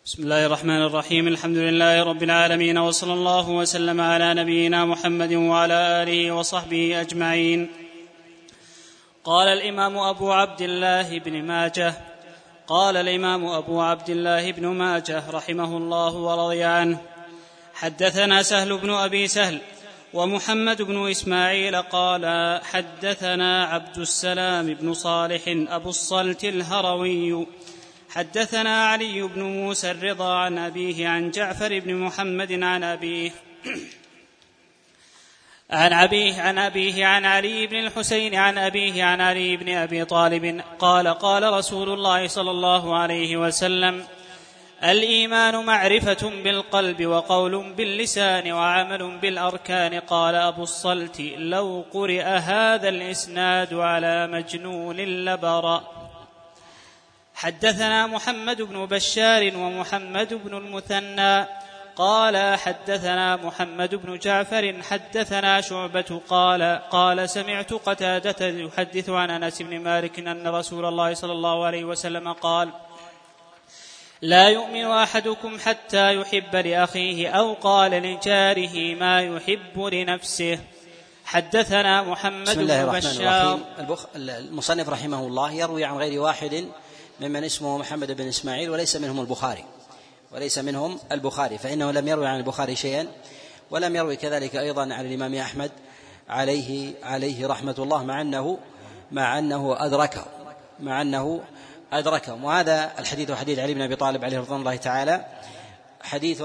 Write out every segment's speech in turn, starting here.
بسم الله الرحمن الرحيم. الحمد لله رب العالمين، وصلى الله وسلم على نبينا محمد وعلى آله وصحبه أجمعين. قال الإمام أبو عبد الله بن ماجه رحمه الله ورضي عنه: حدثنا سهل بن أبي سهل ومحمد بن إسماعيل قال حدثنا عبد السلام بن صالح أبو الصلت الهروي حدثنا علي بن موسى الرضا عن أبيه عن جعفر بن محمد عن أبيه عن علي بن الحسين عن أبيه عن علي بن أبي طالب قال: قال رسول الله صلى الله عليه وسلم: الإيمان معرفة بالقلب وقول باللسان وعمل بالأركان. قال أبو الصلت: لو قرئ هذا الإسناد على مجنون لبرأ. حدثنا محمد بن بشار ومحمد بن المثنى قال حدثنا محمد بن جعفر حدثنا شعبة قال سمعت قتادة يحدث عن أنس بن مالك أن رسول الله صلى الله عليه وسلم قال: لا يؤمن أحدكم حتى يحب لأخيه أو قال لجاره ما يحب لنفسه. حدثنا محمد بن بشار. بسم الله الرحمن الرحيم. المصنف رحمه الله يروي عن غير واحد ممن اسمه محمد بن إسماعيل وليس منهم البخاري، فإنه لم يروي عن البخاري شيئا، ولم يروي كذلك أيضا عن الإمام أحمد عليه رحمة الله، مع أنه أدركه. وهذا الحديث حديث علي بن أبي طالب عليه رضوان الله تعالى حديث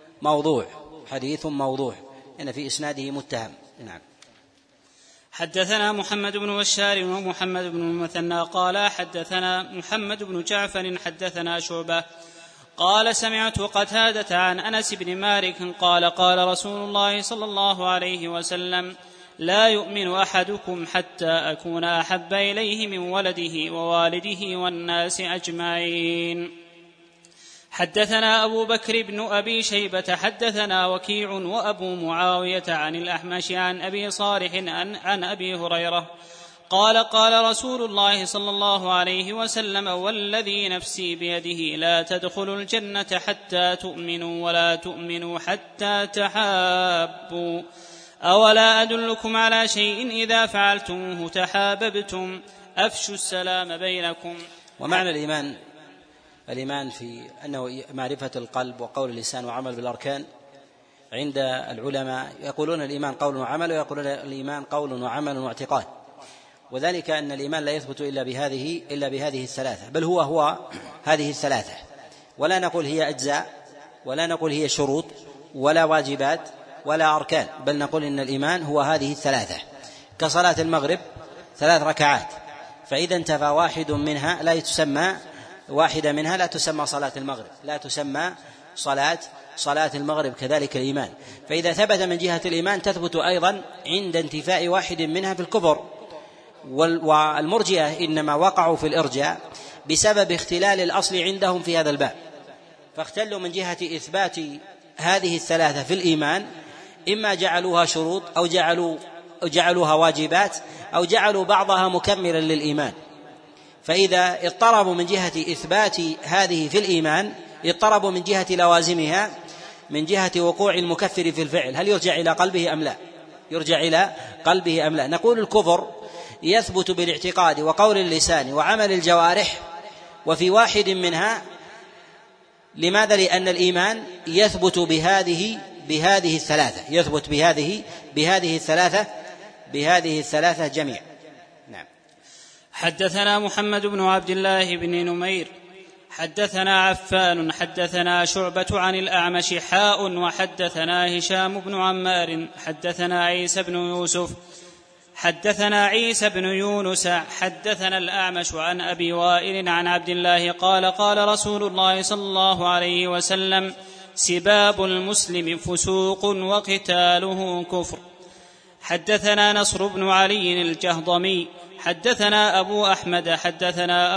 موضوع إن في إسناده متهم. نعم. حدثنا محمد بن بشار ومحمد بن المثنى قال حدثنا محمد بن جعفر حدثنا شعبة قال سمعت قتادة عن أنس بن مالك قال: قال رسول الله صلى الله عليه وسلم: لا يؤمن أحدكم حتى أكون أحب إليه من ولده ووالده والناس أجمعين. حدثنا أبو بكر بن أبي شيبة حدثنا وكيع وأبو معاوية عن الأحمش عن أبي صالح عن أبي هريرة قال: قال رسول الله صلى الله عليه وسلم: والذي نفسي بيده لا تدخلوا الجنة حتى تؤمنوا ولا تؤمنوا حتى تحابوا. أولا أدلكم على شيء إذا فعلتموه تحاببتم؟ أفشوا السلام بينكم. ومعنى الإيمان في أنه معرفة القلب وقول اللسان وعمل بالأركان. عند العلماء يقولون الإيمان قول وعمل، ويقولون الإيمان قول وعمل واعتقاد، وذلك أن الإيمان لا يثبت إلا بهذه الثلاثة، بل هو هذه الثلاثة، ولا نقول هي أجزاء، ولا نقول هي شروط، ولا واجبات، ولا أركان، بل نقول إن الإيمان هو هذه الثلاثة. كصلاة المغرب 3 ركعات، فإذا انتفى واحدة منها لا تسمى صلاة المغرب، لا تسمى صلاة المغرب. كذلك الإيمان، فإذا ثبت من جهة الإيمان تثبت أيضا عند انتفاء واحد منها في الكفر. والمرجئة إنما وقعوا في الإرجاء بسبب اختلال الأصل عندهم في هذا الباب، فاختلوا من جهة إثبات هذه الثلاثة في الإيمان، إما جعلوها شروط أو جعلوها واجبات أو جعلوا بعضها مكملا للإيمان. فإذا اضطربوا من جهة إثبات هذه في الإيمان اضطربوا من جهة لوازمها، من جهة وقوع المكفر في الفعل، هل يرجع إلى قلبه أم لا؟ نقول الكفر يثبت بالاعتقاد وقول اللسان وعمل الجوارح، وفي واحد منها. لماذا؟ لأن الإيمان يثبت بهذه الثلاثة جميعا. نعم. حدثنا محمد بن عبد الله بن نمير حدثنا عفان حدثنا شعبة عن الأعمش وحدثنا هشام بن عمار حدثنا عيسى بن يونس حدثنا الأعمش عن أبي وائل عن عبد الله قال: قال رسول الله صلى الله عليه وسلم: سباب المسلم فسوق وقتاله كفر. حدثنا نصر بن علي الجهضمي حدثنا أبو أحمد حدثنا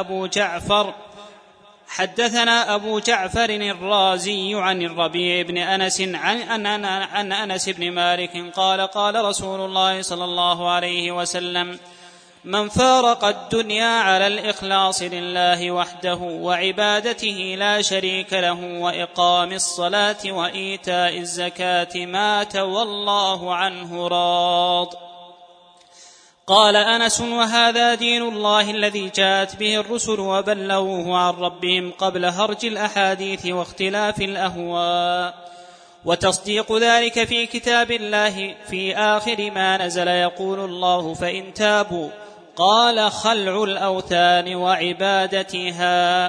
أبو جعفر الرازي عن الربيع بن أنس عن أنس بن مالك قال: قال رسول الله صلى الله عليه وسلم: من فارق الدنيا على الإخلاص لله وحده وعبادته لا شريك له وإقام الصلاة وإيتاء الزكاة مات والله عنه راض. قال أنس: وهذا دين الله الذي جاءت به الرسل وبلغوه عن ربهم قبل هرج الأحاديث واختلاف الأهواء، وتصديق ذلك في كتاب الله في آخر ما نزل يقول الله: فإن تابوا قال خلع الأوثان وعبادتها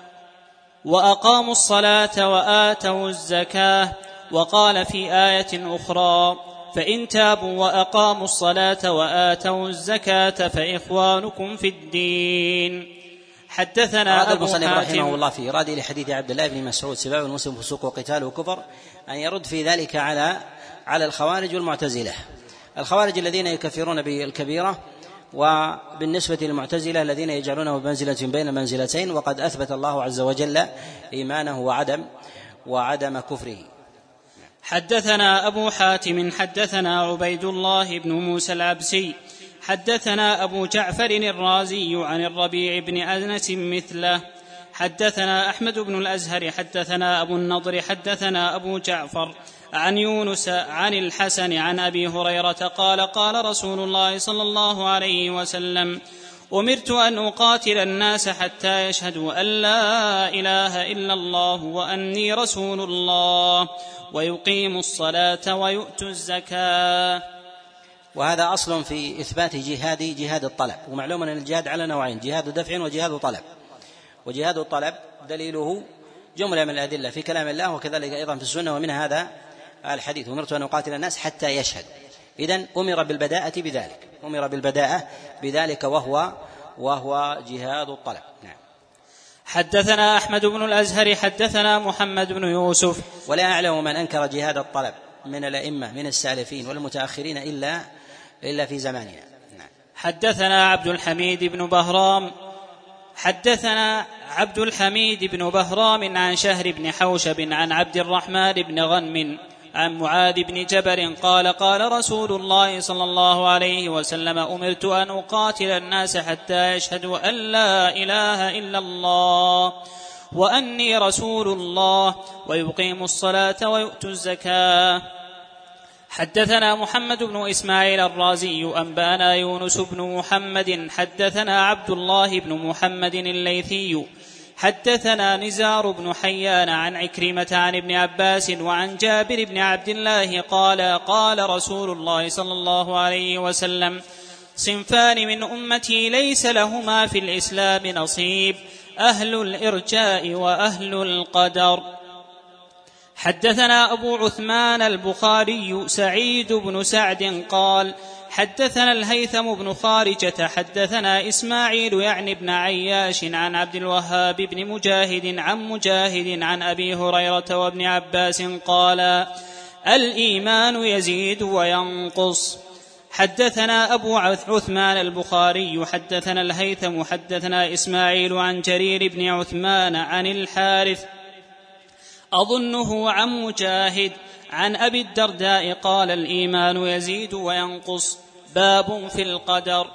وأقاموا الصلاة وآتوا الزكاة. وقال في آية أخرى: فإن تابوا وأقاموا الصلاة وآتوا الزكاة فإخوانكم في الدين. حدثنا أبو المصنف رحمه الله في إرادة لحديث عبد الله بن مسعود سباب المسلم فسوق وقتال وكفر أن يرد في ذلك على الخوارج والمعتزلة. الخوارج الذين يكفرون بالكبيرة، وبالنسبة للمعتزلة الذين يجعلونه بمنزلة بين منزلتين، وقد أثبت الله عز وجل إيمانه وعدم كفره. حدثنا أبو حاتم حدثنا عبيد الله بن موسى العبسي حدثنا أبو جعفر الرازي عن الربيع بن أنس مثله. حدثنا أحمد بن الأزهر حدثنا أبو النضر حدثنا أبو جعفر عن يونس عن الحسن عن أبي هريرة قال: قال رسول الله صلى الله عليه وسلم: أمرت أن أقاتل الناس حتى يشهدوا أن لا إله إلا الله وأني رسول الله ويقيموا الصلاة ويؤتوا الزكاة. وهذا أصل في إثبات جهاد الطلب. ومعلوم أن الجهاد على نوعين: جهاد دفع وجهاد طلب. وجهاد الطلب دليله جملة من الأدلة في كلام الله وكذلك أيضا في السنة، ومن هذا الحديث: أمرت أن أقاتل الناس حتى يشهد. إذن أمر بالبداءة بذلك وهو جهاد الطلب. نعم. حدثنا أحمد بن الأزهر حدثنا محمد بن يوسف. ولا أعلم من أنكر جهاد الطلب من الأئمة من السالفين والمتأخرين إلا في زماننا. نعم. حدثنا عبد الحميد بن بهرام عن شهر بن حوشب عن عبد الرحمن بن غنم عن معاذ بن جبل قال: قال رسول الله صلى الله عليه وسلم: أمرت أن أقاتل الناس حتى يشهدوا أن لا إله إلا الله وأني رسول الله ويقيموا الصلاة ويؤتوا الزكاة. حدثنا محمد بن إسماعيل الرازي أنبانا يونس بن محمد حدثنا عبد الله بن محمد الليثي حدثنا نزار بن حيان عن عكرمة عن ابن عباس وعن جابر بن عبد الله قال: قال رسول الله صلى الله عليه وسلم: صنفان من أمتي ليس لهما في الإسلام نصيب: أهل الإرجاء وأهل القدر. حدثنا أبو عثمان البخاري سعيد بن سعد قال: حدثنا الهيثم بن خارجة حدثنا إسماعيل يعني بن عياش عن عبد الوهاب بن مجاهد عن أبي هريرة وابن عباس قال: الإيمان يزيد وينقص. حدثنا أبو عثمان البخاري حدثنا الهيثم حدثنا إسماعيل عن جرير بن عثمان عن الحارث أظنه عن مجاهد عن أبي الدرداء قال: الإيمان يزيد وينقص. باب في القدر.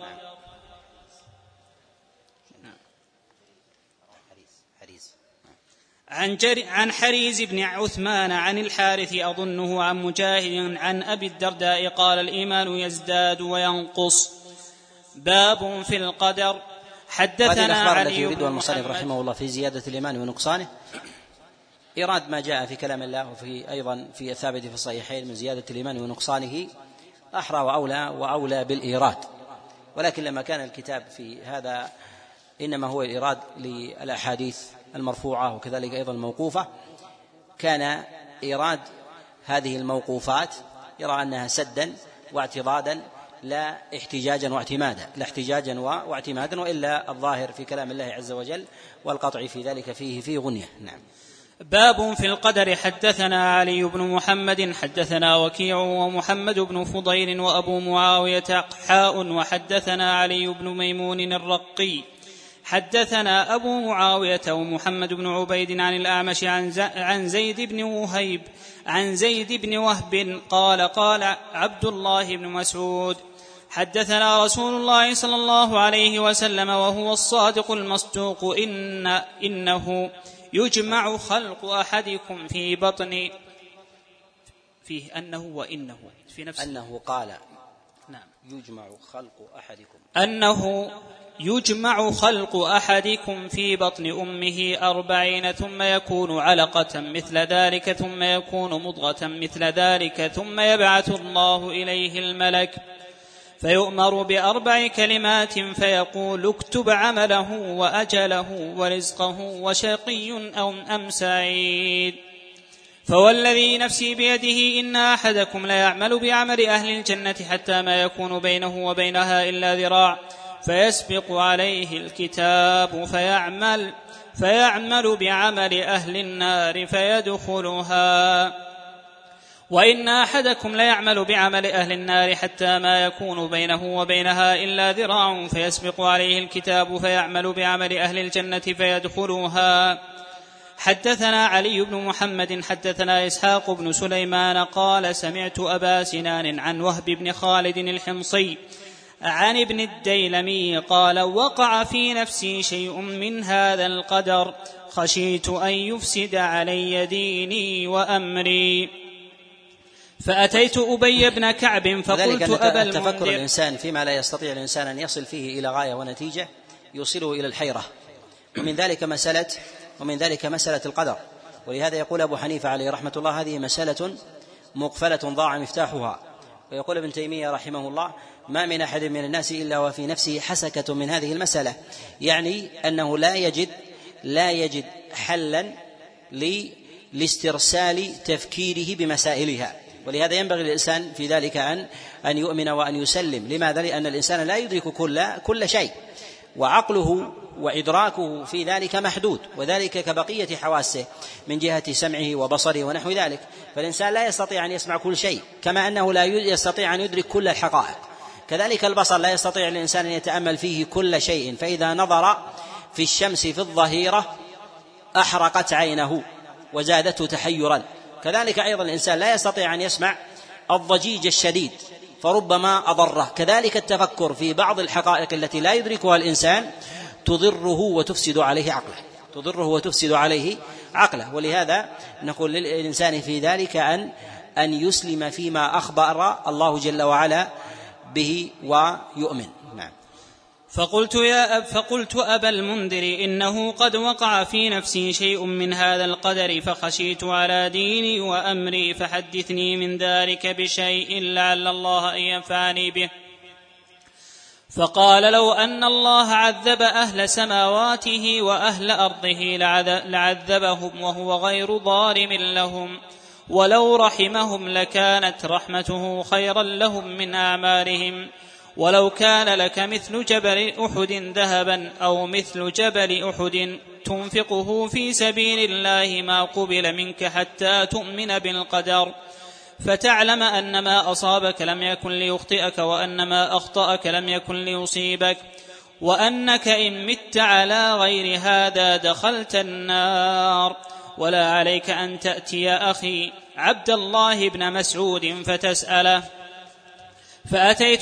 عن حريز بن عثمان عن الحارث أظنه عن مجاهد عن أبي الدرداء قال: الإيمان يزداد وينقص. باب في القدر. حدثنا علي التي يريد المصنف رحمه الله في زيادة الإيمان ونقصانه إيراد ما جاء في كلام الله وفي أيضا في الثابت في الصحيحين من زيادة الإيمان ونقصانه أحرى وأولى بالإيراد. ولكن لما كان الكتاب في هذا إنما هو الإيراد للأحاديث المرفوعة وكذلك أيضا الموقوفة، كان إيراد هذه الموقوفات يرى أنها سدا واعتضادا لا احتجاجا واعتمادا وإلا الظاهر في كلام الله عز وجل والقطع في ذلك فيه غنية. نعم. باب في القدر. حدثنا علي بن محمد حدثنا وكيع ومحمد بن فضيل وأبو معاوية وحدثنا علي بن ميمون الرقي حدثنا أبو معاوية ومحمد بن عبيد عن الأعمش عن زيد بن وهب قال: قال عبد الله بن مسعود: حدثنا رسول الله صلى الله عليه وسلم وهو الصادق المصدوق إنه يجمع خلق أحدكم في بطن فيه أنه وإنه في نفس أنه قال نعم يجمع خلق أحدكم أنه يجمع خلق أحدكم في بطن أمه 40 ثم يكون علقة مثل ذلك ثم يكون مضغة مثل ذلك ثم يبعث الله إليه الملك فيؤمر ب4 كلمات فيقول اكتب عمله وأجله ورزقه وشقي أو أم سعيد فوالذي نفسي بيده إن أحدكم ليعمل بعمل أهل الجنة حتى ما يكون بينه وبينها إلا ذراع فيسبق عليه الكتاب فيعمل بعمل أهل النار فيدخلها وإن أحدكم ليعمل بعمل أهل النار حتى ما يكون بينه وبينها إلا ذراع فيسبق عليه الكتاب فيعمل بعمل أهل الجنة فيدخلها. حدثنا علي بن محمد حدثنا إسحاق بن سليمان قال سمعت أبا سنان عن وهب بن خالد الحمصي عن ابن الديلمي قال وقع في نفسي شيء من هذا القدر خشيت أن يفسد علي ديني وأمري فأتيت أبي بن كعب فقلت أبا المنذر. تفكر الإنسان فيما لا يستطيع الإنسان أن يصل فيه إلى غاية ونتيجة يوصله إلى الحيرة، ومن ذلك مسألة القدر. ولهذا يقول أبو حنيفة عليه رحمة الله هذه مسألة مقفلة ضاع مفتاحها. ويقول ابن تيمية رحمه الله ما من أحد من الناس إلا وفي نفسه حسكة من هذه المسألة، يعني أنه لا يجد حلا لاسترسال تفكيره بمسائلها. ولهذا ينبغي للإنسان في ذلك أن يؤمن وأن يسلم. لماذا؟ لأن الإنسان لا يدرك كل شيء، وعقله وإدراكه في ذلك محدود، وذلك كبقية حواسه من جهة سمعه وبصره ونحو ذلك. فالإنسان لا يستطيع أن يسمع كل شيء، كما أنه لا يستطيع أن يدرك كل الحقائق. كذلك البصر لا يستطيع الإنسان أن يتأمل فيه كل شيء، فإذا نظر في الشمس في الظهيرة أحرقت عينه وزادته تحيرا. كذلك أيضا الإنسان لا يستطيع أن يسمع الضجيج الشديد فربما أضره. كذلك التفكر في بعض الحقائق التي لا يدركها الإنسان تضره وتفسد عليه عقله. ولهذا نقول للإنسان في ذلك أن يسلم فيما أخبر الله جل وعلا به ويؤمن. نعم. فقلت أبا المنذر إنه قد وقع في نفسي شيء من هذا القدر فخشيت على ديني وأمري فحدثني من ذلك بشيء لعل الله أن ينفعني به. فقال لو أن الله عذب أهل سماواته وأهل أرضه لعذبهم وهو غير ظالم لهم، ولو رحمهم لكانت رحمته خيرا لهم من أعمالهم. ولو كان لك مثل جبل أحد ذهبا أو مثل جبل أحد تنفقه في سبيل الله ما قبل منك حتى تؤمن بالقدر فتعلم أن ما أصابك لم يكن ليخطئك وأن ما أخطأك لم يكن ليصيبك، وأنك إن مت على غير هذا دخلت النار. ولا عليك أن تأتي أخي عبد الله بن مسعود فتسأله. فأتيت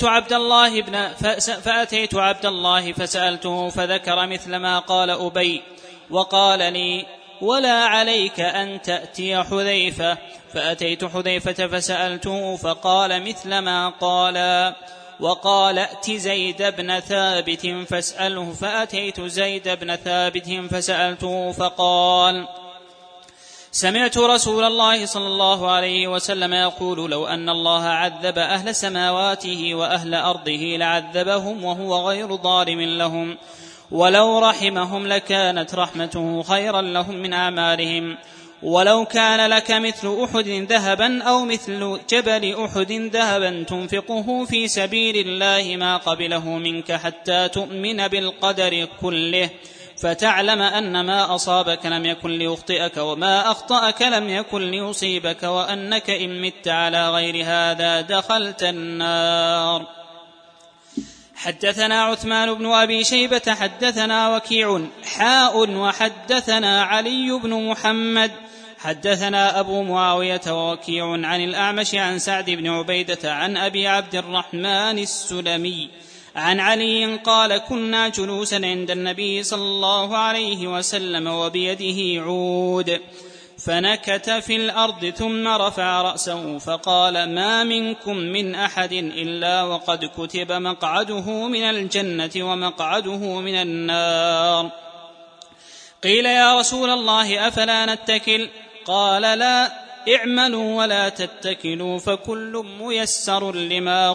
عبد الله فسألته فذكر مثل ما قال أبي، وقال لي ولا عليك أن تأتي حذيفة. فأتيت حذيفة فسألته فقال مثل ما قال، وقال ائت زيد بن ثابت فاسأله. فأتيت زيد بن ثابت فسألته فقال سمعت رسول الله صلى الله عليه وسلم يقول لو أن الله عذب أهل سماواته وأهل أرضه لعذبهم وهو غير ظالم لهم، ولو رحمهم لكانت رحمته خيرا لهم من أعمالهم. ولو كان لك مثل أحد ذهبا أو مثل جبل أحد ذهبا تنفقه في سبيل الله ما قبله منك حتى تؤمن بالقدر كله فتعلم أن ما أصابك لم يكن ليخطئك وما أخطأك لم يكن ليصيبك، وأنك إن مت على غير هذا دخلت النار. حدثنا عثمان بن أبي شيبة حدثنا وكيع وحدثنا علي بن محمد حدثنا أبو معاوية ووكيع عن الأعمش عن سعد بن عبيدة عن أبي عبد الرحمن السلمي عن علي قال كنا جلوسا عند النبي صلى الله عليه وسلم وبيده عود فنكت في الأرض ثم رفع رأسه فقال ما منكم من أحد إلا وقد كتب مقعده من الجنة ومقعده من النار. قيل يا رسول الله أفلا نتكل؟ قال لا، اعملوا ولا تتكلوا فكل ميسر لما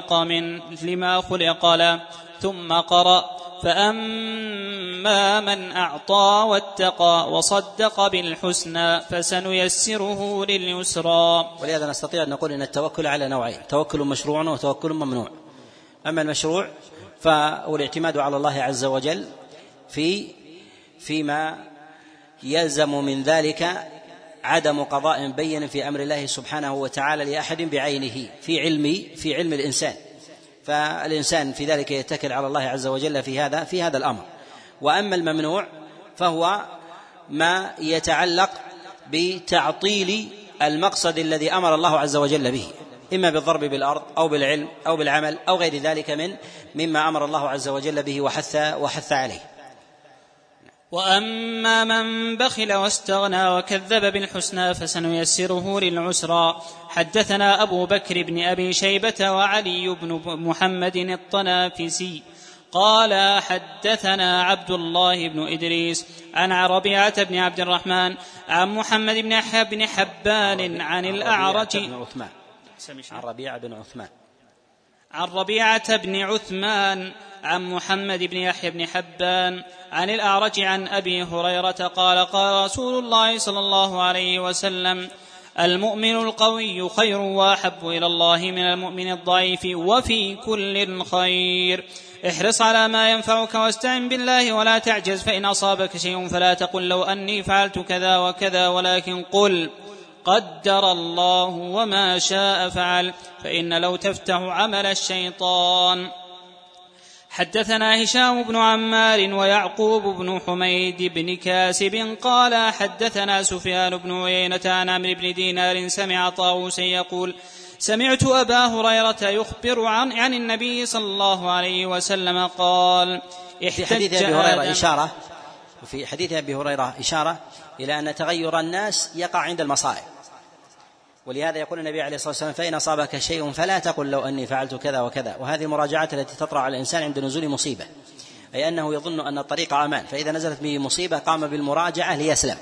خلق له. ثم قرأ فأما من أعطى واتقى وصدق بالحسنى فسنيسره لليسرى. ولهذا نستطيع أن نقول إن التوكل على نوعين: توكل مشروع وتوكل ممنوع. أما المشروع فهو الاعتماد على الله عز وجل فيما يلزم من ذلك عدم قضاء بين في أمر الله سبحانه وتعالى لأحد بعينه في علم الإنسان، فالإنسان في ذلك يتكل على الله عز وجل في هذا الأمر. وأما الممنوع فهو ما يتعلق بتعطيل المقصد الذي أمر الله عز وجل به، إما بالضرب بالأرض أو بالعلم أو بالعمل أو غير ذلك مما أمر الله عز وجل به وحث عليه. وأما من بخل واستغنى وكذب بالحسنى فسنيسره للعسرى. حدثنا أبو بكر بن أبي شيبة وعلي بن محمد الطنافسي قال حدثنا عبد الله بن إدريس عن ربيعة بن عبد الرحمن عن محمد بن يحيى بن حبان عن الأعرج عن ربيعة بن عثمان عن محمد بن يحيى بن حبان عن الأعرج عن أبي هريرة قال قال رسول الله صلى الله عليه وسلم المؤمن القوي خير وأحب إلى الله من المؤمن الضعيف وفي كل خير. احرص على ما ينفعك واستعن بالله ولا تعجز، فإن أصابك شيء فلا تقل لو أني فعلت كذا وكذا، ولكن قل قدر الله وما شاء فعل، فإن لو تفتح عمل الشيطان. حدثنا هشام بن عمار ويعقوب بن حميد بن كاسب قال حدثنا سفيان بن عيينة عن عمرو بن دينار سمع طاووسا يقول سمعت أبا هريرة يخبر عن النبي صلى الله عليه وسلم قال في حديث أبي هريرة إشارة إلى أن تغير الناس يقع عند المصائب، ولهذا يقول النبي عليه الصلاة والسلام فإن أصابك شيء فلا تقل لو أني فعلت كذا وكذا. وهذه المراجعات التي تطرأ على الإنسان عند نزول مصيبة، أي أنه يظن أن الطريق أمان، فإذا نزلت به مصيبة قام بالمراجعة ليسلم،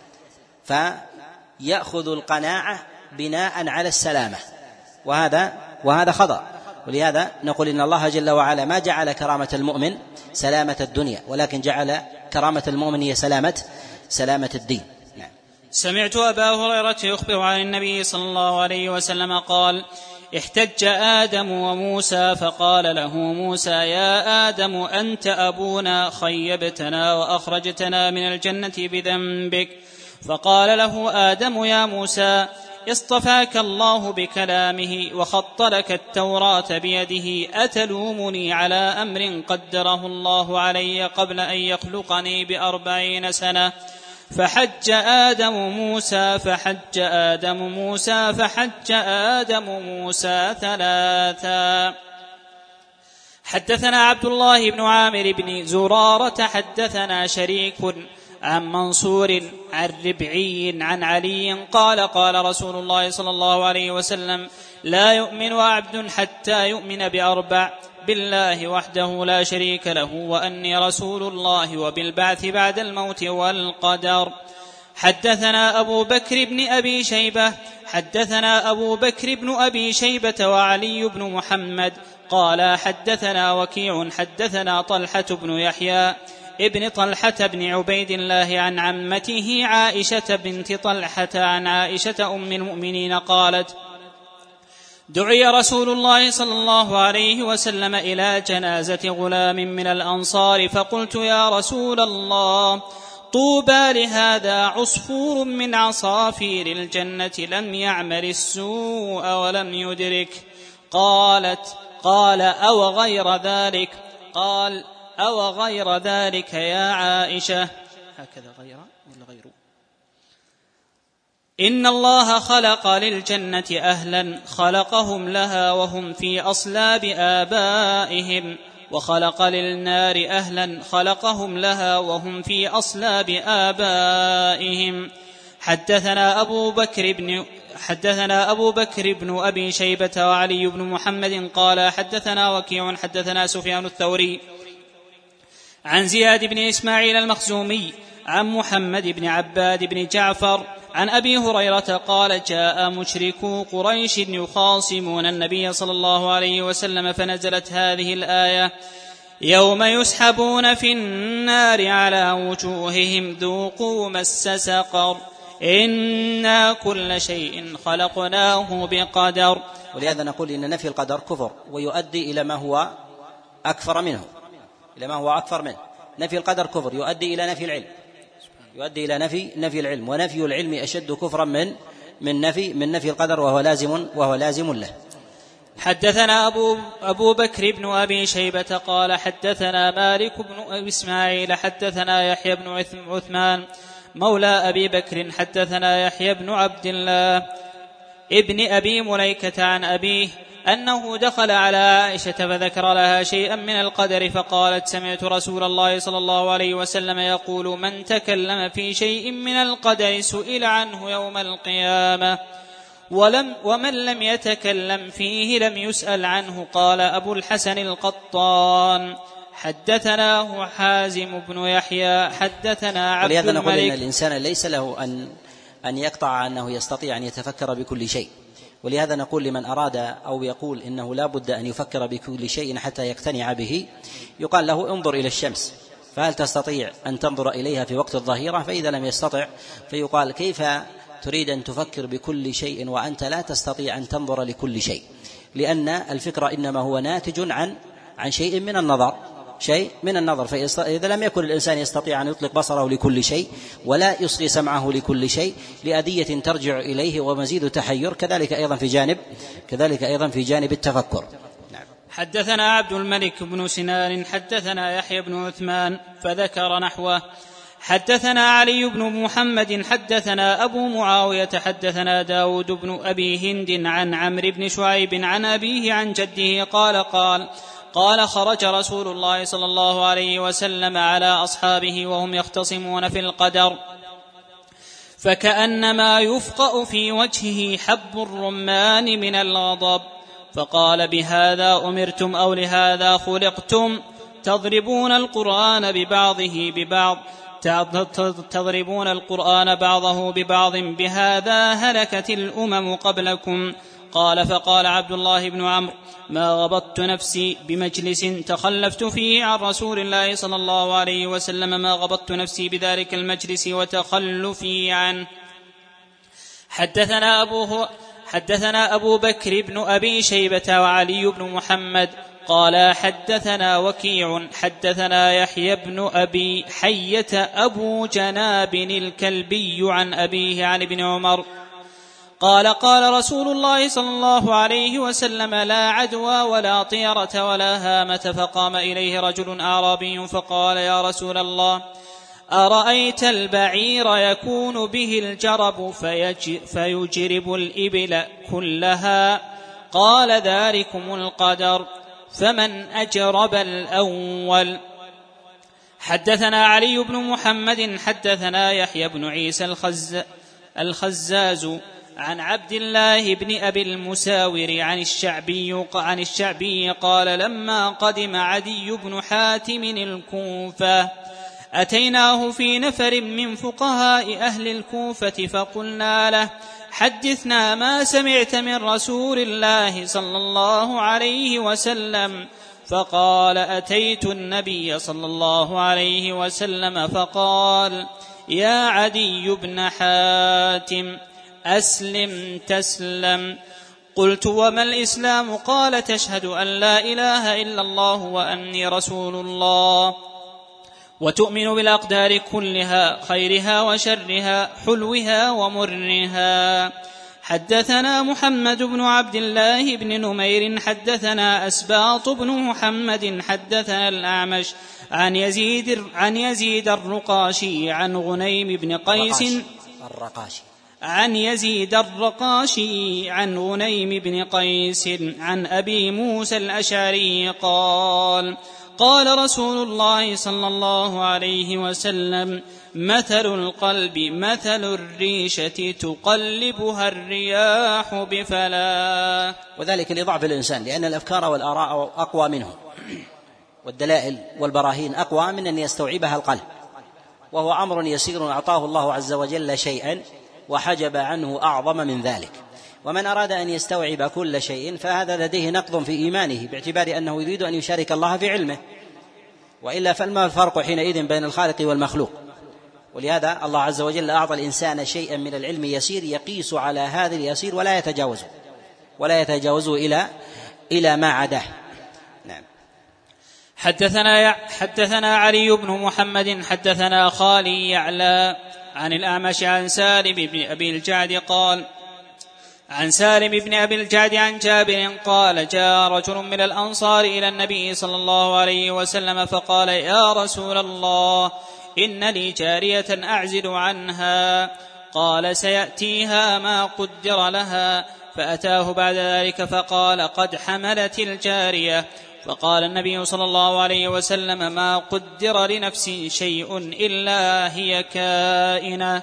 فيأخذ القناعة بناء على السلامة، وهذا خطأ. ولهذا نقول إن الله جل وعلا ما جعل كرامة المؤمن سلامة الدنيا، ولكن جعل كرامة المؤمن هي سلامة الدين. سمعت أبا هريرة يخبر عن النبي صلى الله عليه وسلم قال احتج آدم وموسى فقال له موسى يا آدم أنت أبونا خيبتنا وأخرجتنا من الجنة بذنبك، فقال له آدم يا موسى اصطفاك الله بكلامه وخط لك التوراة بيده، أتلومني على أمر قدره الله علي قبل أن يخلقني ب40 سنة؟ فحج آدم موسى 3. حدثنا عبد الله بن عامر بن زرارة حدثنا شريك عن منصور عن ربعي عن علي قال قال رسول الله صلى الله عليه وسلم لا يؤمن عبد حتى يؤمن ب4: بالله وحده لا شريك له، وأني رسول الله، وبالبعث بعد الموت، والقدر. حدثنا أبو بكر بن أبي شيبة وعلي بن محمد قال حدثنا وكيع حدثنا طلحة بن يحيى ابن طلحة بن عبيد الله عن عمته عائشة بنت طلحة عن عائشة أم المؤمنين قالت دعي رسول الله صلى الله عليه وسلم إلى جنازة غلام من الأنصار، فقلت يا رسول الله طوبى لهذا عصفور من عصافير الجنة لم يعمل السوء ولم يدرك. قالت قال أو غير ذلك يا عائشة. هكذا غير ولا غيره؟ إن الله خلق للجنة أهلا خلقهم لها وهم في أصلاب آبائهم، وخلق للنار أهلا خلقهم لها وهم في أصلاب آبائهم. حدثنا أبو بكر بن أبي شيبة وعلي بن محمد قال حدثنا وكيع حدثنا سفيان الثوري عن زياد بن إسماعيل المخزومي عن محمد بن عباد بن جعفر عن أبي هريرة قال جاء مشركو قريش يخاصمون النبي صلى الله عليه وسلم فنزلت هذه الآية: يوم يسحبون في النار على وجوههم ذوقوا مس سقر إنا كل شيء خلقناه بقدر. ولهذا نقول إن نفي القدر كفر ويؤدي إلى ما هو أكثر منه، نفي القدر كفر يؤدي إلى نفي العلم، ونفي العلم أشد كفرا من نفي القدر وهو لازم له. حدثنا أبو بكر بن أبي شيبة قال حدثنا مالك بن إسماعيل حدثنا يحيى بن عثمان مولى أبي بكر حدثنا يحيى بن عبد الله ابن أبي مليكة عن أبيه أنه دخل على عائشة فذكر لها شيئا من القدر فقالت: سمعت رسول الله صلى الله عليه وسلم يقول: من تكلم في شيء من القدر سئل عنه يوم القيامة، ومن لم يتكلم فيه لم يسأل عنه. قال أبو الحسن القطان: حدثناه حازم بن يحيى حدثنا عبد الملك. ولهذا نقول إن الإنسان ليس له أن يقطع أنه يستطيع أن يتفكر بكل شيء، ولهذا نقول لمن أراد أو يقول إنه لا بد أن يفكر بكل شيء حتى يقتنع به، يقال له: انظر إلى الشمس فهل تستطيع أن تنظر إليها في وقت الظهيرة؟ فإذا لم يستطع فيقال: كيف تريد أن تفكر بكل شيء وأنت لا تستطيع أن تنظر لكل شيء؟ لأن الفكرة إنما هو ناتج عن شيء من النظر، فإذا لم يكن الإنسان يستطيع أن يطلق بصره لكل شيء ولا يصغي سمعه لكل شيء لأذية ترجع إليه ومزيد تحير، كذلك أيضا في جانب التفكر. نعم. حدثنا عبد الملك بن سنان حدثنا يحيى بن عثمان فذكر نحوه. حدثنا علي بن محمد حدثنا أبو معاوية حدثنا داود بن أبي هند عن عمرو بن شعيب عن أبيه عن جده قال خرج رسول الله صلى الله عليه وسلم على أصحابه وهم يختصمون في القدر، فكأنما يفقأ في وجهه حب الرمان من الغضب، فقال: بهذا أمرتم أو لهذا خلقتم؟ تضربون القرآن بعضه ببعض، بهذا هلكت الأمم قبلكم. قال: فقال عبد الله بن عمرو: ما غبطت نفسي بمجلس تخلفت فيه عن رسول الله صلى الله عليه وسلم، ما غبطت نفسي بذلك المجلس وتخلفي عنه. حدثنا أبو بكر بن أبي شيبة وعلي بن محمد قال حدثنا وكيع حدثنا يحيى بن أبي حية أبو جناب الكلبي عن أبيه عن ابن عمر قال رسول الله صلى الله عليه وسلم: لا عدوى ولا طيرة ولا هامة. فقام إليه رجل أعرابي فقال: يا رسول الله، أرأيت البعير يكون به الجرب فيجرب الإبل كلها؟ قال: ذلكم القدر، فمن أجرب الأول. حدثنا علي بن محمد حدثنا يحيى بن عيسى الخزاز عن عبد الله بن أبي المساور عن الشعبي قال: لما قدم عدي بن حاتم الكوفة أتيناه في نفر من فقهاء أهل الكوفة فقلنا له: حدثنا ما سمعت من رسول الله صلى الله عليه وسلم. فقال: أتيت النبي صلى الله عليه وسلم فقال: يا عدي بن حاتم، أسلم تسلم. قلت: وما الإسلام؟ قال: تشهد أن لا إله إلا الله وأني رسول الله، وتؤمن بالأقدار كلها، خيرها وشرها، حلوها ومرها. حدثنا محمد بن عبد الله بن نمير حدثنا أسباط بن محمد حدثنا الأعمش عن يزيد الرقاشي عن غنيم بن قيس عن يزيد الرقاشي عن غنيم بن قيس عن أبي موسى الأشعري قال قال رسول الله صلى الله عليه وسلم مثل القلب مثل الريشة تقلبها الرياح بفلاة. وذلك لضعف الإنسان، لأن الأفكار والآراء أقوى منه، والدلائل والبراهين أقوى من أن يستوعبها القلب، وهو أمر يسير أعطاه الله عز وجل شيئا وحجب عنه أعظم من ذلك. ومن أراد أن يستوعب كل شيء فهذا لديه نقض في إيمانه، باعتبار أنه يريد أن يشارك الله في علمه، وإلا فما الفرق حينئذ بين الخالق والمخلوق؟ ولهذا الله عز وجل أعطى الإنسان شيئا من العلم يسير يقيس على هذا اليسير ولا يتجاوزه إلى ما عداه. نعم. حدثنا علي بن محمد حدثنا خالي يعلى عن الأعمش عن سالم بن أبي الجعد قال عن سالم بن أبي الجعد عن جابر قال جاء رجل من الأنصار إلى النبي صلى الله عليه وسلم فقال يا رسول الله إن لي جارية أعزل عنها. قال سيأتيها ما قدر لها. فأتاه بعد ذلك فقال قد حملت الجارية. فقال النبي صلى الله عليه وسلم ما قدر لنفس شيء إلا هي كائنة.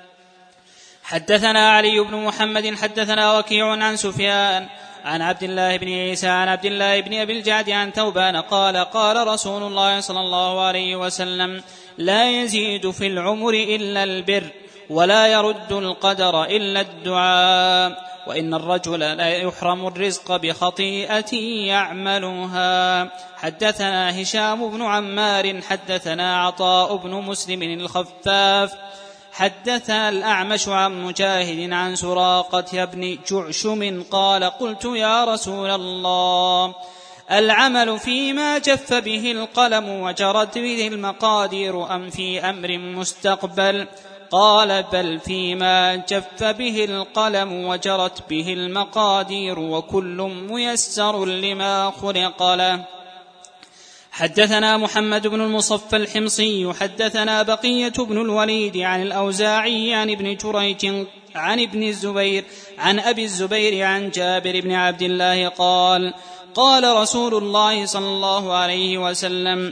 حدثنا علي بن محمد حدثنا وكيع عن سفيان عن عبد الله بن عيسى عن عبد الله بن أبي الجعد عن ثوبان قال قال رسول الله صلى الله عليه وسلم لا يزيد في العمر إلا البر ولا يرد القدر إلا الدعاء وإن الرجل لا يحرم الرزق بخطيئة يعملها. حدثنا هشام بن عمار حدثنا عطاء بن مسلم الخفاف حدثنا الأعمش عن مجاهد عن سراقة بن جعشم قال قلت يا رسول الله العمل فيما جف به القلم وجرت به المقادير أم في أمر مستقبل؟ قال بل فيما جف به القلم وجرت به المقادير وكل ميسر لما خلق له. حدثنا محمد بن المصفى الحمصي حدثنا بقية بن الوليد عن الأوزاعي عن ابن جريج عن ابن الزبير عن أبي الزبير عن جابر بن عبد الله قال قال رسول الله صلى الله عليه وسلم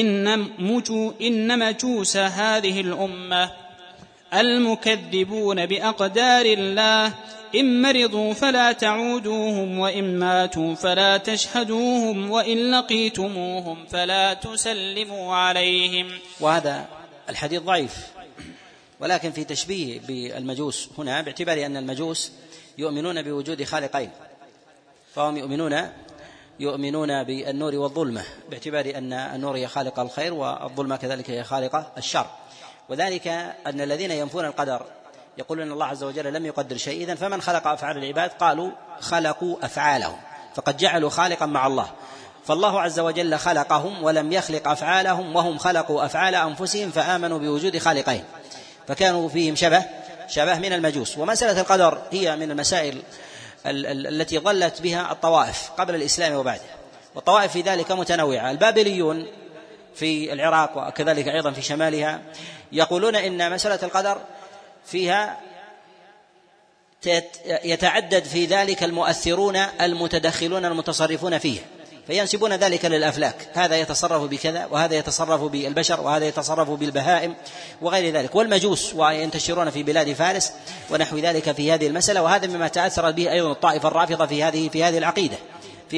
إن مجوس هذه الأمة المكذبون بأقدار الله إن مرضوا فلا تعودوهم وإن ماتوا فلا تشهدوهم وإن لقيتموهم فلا تسلموا عليهم. وهذا الحديث ضعيف، ولكن في تشبيه بالمجوس هنا باعتبار أن المجوس يؤمنون بوجود خالقين، فهم يؤمنون بالنور والظلمة باعتبار أن النور هي خالق الخير والظلمة كذلك هي خالق الشر. وذلك أن الذين ينفون القدر يقولون أن الله عز وجل لم يقدر شيء، إذن فمن خلق أفعال العباد قالوا خلقوا أفعالهم، فقد جعلوا خالقا مع الله. فالله عز وجل خلقهم ولم يخلق أفعالهم، وهم خلقوا أفعال أنفسهم فآمنوا بوجود خالقين، فكانوا فيهم شبه من المجوس. ومسألة القدر هي من المسائل التي ظلت بها الطوائف قبل الإسلام وبعده، والطوائف في ذلك متنوعة. البابليون في العراق وكذلك أيضا في شمالها يقولون إن مسألة القدر فيها يتعدد في ذلك المؤثرون المتدخلون المتصرفون فيه، فينسبون ذلك للأفلاك، هذا يتصرف بكذا وهذا يتصرف بالبشر وهذا يتصرف بالبهائم وغير ذلك، والمجوس وينتشرون في بلاد فارس ونحو ذلك في هذه المسألة. وهذا مما تأثرت به أيضا الطائفة الرافضة في هذه العقيدة في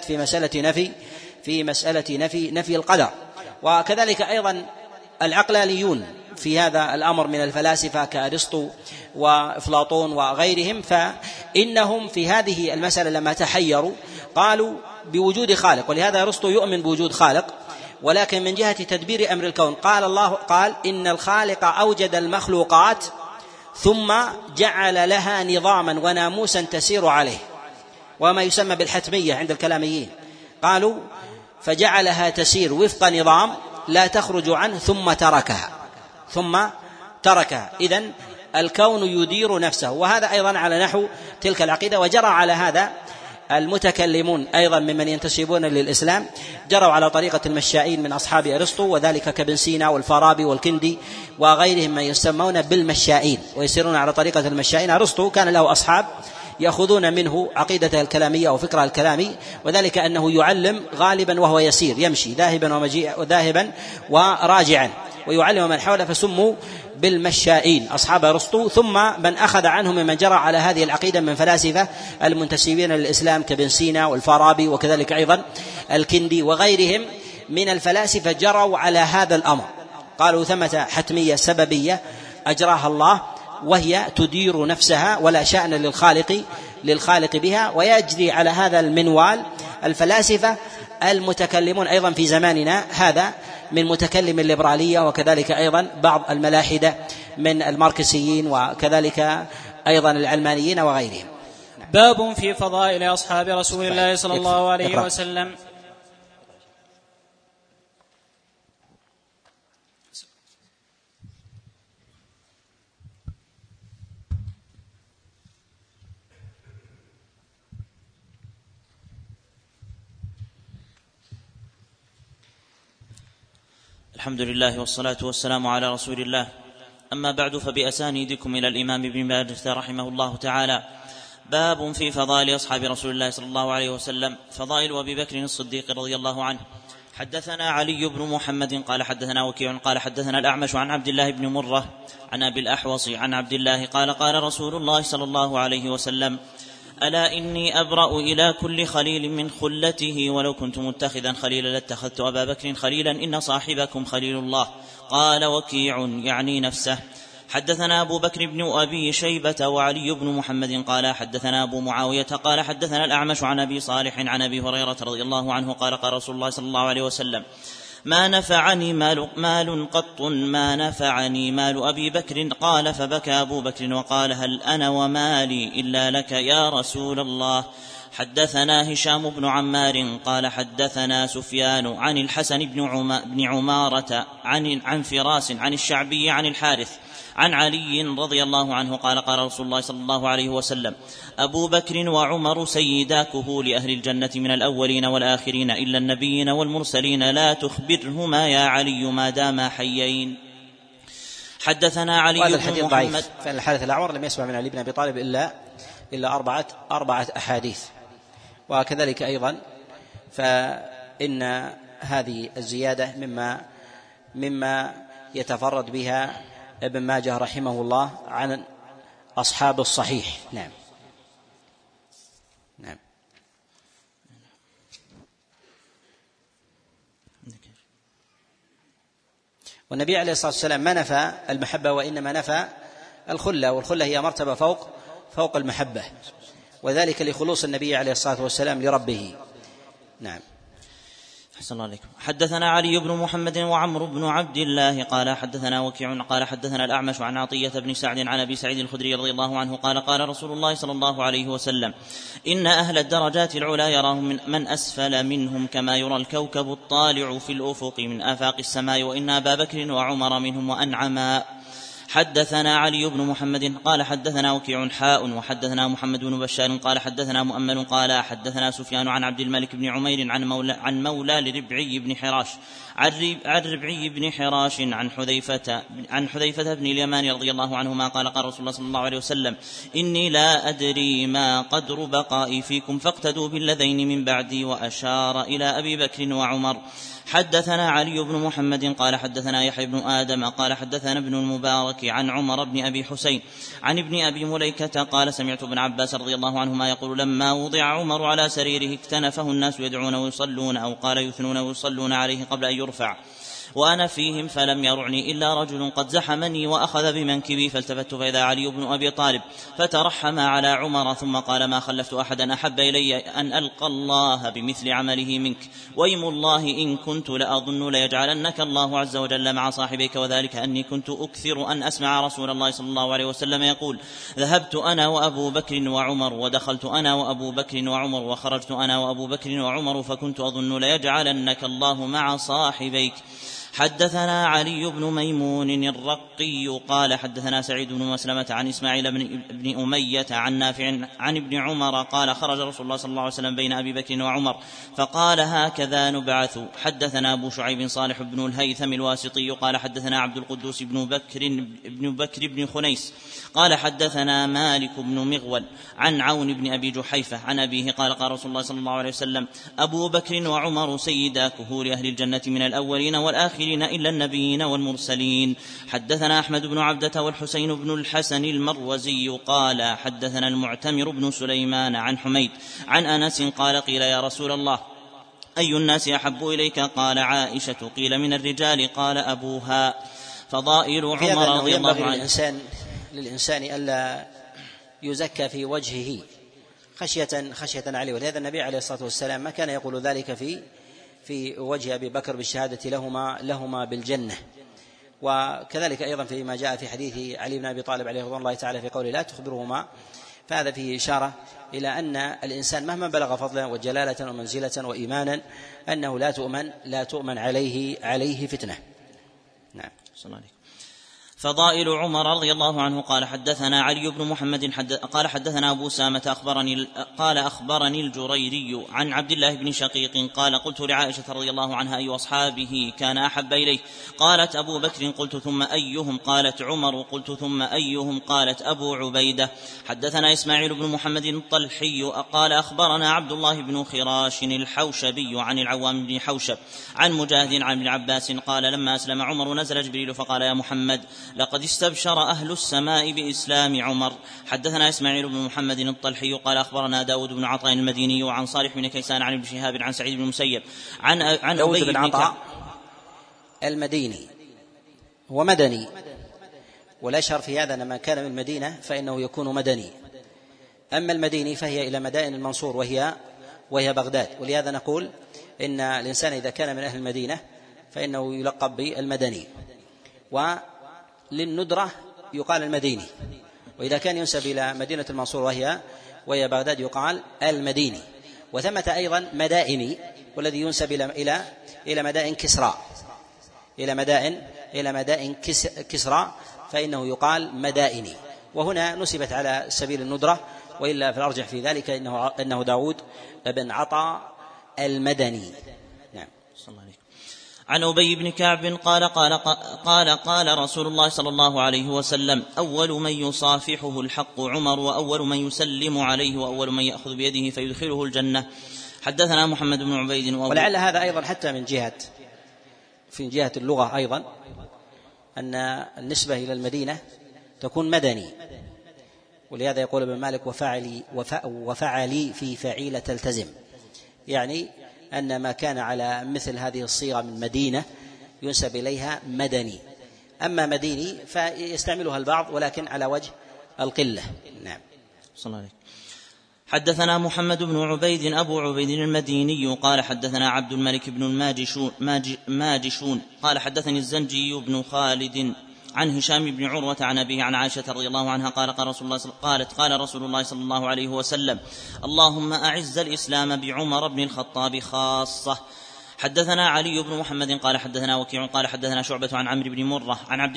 مسألة نفي القدر. وكذلك أيضا العقلانيون في هذا الأمر من الفلاسفة كأرسطو وأفلاطون وغيرهم، فإنهم في هذه المسألة لما تحيروا قالوا بوجود خالق، ولهذا أرسطو يؤمن بوجود خالق، ولكن من جهة تدبير أمر الكون قال إن الخالق أوجد المخلوقات ثم جعل لها نظاما وناموسا تسير عليه، وما يسمى بالحتمية عند الكلاميين، قالوا فجعلها تسير وفق نظام لا تخرج عنه ثم تركها. إذن الكون يدير نفسه. وهذا أيضا على نحو تلك العقيدة. وجرى على هذا المتكلمون أيضا ممن ينتسبون للإسلام، جروا على طريقة المشائين من أصحاب أرسطو، وذلك كابن سينا والفارابي والكندي وغيرهم من يسمون بالمشائين ويسيرون على طريقة المشائين. أرسطو كان له أصحاب يأخذون منه عقيدته الكلامية أو فكره الكلامي، وذلك أنه يعلم غالبا وهو يسير، يمشي ذاهبا وراجعا، ويعلم من حوله، فسموا بالمشائين أصحاب أرسطو. ثم من أخذ عنهم من جرى على هذه العقيدة من فلاسفة المنتسبين للإسلام كابن سينا والفارابي، وكذلك أيضا الكندي وغيرهم من الفلاسفة جروا على هذا الأمر، قالوا ثمة حتمية سببية أجراها الله، وهي تدير نفسها ولا شأن للخالق بها. ويجري على هذا المنوال الفلاسفة المتكلمون أيضا في زماننا هذا من متكلم الليبرالية، وكذلك أيضا بعض الملاحدة من الماركسيين، وكذلك أيضا العلمانيين وغيرهم. باب في فضائل أصحاب رسول الله صلى الله عليه وسلم. الحمد لله والصلاة والسلام على رسول الله. أما بعد، فبأسانيدكم إلى الإمام ابن ماجه رحمه الله تعالى. باب في فضائل أصحاب رسول الله صلى الله عليه وسلم. فضائل أبي بكر الصديق رضي الله عنه. حدثنا علي بن محمد قال حدثنا وكيع قال حدثنا الأعمش عن عبد الله بن مرة عن أبي الأحوص عن عبد الله قال قال رسول الله صلى الله عليه وسلم: ألا إني أبرأ إلى كل خليل من خلته، ولو كنت متخذا خليلا لاتخذت أبا بكر خليلا، إن صاحبكم خليل الله. قال وكيع يعني نفسه. حدثنا أبو بكر بن أبي شيبة وعلي بن محمد قال حدثنا أبو معاوية قال حدثنا الأعمش عن أبي صالح عن أبي هريرة رضي الله عنه قال قال رسول الله صلى الله عليه وسلم: ما نفعني مال قط ما نفعني مال أبي بكر. قال فبكى أبو بكر وقال: هل أنا ومالي إلا لك يا رسول الله. حدثنا هشام بن عمار قال حدثنا سفيان عن الحسن بن عمارة عن فراس عن الشعبي عن الحارث عن علي رضي الله عنه قال قال رسول الله صلى الله عليه وسلم: أبو بكر وعمر سيداكه لأهل الجنة من الأولين والآخرين إلا النبيين والمرسلين، لا تخبرهما يا علي ما داما حيين. حدثنا علي بن الحديث محمد. ضعيف، فإن الحارث الأعور لم يسمع من علي بن أبي طالب إلا أربعة أحاديث. وكذلك أيضا فإن هذه الزيادة مما يتفرد بها ابن ماجه رحمه الله عن أصحاب الصحيح. نعم. والنبي عليه الصلاة والسلام ما نفى المحبة، وإنما نفى الخلة، والخلة هي مرتبة فوق المحبة، وذلك لخلوص النبي عليه الصلاة والسلام لربه. نعم. أحسن الله عليكم. حدثنا علي بن محمد وعمرو بن عبد الله قال حدثنا وكيع قال حدثنا الأعمش عن عطية بن سعد عن أبي سعيد الخدري رضي الله عنه قال قال رسول الله صلى الله عليه وسلم: إن أهل الدرجات العلى يراهم من أسفل منهم كما يرى الكوكب الطالع في الأفق من آفاق السماء، وإن أبا بكر وعمر منهم وأنعما. حدثنا علي بن محمد قال حدثنا وكيع وحدثنا محمد بن بشار قال حدثنا مؤمل قال حدثنا سفيان عن عبد الملك بن عمير عن مولى لربعي بن حراش عن ربعي بن حراش عن حذيفة بن اليمان رضي الله عنهما قال قال رسول الله صلى الله عليه وسلم: إني لا أدري ما قدر بقائي فيكم فاقتدوا بالذين من بعدي، وأشار إلى أبي بكر وعمر. حدثنا علي بن محمد قال حدثنا يحيى بن آدم قال حدثنا ابن المبارك عن عمر بن أبي حسين عن ابن أبي مليكة قال سمعت ابن عباس رضي الله عنهما يقول: لما وضع عمر على سريره اكتنفه الناس يدعون ويصلون، أو قال يثنون ويصلون عليه قبل أن يرفع، وأنا فيهم فلم يرعني إلا رجل قد زحمني وأخذ بمنكبي، فالتفت فإذا علي بن أبي طالب فترحم على عمر ثم قال: ما خلفت أحدا أحب إلي أن ألقى الله بمثل عمله منك، ويم الله إن كنت لأظن ليجعلنك الله عز وجل مع صاحبيك، وذلك أني كنت أكثر أن أسمع رسول الله صلى الله عليه وسلم يقول: ذهبت أنا وأبو بكر وعمر، ودخلت أنا وأبو بكر وعمر، وخرجت أنا وأبو بكر وعمر، فكنت أظن ليجعلنك الله مع صاحبيك. حدثنا علي بن ميمون الرقي قال حدثنا سعيد بن مسلمة عن إسماعيل بن أمية عن نافع عن ابن عمر قال خرج رسول الله صلى الله عليه وسلم بين أبي بكر وعمر فقال هكذا نبعث. حدثنا أبو شعيب صالح بن الهيثم الواسطي قال حدثنا عبد القدوس بن بكر بن خنيس قال حدثنا مالك بن مغول عن عون بن أبي جحيفة عن أبيه قال قال رسول الله صلى الله عليه وسلم أبو بكر وعمر سيدا كهول أهل الجنة من الأولين والآخرين إلا النبيين والمرسلين. حدثنا أحمد بن عبدة والحسين بن الحسن المروزي قال حدثنا المعتمر بن سليمان عن حميد عن أنس قال قيل يا رسول الله أي الناس أحب إليك قال عائشة قيل من الرجال قال أبوها. فضائل عمر رضي الله عنه للإنسان ألا يزكى في وجهه خشية عليه، ولهذا النبي عليه الصلاة والسلام ما كان يقول ذلك في وجه أبي بكر بالشهادة لهما بالجنة. وكذلك أيضا فيما جاء في حديث علي بن أبي طالب عليه رضوان الله تعالى في قوله لا تخبرهما، فهذا فيه إشارة إلى أن الإنسان مهما بلغ فضلا وجلالة ومنزلة وإيمانا أنه لا تؤمن عليه فتنة. نعم. صلى الله عليه. فضائل عمر رضي الله عنه قال حدثنا علي بن محمد قال حدثنا أبو سامة قال أخبرني الجريري عن عبد الله بن شقيق قال قلت لعائشة رضي الله عنها أي أصحابه كان أحب إليه قالت أبو بكر قلت ثم أيهم قالت عمر قلت ثم أيهم قالت أبو عبيدة. حدثنا إسماعيل بن محمد الطلحي قال أخبرنا عبد الله بن خراش الحوشبي عن العوام بن حوشب عن مجاهد عن ابن عباس قال لما أسلم عمر نزل جبريل فقال يا محمد لقد استبشر أهل السماء بإسلام عمر. حدثنا إسماعيل بن محمد الطلحي قال أخبرنا داود بن عطاء المديني وعن صالح بن كيسان عن ابن شهاب عن سعيد بن المسيب عن داود بن عطاء المديني هو مدني، والأشهر في هذا أن من كان من المدينة فإنه يكون مدني، أما المديني فهي إلى مدائن المنصور وهي بغداد، ولهذا نقول إن الإنسان إذا كان من أهل المدينة فإنه يلقب بالمدني، وللندرة يقال المديني، وإذا كان ينسب إلى مدينة المنصور وهي بغداد يقال المديني. وثمة أيضا مدائني، والذي ينسب إلى مدائن كسرى إلى مدائن كسرى فإنه يقال مدائني، وهنا نسبت على سبيل الندرة، وإلا في الأرجح في ذلك إنه داود بن عطاء المدني. نعم. صلى الله عليه. عن أبي بن كعب قال رسول الله صلى الله عليه وسلم أول من يصافحه الحق عمر وأول من يسلم عليه وأول من يأخذ بيده فيدخله الجنة. حدثنا محمد بن عبيد ولعل هذا أيضا حتى في جهة اللغة أيضا أن النسبة إلى المدينة تكون مدني، ولهذا يقول ابن مالك وفعلي في فعيلة تلتزم، يعني أن ما كان على مثل هذه الصيغة من مدينة ينسب إليها مدني، أما مديني فيستعملها البعض ولكن على وجه القلة. نعم. صلى الله عليه. حدثنا محمد بن عبيد أبو عبيد المديني قال حدثنا عبد الملك بن الماجشون قال حدثني الزنجي بن خالد عن هشام بن عروة عن أبيه عن عائشة رضي الله عنها قال رسول الله صلى الله عليه وسلم اللهم أعز الإسلام بعمر بن الخطاب خاصة. حدثنا علي بن محمد قال حدثنا وكيع قال حدثنا شعبة عن عمرو بن مرة عن عبد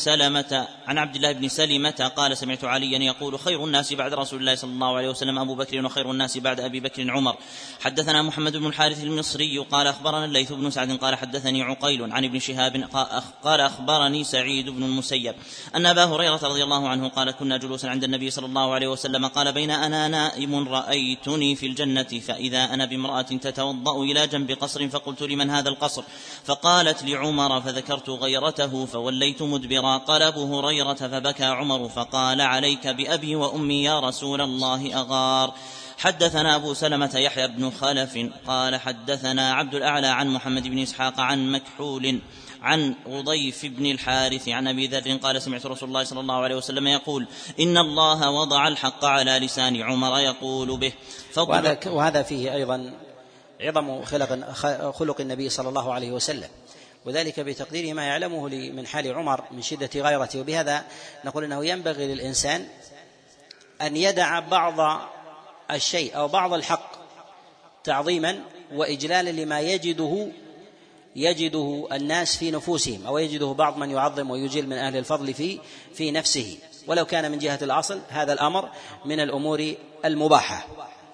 الله بن سلمة قال سمعت عليا يقول خير الناس بعد رسول الله صلى الله عليه وسلم أبو بكر وخير الناس بعد أبي بكر عمر. حدثنا محمد بن الحارث المصري قال أخبرنا الليث بن سعد قال حدثني عقيل عن ابن شهاب قال أخبرني سعيد بن المسيب أن أبا هريرة رضي الله عنه قال كنا جلوسا عند النبي صلى الله عليه وسلم قال بين أنا نائم رأيتني في الجنة فإذا أنا بامرأة تتوضأ إلى جنب قصر فقلت لمن هذا القصر فقالت لعمر فذكرت غيرته فوليت مدبرا قال أبو هريرة فبكى عمر فقال عليك بأبي وأمي يا رسول الله أغار. حدثنا أبو سلمة يحيى بن خلف قال حدثنا عبد الأعلى عن محمد بن إسحاق عن مكحول عن غضيف بن الحارث عن أبي ذر قال سمعت رسول الله صلى الله عليه وسلم يقول إن الله وضع الحق على لسان عمر يقول به. وهذا فيه أيضا عظم خلق النبي صلى الله عليه وسلم، وذلك بتقدير ما يعلمه من حال عمر من شدة غيرته. وبهذا نقول أنه ينبغي للإنسان أن يدع بعض الشيء أو بعض الحق تعظيما وإجلالا لما يجده يجده الناس في نفوسهم، أو يجده بعض من يعظم ويجل من أهل الفضل في نفسه، ولو كان من جهة الأصل هذا الأمر من الأمور المباحة.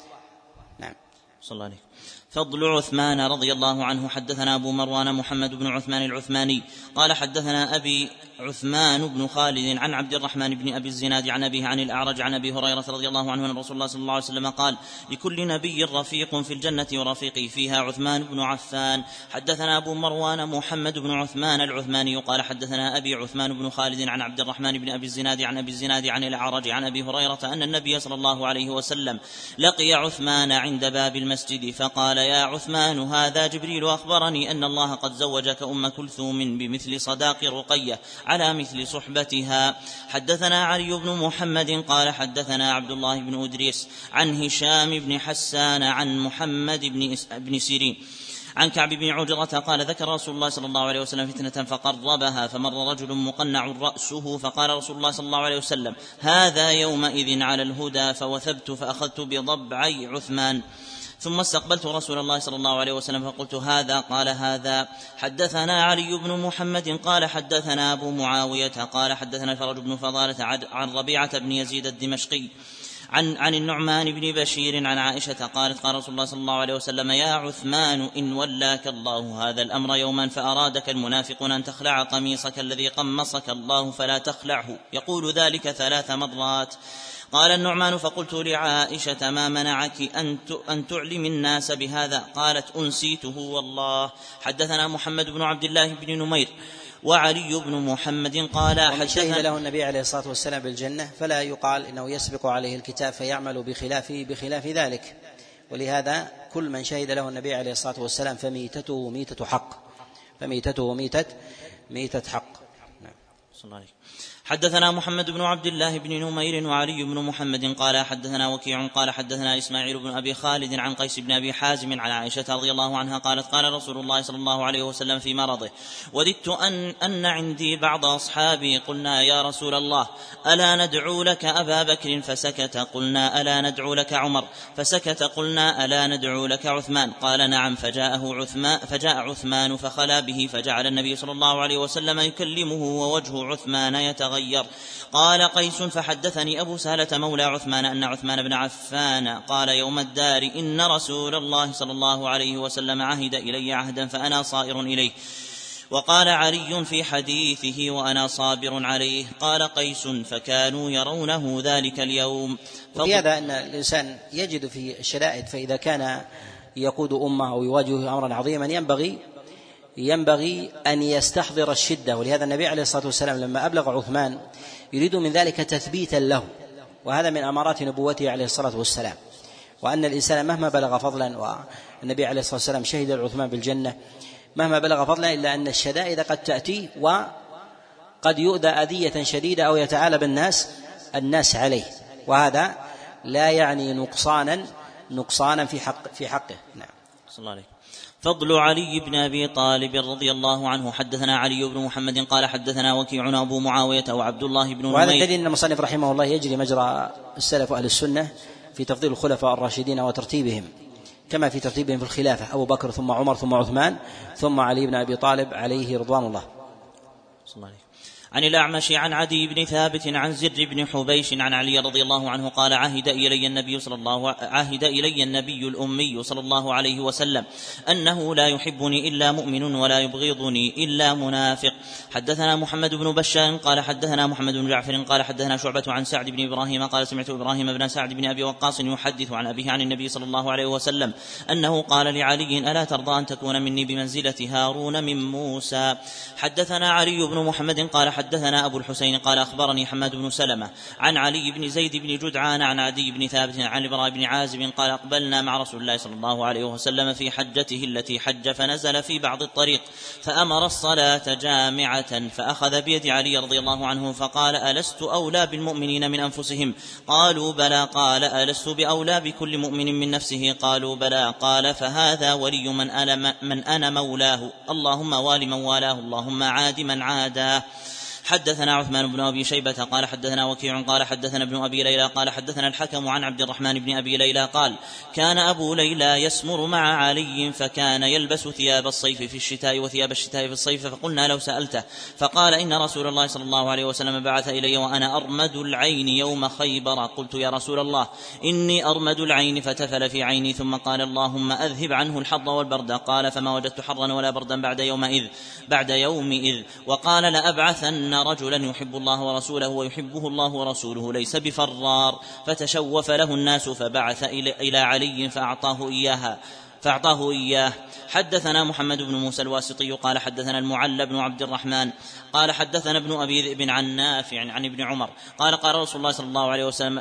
نعم. صلى الله عليه. فضل عثمان رضي الله عنه. حدثنا أبو مروان محمد بن عثمان العثماني قال حدثنا أبي عثمان بن خالد عن عبد الرحمن بن أبي الزناد عن أبيه عن الأعرج عن أبي هريرة رضي الله عنه أن رسول الله صلى الله عليه وسلم قال: لكل نبي رفيق في الجنة ورفيقي فيها عثمان بن عفان. حدثنا أبو مروان محمد بن عثمان العثماني قال حدثنا أبي عثمان بن خالد عن عبد الرحمن بن أبي الزناد عن أبي الزناد عن الأعرج عن أبي هريرة أن النبي صلى الله عليه وسلم لقي عثمان عند باب المسجد فقال: يا عثمان هذا جبريل أخبرني أن الله قد زوجك أم كلثوم بمثل صداق رقية على مثل صحبتها. حدثنا علي بن محمد قال حدثنا عبد الله بن أدريس عن هشام بن حسان عن محمد بن سيرين عن كعب بن عجرة قال: ذكر رسول الله صلى الله عليه وسلم فتنة فقربها فمر رجل مقنع رأسه فقال رسول الله صلى الله عليه وسلم: هذا يومئذ على الهدى، فوثبت فأخذت بضبعي عثمان ثم استقبلت رسول الله صلى الله عليه وسلم فقلت: هذا؟ قال: هذا. حدثنا علي بن محمد قال حدثنا أبو معاوية قال حدثنا الفرج بن فضالة عن ربيعة بن يزيد الدمشقي عن النعمان بن بشير عن عائشة قالت: قال رسول الله صلى الله عليه وسلم: يا عثمان إن ولاك الله هذا الأمر يوما فأرادك المنافقون أن تخلع قميصك الذي قمصك الله فلا تخلعه، يقول ذلك 3 مرات. قال النعمان: فقلت لعائشة: ما منعك أن تعلم الناس بهذا؟ قالت: أنسيته والله. حدثنا محمد بن عبد الله بن نمير وعلي بن محمد قال: ومن شهد له النبي عليه الصلاة والسلام بالجنة فلا يقال إنه يسبق عليه الكتاب فيعمل بخلاف ذلك، ولهذا كل من شهد له النبي عليه الصلاة والسلام فميتته ميتة حق، فميتته ميتة حق. نعم. صلى الله عليه. حدثنا محمد بن عبد الله بن نمير وعلي بن محمد قال حدثنا وكيع قال حدثنا إسماعيل بن أبي خالد عن قيس بن أبي حازم عن عائشة رضي الله عنها قالت: قال رسول الله صلى الله عليه وسلم في مرضه: وددت أن عندي بعض أصحابي، قلنا: يا رسول الله ألا ندعو لك أبا بكر؟ فسكت. قلنا: ألا ندعو لك عمر؟ فسكت. قلنا: ألا ندعو لك عثمان؟ قال: نعم. فجاء عثمان فخلا به، فجعل النبي صلى الله عليه وسلم يكلمه ووجه عثمان يتغير. قال قيس: فحدثني أبو سهلة مولى عثمان أن عثمان بن عفان قال يوم الدار: إن رسول الله صلى الله عليه وسلم عهد إلي عهدا فأنا صائر إليه. وقال علي في حديثه: وأنا صابر عليه. قال قيس: فكانوا يرونه ذلك اليوم. وفي هذا أن الإنسان يجد في الشدائد، فإذا كان يقود أمة أو يواجه أمرا عظيما ينبغي أن يستحضر الشدة، ولهذا النبي عليه الصلاة والسلام لما أبلغ عثمان يريد من ذلك تثبيتا له، وهذا من أمارات نبوته عليه الصلاة والسلام، وأن الإنسان مهما بلغ فضلا، والنبي عليه الصلاة والسلام شهد لعثمان بالجنة، مهما بلغ فضلا إلا أن الشدائد قد تأتي وقد يؤذى أذية شديدة أو يتعالى الناس عليه، وهذا لا يعني نقصانا في حقه. نعم. صلى الله عليه. فضل علي بن أبي طالب رضي الله عنه. حدثنا علي بن محمد قال حدثنا وكيع أبو معاوية وعبد الله بن نمير. وهذا دليل أن المصنف رحمه الله يجري مجرى السلف وأهل السنة في تفضيل الخلفاء الراشدين وترتيبهم، كما في ترتيبهم في الخلافة: أبو بكر ثم عمر ثم عثمان ثم علي بن أبي طالب عليه رضوان الله. صلى الله عليه. عن الأعمش عن عدي بن ثابت عن زر بن حبيش عن علي رضي الله عنه قال: عهد إلي النبي الأمي صلى الله عليه وسلم أنه لا يحبني إلا مؤمن ولا يبغضني إلا منافق. حدثنا محمد بن بشار قال حدثنا محمد بن جعفر قال حدثنا شعبة عن سعد بن إبراهيم قال: سمعت إبراهيم بن سعد بن أبي وقاص يحدث عن أبيه عن النبي صلى الله عليه وسلم أنه قال لعلي: ألا ترضى أن تكون مني بمنزلة هارون من موسى. حدثنا علي بن محمد قال حدثنا أبو الحسين قال أخبرني حماد بن سلمة عن علي بن زيد بن جدعان عن عدي بن ثابت عن البراء بن عازب قال: أقبلنا مع رسول الله صلى الله عليه وسلم في حجته التي حج، فنزل في بعض الطريق فأمر الصلاة جامعة، فأخذ بيد علي رضي الله عنه فقال: ألست أولى بالمؤمنين من أنفسهم؟ قالوا: بلى. قال: ألست بأولى بكل مؤمن من نفسه؟ قالوا: بلى. قال: فهذا ولي من أنا مولاه، اللهم وال من والاه، اللهم عاد من عاداه. حدثنا عثمان بن أبي شيبة قال حدثنا وكيع قال حدثنا ابن أبي ليلى قال حدثنا الحكم عن عبد الرحمن بن أبي ليلى قال كان أبو ليلى يسمر مع علي فكان يلبس ثياب الصيف في الشتاء وثياب الشتاء في الصيف، فقلنا لو سألته فقال إن رسول الله صلى الله عليه وسلم بعث إلي وأنا أرمد العين يوم خيبر. قلت يا رسول الله إني أرمد العين، فتفل في عيني ثم قال اللهم أذهب عنه الحر والبرد. قال فما وجدت حرا ولا بردا بعد يومئذ. وقال لأبعثن رجلا يحب الله ورسوله ويحبه الله ورسوله ليس بفرار. فتشوف له الناس فبعث إلى علي فأعطاه إياه. حدثنا محمد بن موسى الواسطي قال حدثنا المعلى بن عبد الرحمن قال حدثنا ابن أبي ذئب عن نافع عن ابن عمر قال رسول الله صلى الله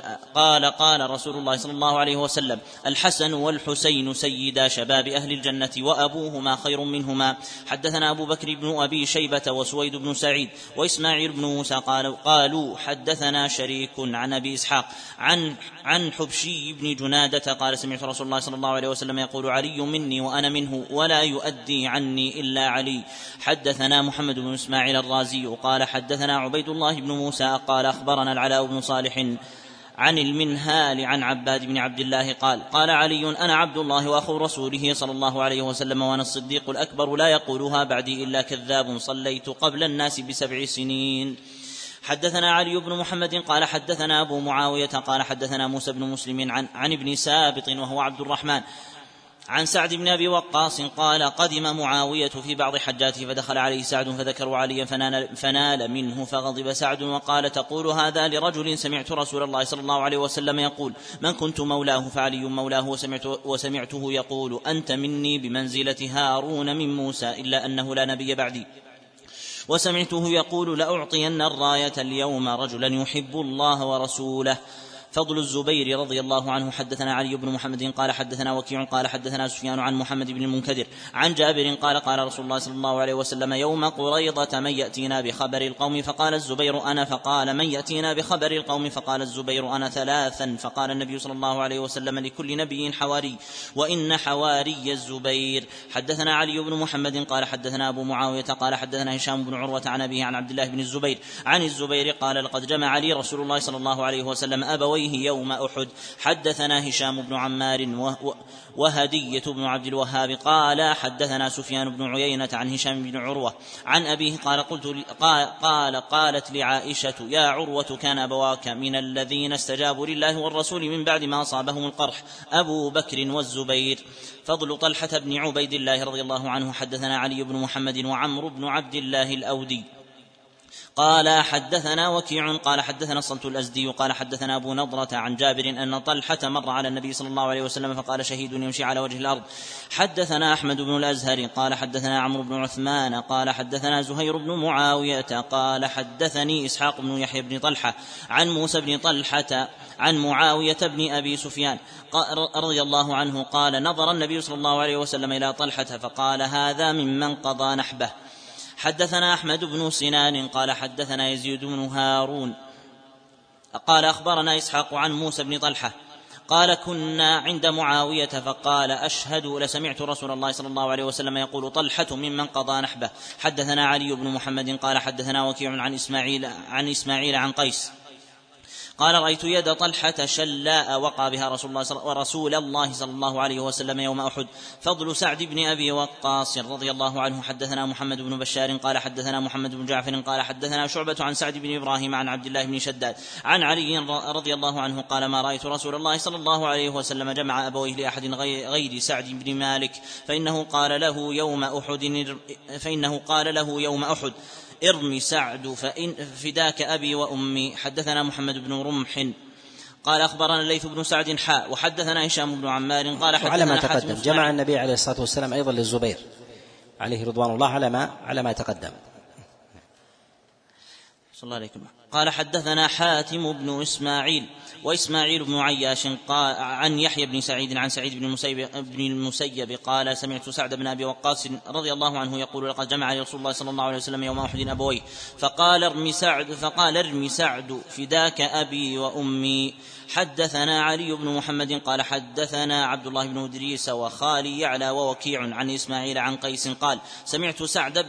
عليه وسلم الحسن والحسين سيدا شباب أهل الجنة وأبوهما خير منهما. حدثنا أبو بكر بن أبي شيبة وسويد بن سعيد وإسماعيل بن موسى قالوا حدثنا شريك عن أبي إسحاق عن حبشي بن جنادة قال سمعت رسول الله صلى الله عليه وسلم يقول علي مني وأنا منه ولا يؤدي عني إلا علي. حدثنا محمد بن إسماعيل الرازي قال حدثنا عبيد الله بن موسى قال أخبرنا العلاء بن صالح عن المنهال عن عباد بن عبد الله قال علي أنا عبد الله وأخو رسوله صلى الله عليه وسلم وأنا الصديق الأكبر لا يقولها بعدي إلا كذاب صليت قبل الناس ب7 سنين. حدثنا علي بن محمد قال حدثنا أبو معاوية قال حدثنا موسى بن مسلم عن ابن سابط وهو عبد الرحمن عن سعد بن أبي وقاص قال قدم معاوية في بعض حجاته فدخل عليه سعد فذكروا عليا فنال منه فغضب سعد وقال تقول هذا لرجل سمعت رسول الله صلى الله عليه وسلم يقول من كنت مولاه فعلي مولاه وسمعته يقول أنت مني بمنزلة هارون من موسى إلا أنه لا نبي بعدي وسمعته يقول لأعطين الراية اليوم رجلا يحب الله ورسوله. فضل الزبير رضي الله عنه. حدثنا علي بن محمد قال حدثنا وكيع قال حدثنا سفيان عن محمد بن المنكدر عن جابر قال رسول الله صلى الله عليه وسلم يوم قريضة من يأتينا بخبر القوم فقال الزبير أنا فقال من يأتينا بخبر القوم فقال الزبير أنا 3 فقال النبي صلى الله عليه وسلم لكل نبي حواري وإن حواري الزبير. حدثنا علي بن محمد قال حدثنا أبو معاوية قال حدثنا هشام بن عروة عن أبيه عن عبد الله بن الزبير عن الزبير قال لقد جمع لي رسول الله صلى الله عليه وسلم أبويه يوم أحد. حدثنا هشام بن عمار وهدية بن عبد الوهاب قال حدثنا سفيان بن عيينة عن هشام بن عروة عن أبيه قالت لعائشة يا عروة كان أبواك من الذين استجابوا لله والرسول من بعد ما أصابهم القرح أبو بكر والزبير. فضل طلحة بن عبيد الله رضي الله عنه. حدثنا علي بن محمد وعمرو بن عبد الله الأودي قال حدثنا وكيع قال حدثنا الصلت الأزدي قال حدثنا أبو نضرة عن جابر أن طلحة مر على النبي صلى الله عليه وسلم فقال شهيد يمشي على وجه الأرض. حدثنا أحمد بن الأزهر قال حدثنا عمرو بن عثمان قال حدثنا زهير بن معاوية قال حدثني إسحاق بن يحيى بن طلحة عن موسى بن طلحة عن معاوية بن أبي سفيان رضي الله عنه قال نظر النبي صلى الله عليه وسلم إلى طلحة فقال هذا ممن قضى نحبه. حدثنا أحمد بن سنان قال حدثنا يزيد بن هارون قال أخبرنا إسحاق عن موسى بن طلحة قال كنا عند معاوية فقال أشهد لسمعت رسول الله صلى الله عليه وسلم يقول طلحة ممن قضى نحبه. حدثنا علي بن محمد قال حدثنا وكيع عن إسماعيل عن قيس قال رأيت يد طلحة شلاء وقع بها رسول الله صلى الله عليه وسلم يوم أحد. فضل سعد بن أبي وقاص رضي الله عنه. حدثنا محمد بن بشار قال حدثنا محمد بن جعفر قال حدثنا شعبة عن سعد بن إبراهيم عن عبد الله بن شداد عن علي رضي الله عنه قال ما رأيت رسول الله صلى الله عليه وسلم جمع أبويه لأحد غير سعد بن مالك فإنه قال له يوم أحد ارمي سعد فإن فداك أبي وأمي. حدثنا محمد بن رمح قال أخبرنا الليث بن سعد وحدثنا هشام بن عمار قال حدثنا على ما تقدم جمع النبي عليه الصلاة والسلام أيضا للزبير عليه رضوان الله على ما تقدم. صلى الله عليه وسلم. قال حدثنا حاتم بن إسماعيل وإسماعيل بن عياش عن يحيى بن سعيد عن سعيد بن المسيب قال سمعت سعد بن أبي وقاص رضي الله عنه يقول لقد جمع لي رسول الله صلى الله عليه وسلم يوم أحد أبويه فقال ارمي سعد فداك أبي وأمي. حدثنا علي بن محمد قال حدثنا عبد الله بن إدريس وخالي يعلى ووكيع عن إسماعيل عن قيس قال سمعت سعد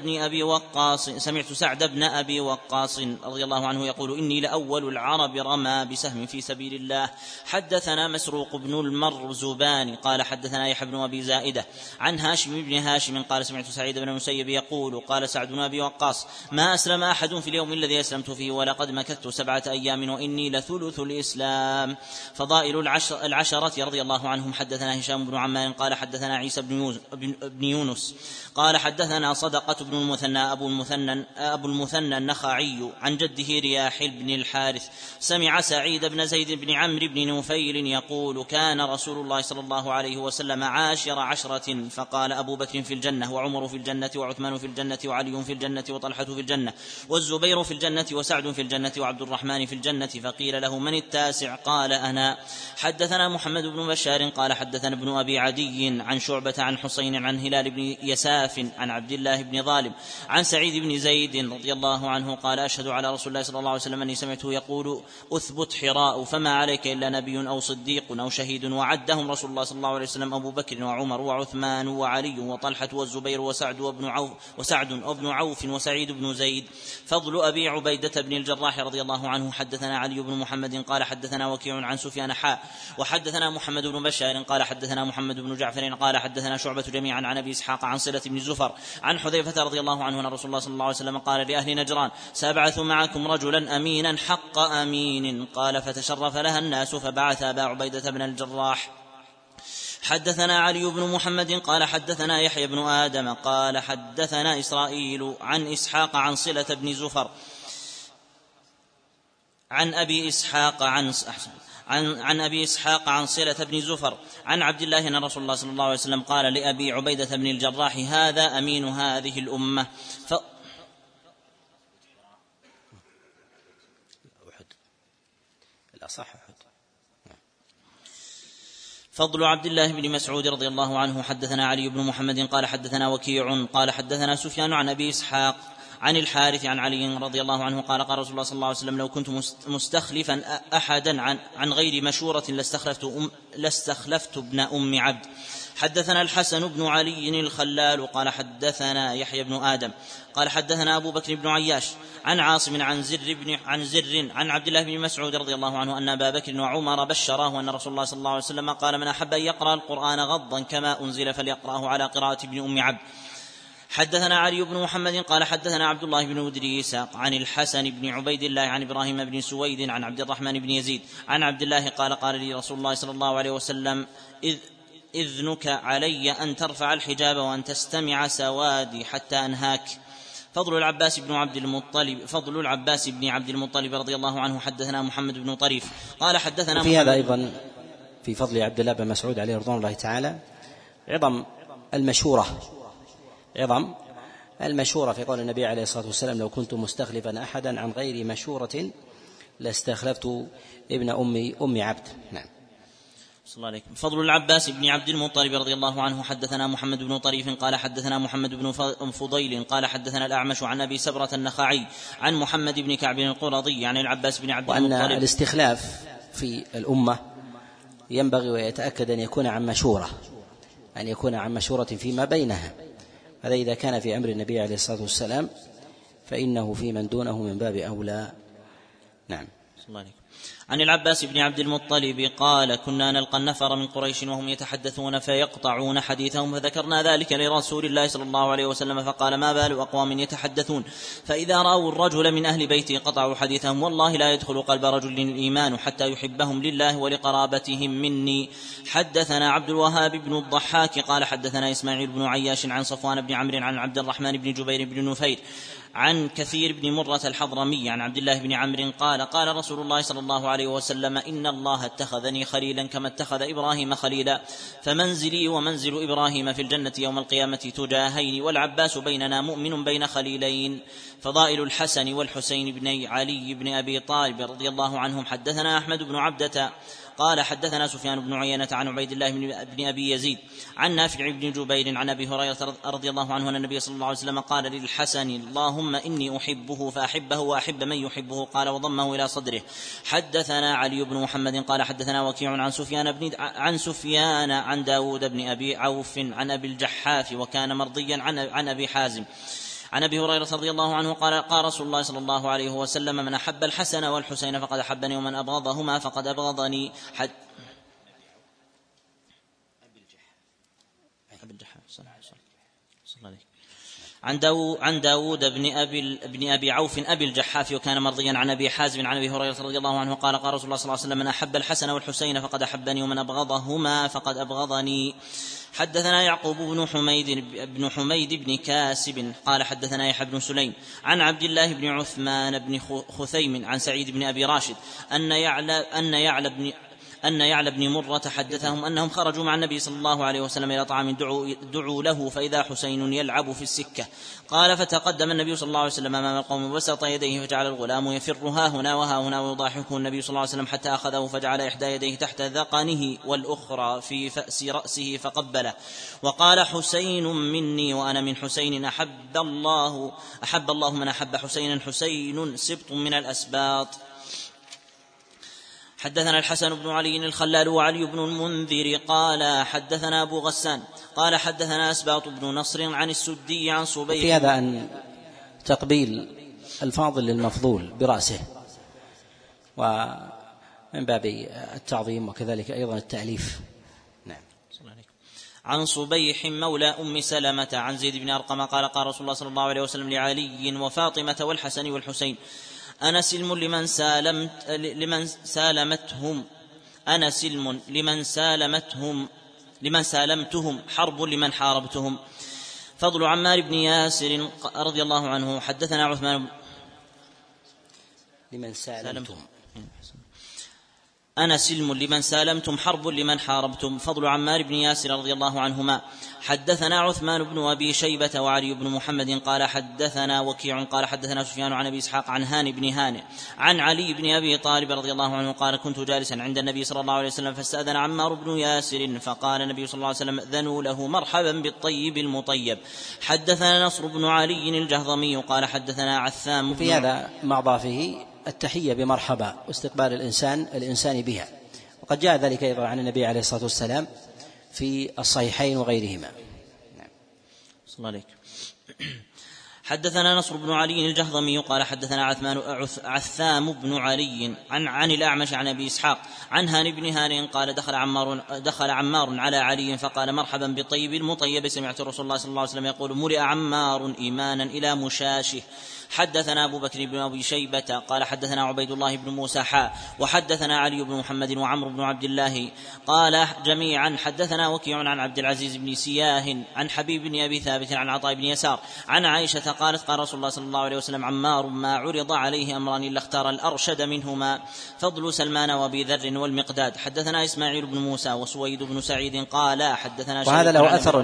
بن أبي وقاص رضي الله عنه يقول إني لأول العرب رمى بسهم في سبيل الله. حدثنا مسروق بن المرزبان قال حدثنا يحيى بن أبي زائدة عن هاشم بن هاشم قال سمعت سعيد بن المسيب يقول قال سعد بن أبي وقاص ما أسلم أحد في اليوم الذي أسلمت فيه ولقد مكثت 7 أيام وإني لثلث الإسلام. فضائل العشرة رضي الله عنهم. حدثنا هشام بن عمار قال حدثنا عيسى بن يونس قال حدثنا صدقة بن المثنى أبو المثنى النخعي عن جده رياح بن الحارث سمع سعيد بن زيد بن عمرو بن نفيل يقول كان رسول الله صلى الله عليه وسلم 10 فقال أبو بكر في الجنة وعمر في الجنة وعثمان في الجنة وعلي في الجنة وطلحة في الجنة والزبير في الجنة وسعد في الجنة وعبد الرحمن في الجنة. فقيل له من التاسع قال أنا. حدثنا محمد بن بشار قال حدثنا ابن أبي عدي عن شعبة عن حسين عن هلال بن يساف عن عبد الله بن ظالم عن سعيد بن زيد رضي الله عنه قال أشهد على رسول الله صلى الله عليه وسلم أني سمعته يقول أثبت حراء فما عليك إلا نبي أو صديق أو شهيد. وعدهم رسول الله صلى الله عليه وسلم أبو بكر وعمر وعثمان وعلي وطلحة والزبير وسعد وابن عوف وسعيد بن زيد. فضل أبي عبيدة بن الجراح رضي الله عنه. حدثنا علي بن محمد قال حدثنا وكيع عن سفيان وحدثنا محمد بن بشار قال حدثنا محمد بن جعفر قال حدثنا شعبة جميعا عن أبي إسحاق عن صلة بن زفر عن حذيفة رضي الله عنه أن رسول الله صلى الله عليه وسلم قال لأهل نجران سأبعث معكم رجلا أمينا حق أمين قال فتشرف لها الناس فبعث أبا عبيدة بن الجراح. حدثنا علي بن محمد قال حدثنا يحيى بن آدم قال حدثنا إسرائيل عن إسحاق عن صلة بن زفر عن أبي إسحاق عن أبي إسحاق عن صلة بن زفر عن عبد الله أن رسول الله صلى الله عليه وسلم قال لأبي عبيدة بن الجراح هذا أمين هذه الأمة. فضل عبد الله بن مسعود رضي الله عنه. حدثنا علي بن محمد قال حدثنا وكيع قال حدثنا سفيان عن أبي إسحاق عن الحارث عن علي رضي الله عنه قال قال رسول الله صلى الله عليه وسلم لو كنت مستخلفا أحدا عن غير مشورة لاستخلفت ابن أم عبد. حدثنا الحسن بن علي الخلال قال حدثنا يحيى بن آدم قال حدثنا أبو بكر بن عياش عن عاصم عن زر عن عبد الله بن مسعود رضي الله عنه أن أبا بكر وعمر بشراه أن رسول الله صلى الله عليه وسلم قال من أحب أن يقرأ القرآن غضا كما أنزل فليقرأه على قراءة ابن أم عبد. حدثنا علي بن محمد قال حدثنا عبد الله بن إدريس عن الحسن بن عبيد الله عن إبراهيم بن سويد عن عبد الرحمن بن يزيد عن عبد الله قال لي رسول الله صلى الله عليه وسلم إذنك علي أن ترفع الحجاب وأن تستمع سوادي حتى أنهاك. فضل العباس بن عبد المطلب رضي الله عنه. حدثنا محمد بن طريف قال حدثنا في هذا أيضا في فضل عبد الله بن مسعود عليه رضوان الله تعالى عظم المشورة في قول النبي عليه الصلاة والسلام لو كنت مستخلفا أحدا عن غير مشورة لاستخلفت ابن أم عبد. نعم. صلى الله عليكم. فضل العباس بن عبد المطلب رضي الله عنه. حدثنا محمد بن طريف قال حدثنا محمد بن فضيل قال حدثنا الأعمش عن أبي سبرة النخعي عن محمد بن كعب القرظي عن العباس بن عبد المطلب. وأن الاستخلاف في الأمة ينبغي ويتأكد أن يكون عن مشورة فيما بينها. هذا إذا كان في أمر النبي عليه الصلاة والسلام فإنه في من دونه من باب أولى. نعم. صلى الله عليكم. عن العباس بن عبد المطلب قال كنا نلقى النفر من قريش وهم يتحدثون فيقطعون حديثهم فذكرنا ذلك لرسول الله صلى الله عليه وسلم فقال ما بال أقوام يتحدثون فإذا رأوا الرجل من أهل بيته قطعوا حديثهم والله لا يدخل قلب رجل الإيمان حتى يحبهم لله ولقرابتهم مني. حدثنا عبد الوهاب بن الضحاك قال حدثنا إسماعيل بن عياش عن صفوان بن عمرو عن عبد الرحمن بن جبير بن نفير عن كثير بن مرة الحضرمي عن عبد الله بن عمرو قال قال رسول الله صلى الله عليه عليه وسلم: إن الله اتخذني خليلا كما اتخذ إبراهيم خليلا، فمنزلي ومنزل إبراهيم في الجنة يوم القيامة تجاهين، والعباس بيننا مؤمن بين خليلين. فضائل الحسن والحسين بن علي بن أبي طالب رضي الله عنهم. حدثنا أحمد بن عبدة قال حدثنا سفيان بن عيينة عن عبيد الله بن أبي يزيد عن نافع بن جبير عن أبي هريرة رضي الله عنه أن النبي صلى الله عليه وسلم قال للحسن: اللهم إني أحبه فأحبه وأحب من يحبه. قال وضمه إلى صدره. حدثنا علي بن محمد قال حدثنا وكيع عن سفيان عن داود بن أبي عوف عن أبي الجحاف وكان مرضيا عن أبي حازم عن أبي هريرة رضي الله عنه قال رسول الله صلى الله عليه وسلم: من أحب الحسن والحسين فقد أحبني، ومن أبغضهما فقد أبغضني. عن داود بن أبي عوف أبي الجحاف وكان مرضيا عن أبي حازم عن أبي هريرة رضي الله عنه قال رسول الله صلى الله عليه وسلم: من أحب الحسن والحسين فقد أحبني، ومن أبغضهما فقد أبغضني. حدثنا يعقوب بن حميد بن كاسب قال حدثنا يحيى بن سليم عن عبد الله بن عثمان بن خثيم عن سعيد بن أبي راشد أن يعلى بن مرة حدثهم أنهم خرجوا مع النبي صلى الله عليه وسلم إلى طعام دعوا له فإذا حسين يلعب في السكة. قال فتقدم النبي صلى الله عليه وسلم أمام القوم وبسط يديه فجعل الغلام يفر ها هنا وها هنا ويضاحكه النبي صلى الله عليه وسلم حتى أخذه فجعل إحدى يديه تحت ذقنه والأخرى في فأس رأسه فقبله وقال: حسين مني وأنا من حسين، أحب الله من أحب حسينا، حسين سبط من الأسباط. حدثنا الحسن بن علي الخلال وعلي بن المنذر قال حدثنا أبو غسان قال حدثنا أسباط بن نصر عن السدي عن صبيح. في هذا أن تقبيل الفاضل للمفضول برأسه ومن باب التعظيم وكذلك أيضا التأليف. نعم. عن صبيح مولى أم سلمة عن زيد بن أرقم قال رسول الله صلى الله عليه وسلم لعلي وفاطمة والحسن والحسين: أنا سلم لمن سالمتهم حرب لمن حاربتهم. فضل عمار بن ياسر رضي الله عنه. حدثنا عثمان لمن سالمتهم أنا سلم لمن سالمتم حرب لمن حاربتم. فضل عمار بن ياسر رضي الله عنهما. حدثنا عثمان بن أبي شيبة وعلي بن محمد قال حدثنا وكيع قال حدثنا سفيان عن أبي إسحاق عن هاني بن هانئ عن علي بن أبي طالب رضي الله عنه قال: كنت جالسا عند النبي صلى الله عليه وسلم فاستأذن عمار بن ياسر فقال النبي صلى الله عليه وسلم: أذنوا له مرحبا بالطيب المطيب. حدثنا نصر بن علي الجهضمي قال حدثنا عثام. في هذا مع ضافه التحية بمرحبا واستقبال الإنسان بها، وقد جاء ذلك أيضا عن النبي عليه الصلاة والسلام في الصحيحين وغيرهما. نعم. صلى الله عليك. حدثنا نصر بن علي الجهضمي قال حدثنا عثام بن علي عن الأعمش عن أبي إسحاق عن هاني بن هانئ قال: دخل عمار على علي فقال: مرحبا بالطيب المطيب. سمعت رسول الله صلى الله عليه وسلم يقول: ملئ عمار إيمانا إلى مشاشه. حدثنا أبو بكر بن أبي شيبة قال حدثنا عبيد الله بن موسى وحدثنا علي بن محمد وعمرو بن عبد الله قال جميعا حدثنا وكيع عن عبد العزيز بن سياه عن حبيب بن أبي ثابت عن عطاء بن يسار عن عائشة قالت: قال رسول الله صلى الله عليه وسلم: عمار ما عرض عليه أمران إلا اختار الأرشد منهما. فضل سلمان وأبي ذر والمقداد. حدثنا إسماعيل بن موسى وسويد بن سعيد قال حدثنا شريك. وهذا له أثر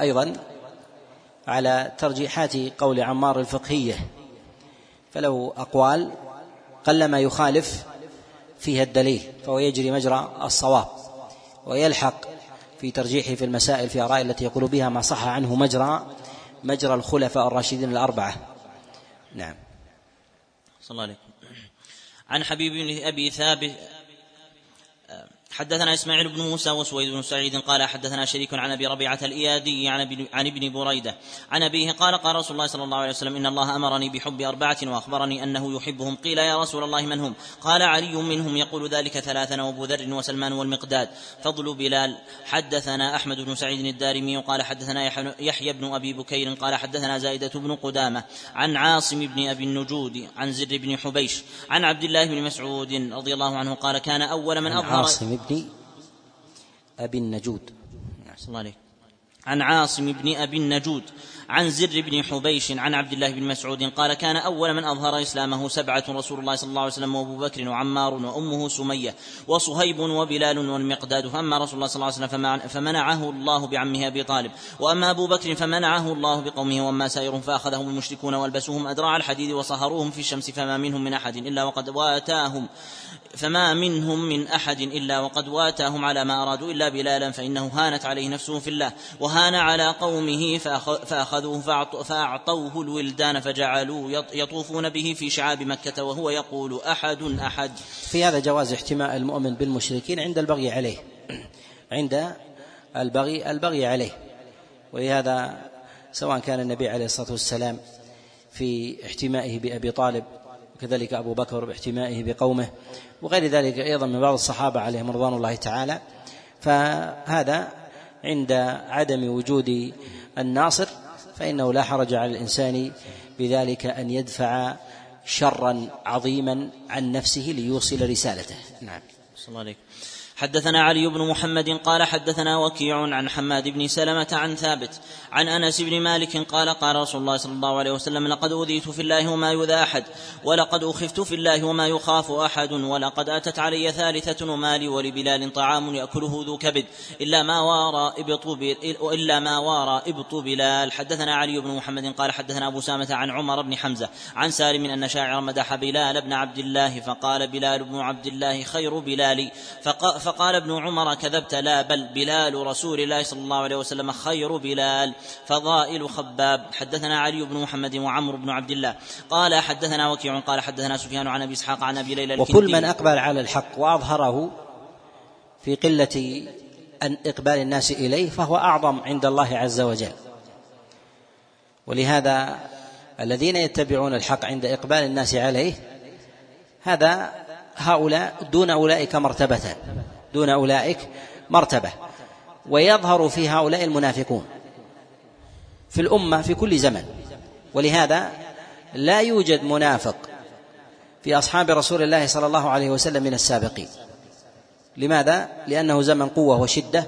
على ترجيحات قول عمار الفقهية، فله أقوال قلما يخالف فيها الدليل، فهو يجري مجرى الصواب ويلحق في ترجيحه في المسائل في آراء التي يقول بها ما صح عنه مجرى الخلفاء الراشدين الأربعة. نعم. صلى الله عليه. عن حبيب بن أبي ثابت حدثنا إسماعيل بن موسى وسويد بن سعيد قال حدثنا شريك عن أبي ربيعة الإيادي عن ابن بريدة عن أبيه قال رسول الله صلى الله عليه وسلم: إن الله أمرني بحب 4 وأخبرني أنه يحبهم. قيل: يا رسول الله من هم؟ قال: علي منهم. يقول ذلك 3 وأبو ذر وسلمان والمقداد. فضل بلال. حدثنا أحمد بن سعيد الدارمي قال حدثنا يحيى بن أبي بكير قال حدثنا زائدة بن قدامة عن عاصم بن أبي النجود عن زر بن حبيش عن عبد الله بن مسعود رضي الله عنه قال: كان أول من أظهر عاصم بن أبي النجود. صلى الله عليه. عن عاصم بن أبي النجود عن زر بن حبيش عن عبد الله بن مسعود قال كان أول من أظهر إسلامه 7 رسول الله صلى الله عليه وسلم وأبو بكر وعمار وأمه سمية وصهيب وبلال والمقداد. فأما رسول الله صلى الله عليه وسلم فمنعه الله بعمه أبي طالب، وأما أبو بكر فمنعه الله بقومه، وأما سائرهم فأخذهم المشركون والبسوهم أدراع الحديد وصهروهم في الشمس فما منهم من أحد إلا وقد واتاهم على ما أرادوا إلا بلالا فإنه هانت عليه نفسه في الله وهان على قومه فأخذوه فأعطوه الولدان فجعلوا يطوفون به في شعاب مكة وهو يقول أحد أحد. في هذا جواز احتماء المؤمن بالمشركين عند البغي عليه، ولهذا سواء كان النبي عليه الصلاة والسلام في احتمائه بأبي طالب وكذلك أبو بكر باحتمائه بقومه وغير ذلك أيضا من بعض الصحابة عليهم رضوان الله تعالى، فهذا عند عدم وجود الناصر فإنه لا حرج على الإنسان بذلك أن يدفع شرا عظيما عن نفسه ليوصل رسالته. نعم. صلى الله عليه. حدثنا علي بن محمد قال حدثنا وكيع عن حماد بن سلمة عن ثابت عن أنس بن مالك قال قال رسول الله صلى الله عليه وسلم لقد أوذيت في الله وما يؤذى أحد، ولقد أخفت في الله وما يخاف أحد، ولقد أتت علي ثالثة ومالي ولبلال طعام يأكله ذو كبد إلا ما وارى إبط بلال. حدثنا علي بن محمد قال حدثنا أبو سامة عن عمر بن حمزة عن سالم أن شاعر مدح بلال بن عبد الله فقال بلال بن عبد الله خير بلالي، فقال ابن عمر كذبت لا بل بلال رسول الله صلى الله عليه وسلم خير بلال. فضائل خباب. حدثنا علي بن محمد وعمر بن عبد الله قال حدثنا وكيع قال حدثنا سفيان عن أبي إسحاق عن أبي ليلى وكل من أقبل على الحق وأظهره في قلة إقبال الناس إليه فهو أعظم عند الله عز وجل، ولهذا الذين يتبعون الحق عند إقبال الناس عليه هؤلاء دون أولئك مرتبة، ويظهر في هؤلاء المنافقون في الأمة في كل زمن، ولهذا لا يوجد منافق في أصحاب رسول الله صلى الله عليه وسلم من السابقين. لماذا؟ لأنه زمن قوة وشدة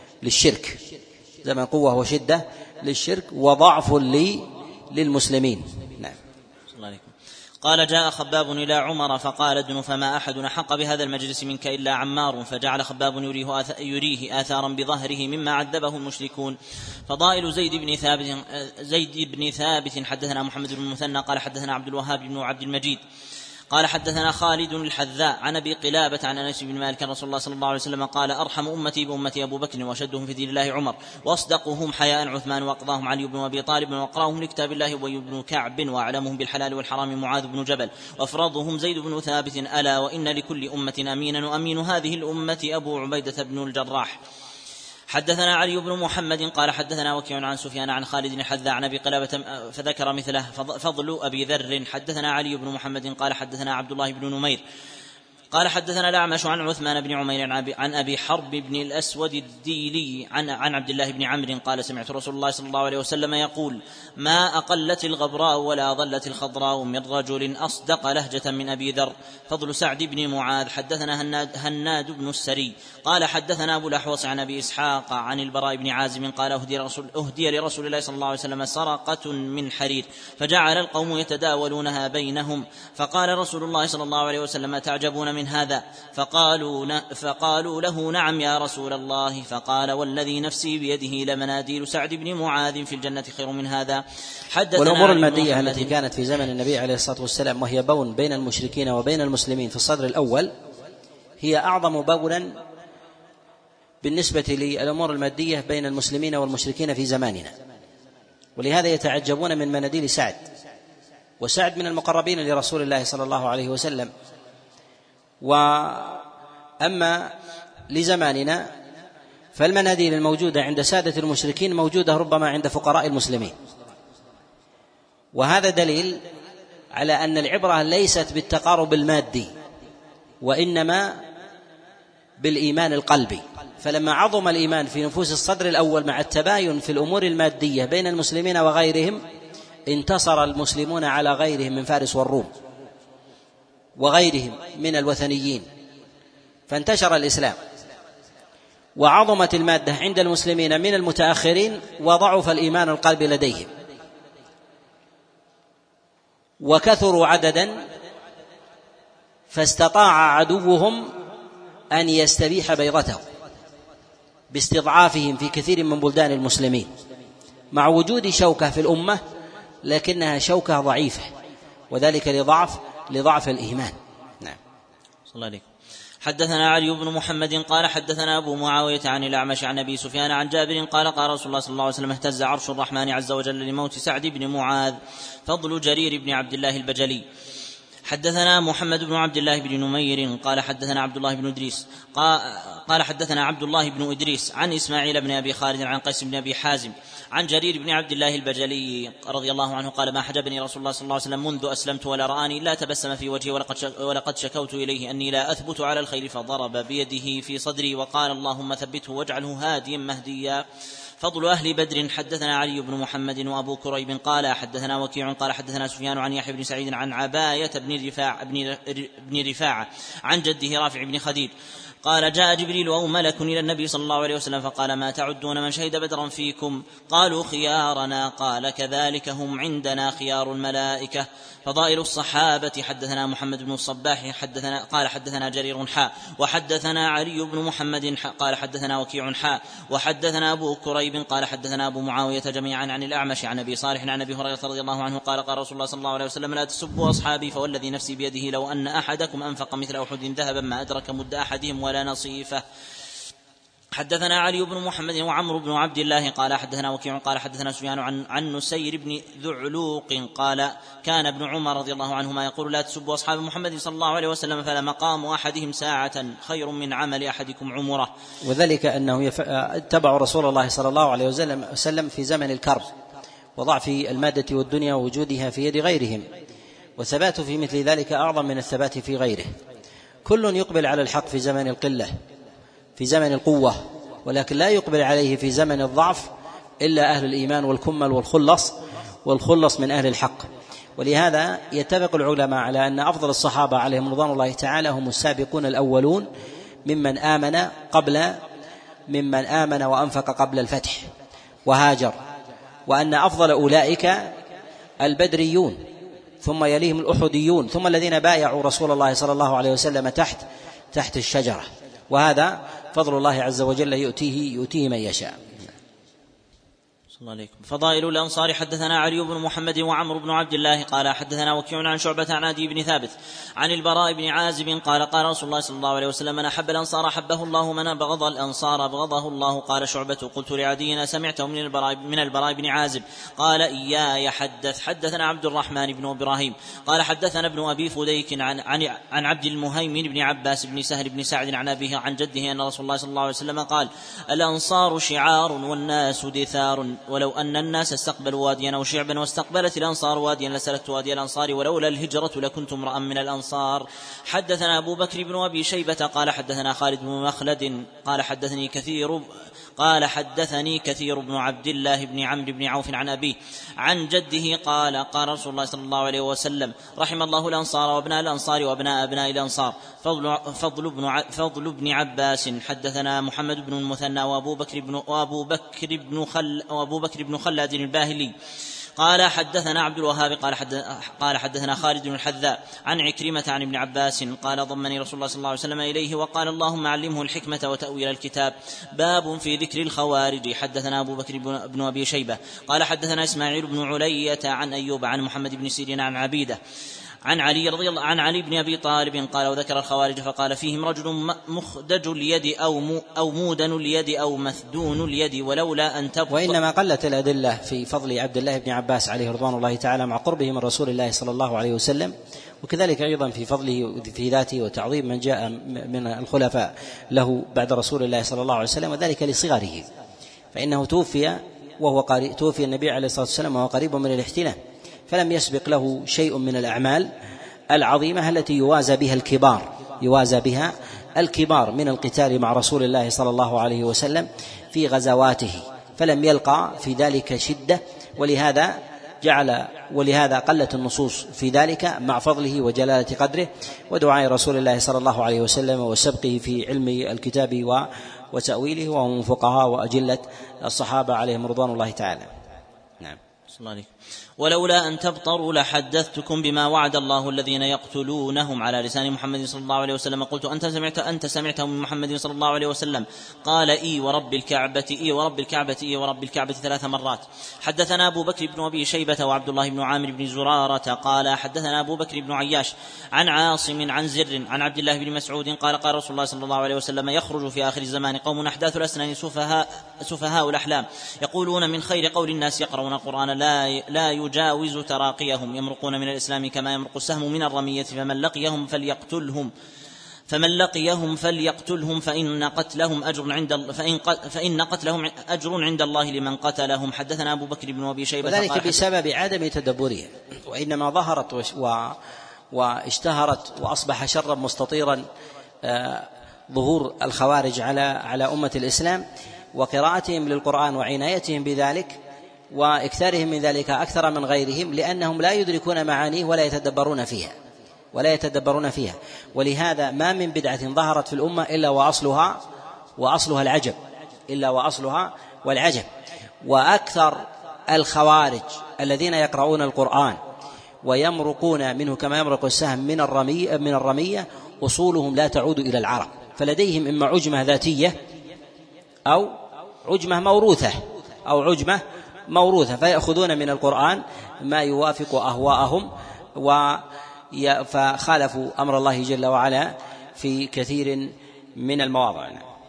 للشرك وضعف للمسلمين. نعم. قال جاء خباب إلى عمر فقال ادن فما أحد أحق بهذا المجلس منك إلا عمار، فجعل خباب يريه آثارا بظهره مما عذبه المشركون. فضائل زيد بن ثابت. حدثنا محمد بن المثنى قال حدثنا عبد الوهاب بن عبد المجيد قال حدثنا خالد الحذاء عن أبي قلابة عن أنس بن مالك رسول الله صلى الله عليه وسلم قال أرحم أمتي بأمتي أبو بكر وأشدهم في دين الله عمر وأصدقهم حياء عثمان وأقضاهم علي بن أبي طالب وأقراهم لكتاب الله أبي بن كعب وأعلمهم بالحلال والحرام معاذ بن جبل وأفرضهم زيد بن ثابت ألا وإن لكل أمة أمينا وأمين هذه الأمة أبو عبيدة بن الجراح. حدثنا علي بن محمد قال حدثنا وكيع عن سفيان عن خالد الحذاء عن أبي قلابة فذكر مثله. فضل أبي ذر. حدثنا علي بن محمد قال حدثنا عبد الله بن نمير قال حدثنا الأعمش عن عثمان بن عمير عن أبي حرب بن الأسود الديلي عن عبد الله بن عمرو قال سمعت رسول الله صلى الله عليه وسلم يقول ما أقلت الغبراء ولا ظلت الخضراء من رجل أصدق لهجة من أبي ذر. فضل سعد بن معاذ. حدثنا هناد بن السري قال حدثنا أبو الأحوص عن أبي إسحاق عن البراء بن عازم قال أهدي لرسول الله صلى الله عليه وسلم سرقة من حرير فجعل القوم يتداولونها بينهم فقال رسول الله صلى الله عليه وسلم تعجبون من هذا؟ فقالوا له نعم يا رسول الله. فقال والذي نفسي بيده لمناديل سعد بن معاذ في الجنة خير من هذا. والأمور المادية التي كانت في زمن النبي عليه الصلاة والسلام وهي بون بين المشركين وبين المسلمين في الصدر الأول هي أعظم بونا بالنسبة للأمور المادية بين المسلمين والمشركين في زماننا، ولهذا يتعجبون من مناديل سعد، وسعد من المقربين لرسول الله صلى الله عليه وسلم. وأما لزماننا فالمناديل الموجودة عند سادة المشركين موجودة ربما عند فقراء المسلمين، وهذا دليل على أن العبرة ليست بالتقارب المادي وإنما بالإيمان القلبي. فلما عظم الإيمان في نفوس الصدر الأول مع التباين في الأمور المادية بين المسلمين وغيرهم انتصر المسلمون على غيرهم من فارس والروم وغيرهم من الوثنيين، فانتشر الإسلام. وعظمت المادة عند المسلمين من المتأخرين، وضعف الإيمان القلبي لديهم، وكثروا عددا، فاستطاع عدوهم أن يستبيح بيضته باستضعافهم في كثير من بلدان المسلمين، مع وجود شوكة في الأمة، لكنها شوكة ضعيفة، وذلك لضعف الإيمان. نعم. صلى الله عليه. حدثنا علي بن محمد قال حدثنا أبو معاوية عن الأعمش عن أبي سفيان عن جابر قال قال رسول الله صلى الله عليه وسلم: اهتز عرش الرحمن عز وجل لموت سعد بن معاذ. فضل جرير بن عبد الله البجلي. حدثنا محمد بن عبد الله بن نمير قال حدثنا عبد الله بن إدريس قال حدثنا عبد الله بن إدريس عن إسماعيل بن أبي خالد عن قيس بن أبي حازم عن جرير بن عبد الله البجلي رضي الله عنه قال: ما حجبني رسول الله صلى الله عليه وسلم منذ أسلمت ولا رآني إلا تبسم في وجهي، ولقد شكوت إليه أني لا أثبت على الخير، فضرب بيده في صدري وقال: اللهم ثبته واجعله هاديا مهديا. فضل أهل بدر. حدثنا علي بن محمد وأبو كريب قال حدثنا وكيع قال حدثنا سفيان عن يحيى بن سعيد عن عباية بن رفاعة عن جده رافع بن خديج قال: جاء جبريل أو ملك إلى النبي صلى الله عليه وسلم فقال: ما تعدون من شهد بدرا فيكم؟ قالوا: خيارنا. قال: كذلك هم عندنا خيار الملائكة. فضائل الصحابة. حدثنا محمد بن الصباح قال حدثنا جرير وحدثنا علي بن محمد قال حدثنا وكيع وحدثنا أبو كريب قال حدثنا أبو معاوية جميعا عن الأعمش عن أبي صالح عن أبي هريرة رضي الله عنه قال: قال رسول الله صلى الله عليه وسلم: لا تسبوا أصحابي، فوالذي نفسي بيده لو أن أحدكم أنفق مثل أحد ذهبا ما أدرك مد أحدهم ولا نصيفه. حدثنا علي بن محمد وعمرو بن عبد الله قال حدثنا وكيع قال حدثنا سفيان عن نسير بن ذعلوق قال: كان ابن عمر رضي الله عنهما يقول: لا تسبوا أصحاب محمد صلى الله عليه وسلم، فلمقام أحدهم ساعة خير من عمل أحدكم عمره. وذلك أنه اتبعوا رسول الله صلى الله عليه وسلم في زمن الكرب وضعف المادة والدنيا ووجودها في يد غيرهم، وثبات في مثل ذلك أعظم من الثبات في غيره. كل يقبل على الحق في زمن القلة، في زمن القوة، ولكن لا يقبل عليه في زمن الضعف إلا أهل الإيمان والكمل والخلص من أهل الحق. ولهذا يتفق العلماء على أن أفضل الصحابة عليهم رضوان الله تعالى هم السابقون الأولون ممن آمن وأنفق قبل الفتح وهاجر، وأن أفضل أولئك البدريون، ثم يليهم الأحديون، ثم الذين بايعوا رسول الله صلى الله عليه وسلم تحت الشجرة. وهذا فضل الله عز وجل يؤتيه من يشاء. الله عليكم. فضائل الأنصار. حدثنا علي بن محمد وعمرو بن عبد الله قال حدثنا وكيع عن شعبة عن عدي بن ثابت عن البراء بن عازب قال: قال رسول الله صلى الله عليه وسلم: من أحب الأنصار أحبه الله، من أبغض الأنصار أبغضه الله. قال شعبة: قلت لعدي: سمعته من البراء بن عازب؟ قال: إياي حدث. حدثنا عبد الرحمن بن إبراهيم قال حدثنا ابن أبي فديك عن عبد المهيمن بن عباس بن سهل بن سعد عن أبيه عن جده أن رسول الله صلى الله عليه وسلم قال: الأنصار شعار والناس دثار، ولو أن الناس استقبلوا واديا أو شعبا واستقبلت الأنصار واديا لسلكت وادي الأنصار، ولولا الهجرة لكنت امرأ من الأنصار. حدثنا أبو بكر بن أبي شيبة قال حدثنا خالد بن مخلد قال حدثني كثير بن عبد الله بن عمرو بن عوف عن أبيه عن جده قال: قال رسول الله صلى الله عليه وسلم: رحم الله الأنصار وابناء الأنصار وابناء أبناء الأنصار. فضل ابن عباس. حدثنا محمد بن المثنى وأبو بكر بن خلاد الباهلي قال حدثنا عبد الوهاب قال حدثنا خالد بن الحذاء عن عكرمة عن ابن عباس قال: ضمني رسول الله صلى الله عليه وسلم إليه وقال: اللهم علمه الحكمة وتأويل الكتاب. باب في ذكر الخوارج. حدثنا أبو بكر بن أبي شيبة قال حدثنا إسماعيل بن علية عن أيوب عن محمد بن سيرين عن عبيدة عن علي بن أبي طالب قال: وذكر الخوارج فقال: فيهم رجل مخدج اليد أو مودن اليد أو مثدون اليد ولولا أن تبقى. وإنما قلت الأدلة في فضل عبد الله بن عباس عليه رضوان الله تعالى مع قربه من رسول الله صلى الله عليه وسلم، وكذلك أيضا في فضله في ذاته وتعظيم من جاء من الخلفاء له بعد رسول الله صلى الله عليه وسلم، وذلك لصغره، فإنه توفي النبي عليه الصلاة والسلام وهو قريب من الاحتلام، فلم يسبق له شيء من الأعمال العظيمة التي يوازى بها الكبار من القتال مع رسول الله صلى الله عليه وسلم في غزواته، فلم يلقى في ذلك شدة، ولهذا جعل ولهذا قلت النصوص في ذلك مع فضله وجلالة قدره ودعاء رسول الله صلى الله عليه وسلم وسبقه في علم الكتاب وتأويله، وهو من فقهاء وأجلة الصحابة عليهم رضوان الله تعالى. نعم. ولولا أن تبطروا لحدثتكم بما وعد الله الذين يقتلونهم على لسان محمد صلى الله عليه وسلم. قلت أنت سمعته من محمد صلى الله عليه وسلم؟ قال إي ورب الكعبة، إي ورب الكعبة، إي ورب الكعبة 3 مرات. حدثنا أبو بكر بن أبي شيبة وعبد الله بن عامر بن زرارة قال حدثنا أبو بكر بن عياش عن عاصم عن زر عن عبد الله بن مسعود قال قال رسول الله صلى الله عليه وسلم: يخرج في آخر الزمان قوم أحداث الأسنان سفهاء الأحلام يقولون من خير قول الناس يقرؤون القرآن لا يجاوز تراقيهم، يمرقون من الإسلام كما يمرق السهم من الرمية، فمن لقيهم فليقتلهم فإن قتلهم أجر عند الله لمن قتلهم. حدثنا أبو بكر بن أبي شيبة وذلك بسبب عدم تدبرها، وإنما ظهرت واشتهرت وأصبح شرا مستطيرا ظهور الخوارج على أمة الإسلام وقراءتهم للقرآن وعنايتهم بذلك وإكثارهم من ذلك أكثر من غيرهم، لأنهم لا يدركون معانيه ولا يتدبرون فيها. ولهذا ما من بدعة ظهرت في الأمة إلا وأصلها والعجب. وأكثر الخوارج الذين يقرؤون القرآن ويمرقون منه كما يمرق السهم من الرمية أصولهم لا تعود إلى العرب، فلديهم إما عجمة ذاتية أو عجمة موروثة فيأخذون من القرآن ما يوافق أهواءهم فخالفوا أمر الله جل وعلا في كثير من المواضع.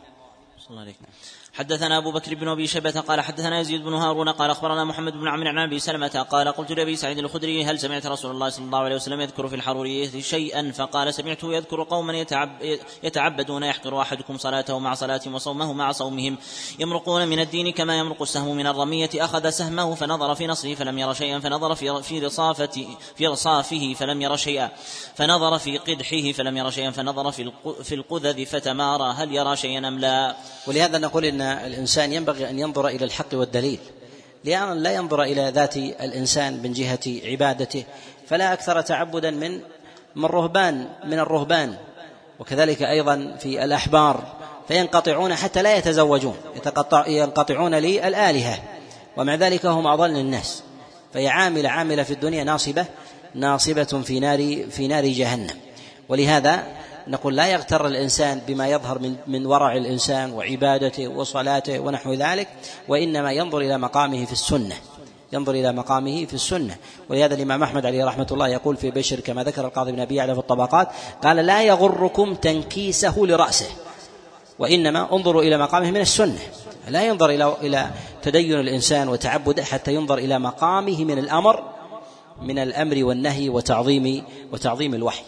حدثنا أبو بكر بن أبي شيبة قال حدثنا يزيد بن هارون قال أخبرنا محمد بن عمرو عن أبي سلمة قال قلت لأبي سعيد الخدري: هل سمعت رسول الله صلى الله عليه وسلم يذكر في الحرورية شيئا؟ فقال: سمعته يذكر قوما يتعبدون يحقر أحدكم صلاته مع صلاتهم وصومه مع صومهم، يمرقون من الدين كما يمرق السهم من الرمية، أخذ سهمه فنظر في نصره فلم ير شيئا، فنظر في رصافه فلم ير شيئا، فنظر في قدحه فلم ير شيئا، فنظر في القذذ فتمارى هل يرى شيئا أم لا. ولهذا نقول إن الإنسان ينبغي أن ينظر إلى الحق والدليل، لأن لا ينظر إلى ذات الإنسان من جهة عبادته، فلا أكثر تعبدا من الرهبان، وكذلك أيضا في الأحبار، فينقطعون حتى لا يتزوجون، ينقطعون للآلهة، ومع ذلك هم أضل الناس، فهي عاملة في الدنيا ناصبة في نار جهنم. ولهذا نقول لا يغتر الإنسان بما يظهر من ورع الإنسان وعبادته وصلاته ونحو ذلك، وإنما ينظر إلى مقامه في السنة. ولهذا الإمام أحمد عليه رحمة الله يقول في بشر كما ذكر القاضي بن أبي يعلى في الطبقات قال: لا يغركم تنكيسه لرأسه، وإنما انظروا إلى مقامه من السنة، لا ينظر إلى تدين الإنسان وتعبده حتى ينظر إلى مقامه من الأمر والنهي وتعظيم الوحي.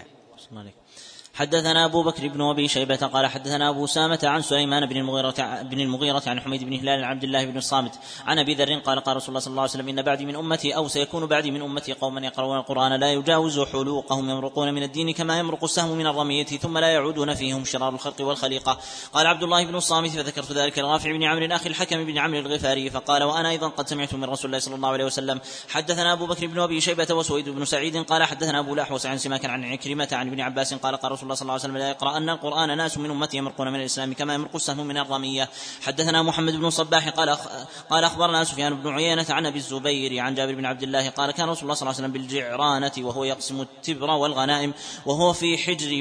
حدثنا أبو بكر بن أبي شيبة قال حدثنا أبو سامة عن سليمان بن المغيرة عن حميد بن هلال عن عبد الله بن الصامت عن أبي ذر قال قال رسول الله صلى الله عليه وسلم: إن بعدي من أمتي أو سيكون بعدي من أمتي قوما يقرؤون القرآن لا يجاوز حلوقهم، يمرقون من الدين كما يمرق السهم من الرمية ثم لا يعودون فيهم شرار الخلق والخليقة. قال عبد الله بن الصامت: فذكرت ذلك لرافع بن عمرو أخي الحكم بن عمرو الغفاري فقال: وأنا أيضا قد سمعت من رسول الله صلى الله عليه وسلم. حدثنا أبو بكر بن أبي شيبة وسويد بن سعيد قال حدثنا أبو الأحوص عن سماك عن عكرمة عن ابن عباس قال قال رسول الله صلى الله عليه وسلم: لا يقرأن القرآن ناس من أمتي يمرقون من الإسلام كما يمرق السهم من الرمية. حدثنا محمد بن صباح قال أخبرنا سفيان بن عيينة عن أبي الزبير عن جابر بن عبد الله قال: كان رسول الله صلى الله عليه وسلم بالجعرانة وهو يقسم التبر والغنائم وهو في حجر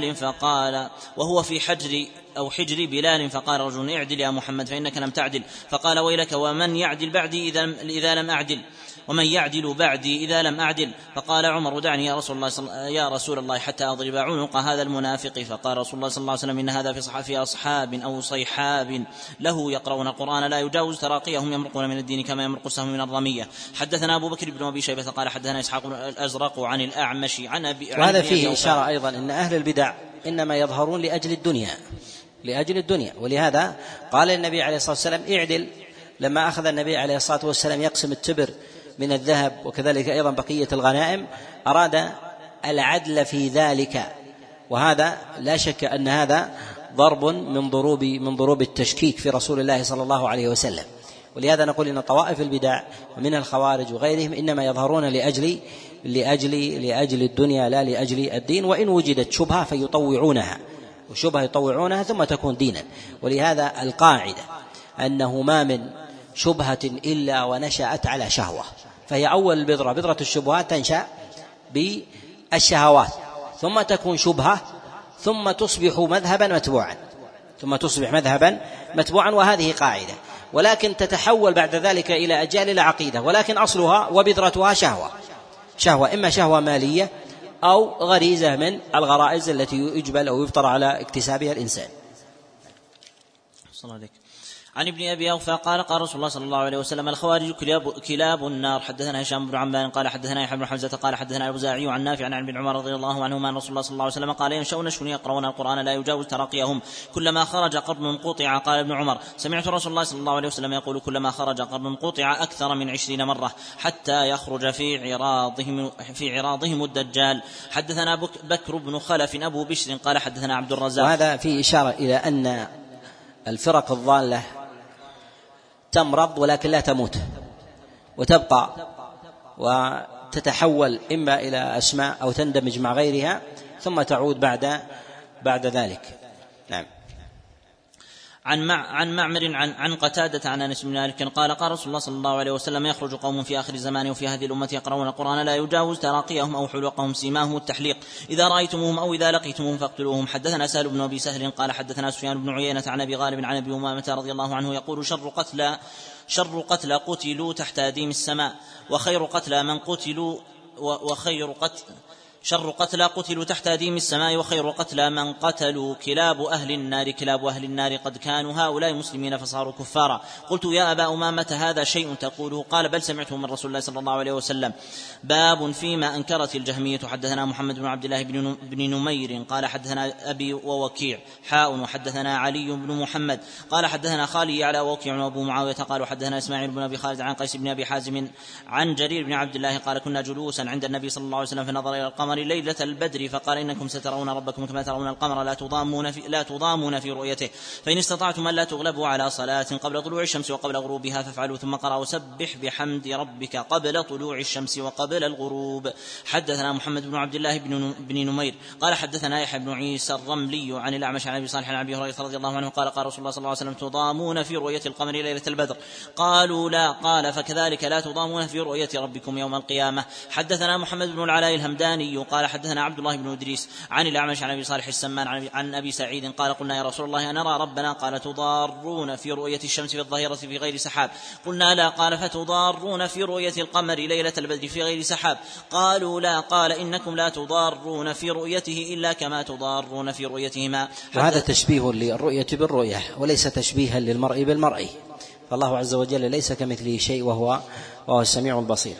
حجر بلال فقال رجل: اعدل يا محمد فإنك لم تعدل. فقال: ويلك ومن يعدل بعدي إذا لم أعدل ومن يعدل بعدي إذا لم أعدل. فقال عمر: دعني يا رسول الله حتى أضرب عنق هذا المنافق. فقال رسول الله صلى الله عليه وسلم: إن هذا في أصحاب أو صيحاب له يقرؤون القرآن لا يجاوز تراقيهم، يمرقون من الدين كما يمرق السهم من الرمية. حدثنا أبو بكر بن أبي شيبة قال حدثنا إسحاق الأزرق عن الأعمش عن أبي. وهذا فيه إشارة أيضا أن أهل البدع إنما يظهرون لأجل الدنيا. ولهذا قال النبي عليه الصلاة والسلام: اعدل. لما أخذ النبي عليه الصلاة والسلام يقسم التبر من الذهب وكذلك أيضا بقية الغنائم أراد العدل في ذلك، وهذا لا شك أن هذا ضرب من ضروب التشكيك في رسول الله صلى الله عليه وسلم. ولهذا نقول إن طوائف البدع ومن الخوارج وغيرهم إنما يظهرون لأجل الدنيا لا لأجل الدين، وإن وجدت شبهة فيطوعونها، وشبهة يطوعونها ثم تكون دينا. ولهذا القاعدة أنه ما من شبهة إلا ونشأت على شهوة، فهي أول البذرة، بذرة الشبهات تنشأ بالشهوات، ثم تكون شبهة، ثم تصبح مذهبا متبوعا، وهذه قاعدة. ولكن تتحول بعد ذلك إلى أجيال إلى عقيدة، ولكن أصلها وبذرتها شهوة، إما شهوة مالية أو غريزة من الغرائز التي يجبل أو يفطر على اكتسابها الإنسان. صلى الله عليك. عن ابن أبي أوفى قال قال رسول الله صلى الله عليه وسلم: الخوارج كلاب النار. حدثنا هشام بن عمار قال حدثنا يحيى بن حمزة قال حدثنا الأوزاعي عن نافع عن ابن عمر رضي الله عنهما أن رسول الله صلى الله عليه وسلم قال: ينشأون نشأ يقرؤون القرآن لا يجاوز تراقيهم، كلما خرج قرن قطع. قال ابن عمر: سمعت رسول الله صلى الله عليه وسلم يقول: كلما خرج قرن قطع أكثر من 20 مرة حتى يخرج في عراضهم الدجال. حدثنا بكر بن خلف أبو بشر قال حدثنا عبد الرزاق. وهذا فيه إشارة إلى أن الفرق الضالة تمرض ولكن لا تموت، وتبقى وتتحول إما إلى أسماء أو تندمج مع غيرها ثم تعود بعد ذلك. نعم. عن معمر عن قتادة عن أنس بن مالك قال قال رسول الله صلى الله عليه وسلم: يخرج قوم في آخر الزمان وفي هذه الأمة يقرؤون القرآن لا يجاوز تراقيهم أو حلقهم سيماهم التحليق، إذا رأيتموهم أو إذا لقيتموهم فاقتلوهم. حدثنا سهل بن أبي سهل قال حدثنا سفيان بن عيينة عن أبي غالب عن أبي أمامة رضي الله عنه يقول: شر قتلى قتلوا تحت أديم السماء، وخير قتلى من قتلوا شر قتلى قتلوا تحت أديم السماء، وخير قتلى من قتلوا كلاب أهل النار قد كانوا هؤلاء مسلمين فصاروا كفارا. قلت: يا أبا أمامة هذا شيء تقوله؟ قال: بل سمعته من رسول الله صلى الله عليه وسلم. باب فيما أنكرت الجهمية. حدثنا محمد بن عبد الله بن نمير قال حدثنا أبي ووكيع وحدثنا علي بن محمد قال حدثنا خالي على ووكيع وأبو معاوية قال حدثنا إسماعيل بن أبي خالد عن قيس بن أبي حازم عن جرير بن عبد الله قال: كنا جلوسا عند النبي صلى الله عليه وسلم فنظر إلى القمر ليلة البدر فقال: إنكم سترون ربكم كما ترون القمر لا تضامون في رؤيته، فإن استطعتم أن لا تغلبوا على صلاة قبل طلوع الشمس وقبل غروبها فافعلوا. ثم قرأ: وسبح بحمد ربك قبل طلوع الشمس وقبل الغروب. حدثنا محمد بن عبد الله بن نمير قال حدثنا يحيى بن عيسى الرملي عن الأعمش عن أبي صالح عن أبي هريرة رضي الله عنه قال: قال رسول الله صلى الله عليه وسلم: تضامون في رؤية القمر ليلة البدر. قالوا: لا. قال: فكذلك لا تضامون في رؤية ربكم يوم القيامة. حدثنا محمد بن العلاء الهمداني قال حدثنا عبد الله بن إدريس عن الأعمش عن أبي صالح السمان عن أبي سعيد قال: قلنا: يا رسول الله أنرى ربنا؟ قال: تضارون في رؤية الشمس في الظهيرة في غير سحاب. قلنا: لا. قال: فتضارون في رؤية القمر ليلة البدر في غير سحاب. قالوا: لا. قال: إنكم لا تضارون في رؤيته إلا كما تضارون في رؤيتهما. وهذا تشبيه للرؤية بالرؤية وليس تشبيها للمرء بالمرء، فالله عز وجل ليس كمثله شيء وهو السميع البصير.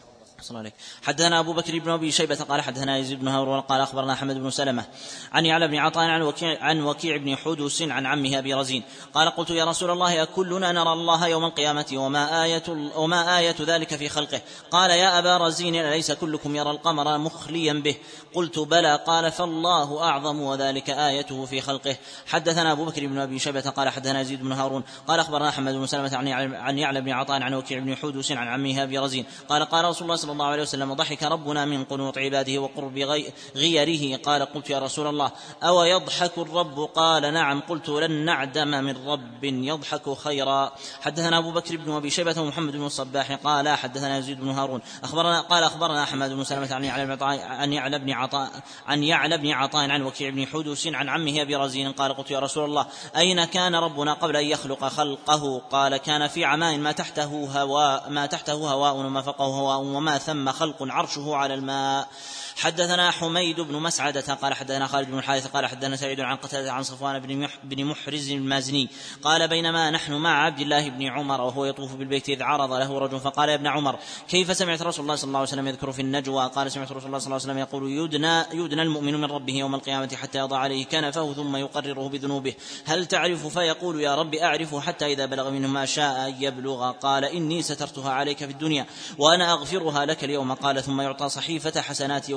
حدثنا أبو بكر بن أبي شيبة قال حدثنا يزيد بن هارون قال أخبرنا أحمد بن سلمة عن يعلى بن عطاء عن وكيع بن حدوس عن عمه أبي رزين قال: قلت: يا رسول الله أكلنا نرى الله يوم القيامة وما آية ذلك في خلقه؟ قال: يا أبا رزين أليس كلكم يرى القمر مخليا به؟ قلت: بلى. قال: فالله أعظم وذلك آيته في خلقه. حدثنا أبو بكر بن أبي شيبة قال حدثنا يزيد بن هارون قال أخبرنا أحمد بن سلمة عن يعلى بن عطاء عن وكيع بن حدوس عن عمه أبي رزين قال: قال رسول الله صلى الله عليه وسلم: ضحك ربنا من قنوط عباده وقرب غيره. قال: قلت: يا رسول الله أو يضحك الرب؟ قال: نعم. قلت: لن نعدم من رب يضحك خيرا. حدثنا أبو بكر بن أبي شيبة ومحمد بن الصباح قال حدثنا يزيد بن هارون أخبرنا أحمد بن سلمة عن يعلى بن عطاء عن وكيع بن حدوس عن عمه أبي رزين قال: قلت: يا رسول الله أين كان ربنا قبل أن يخلق خلقه؟ قال: كان في عماء ما تحته هواء وما فوقه هواء وما ثم خلق عرشه على الماء. حدثنا حميد بن مسعدة قال حدثنا خالد بن الحارث قال حدثنا سعيد عن قتادة عن صفوان بن محرز المازني قال: بينما نحن مع عبد الله بن عمر وهو يطوف بالبيت إذ عرض له رجل فقال: يا ابن عمر كيف سمعت رسول الله صلى الله عليه وسلم يذكر في النجوى؟ قال: سمعت رسول الله صلى الله عليه وسلم يقول: يدنى المؤمن من ربه يوم القيامة حتى يضع عليه كنفه ثم يقرره بذنوبه، هل تعرف؟ فيقول: يا رب أعرفه، حتى إذا بلغ منه ما شاء أن يبلغ قال: إني سترتها عليك في الدنيا وأنا أغفرها لك اليوم. قال: ثم يعطى صحيفة حسناته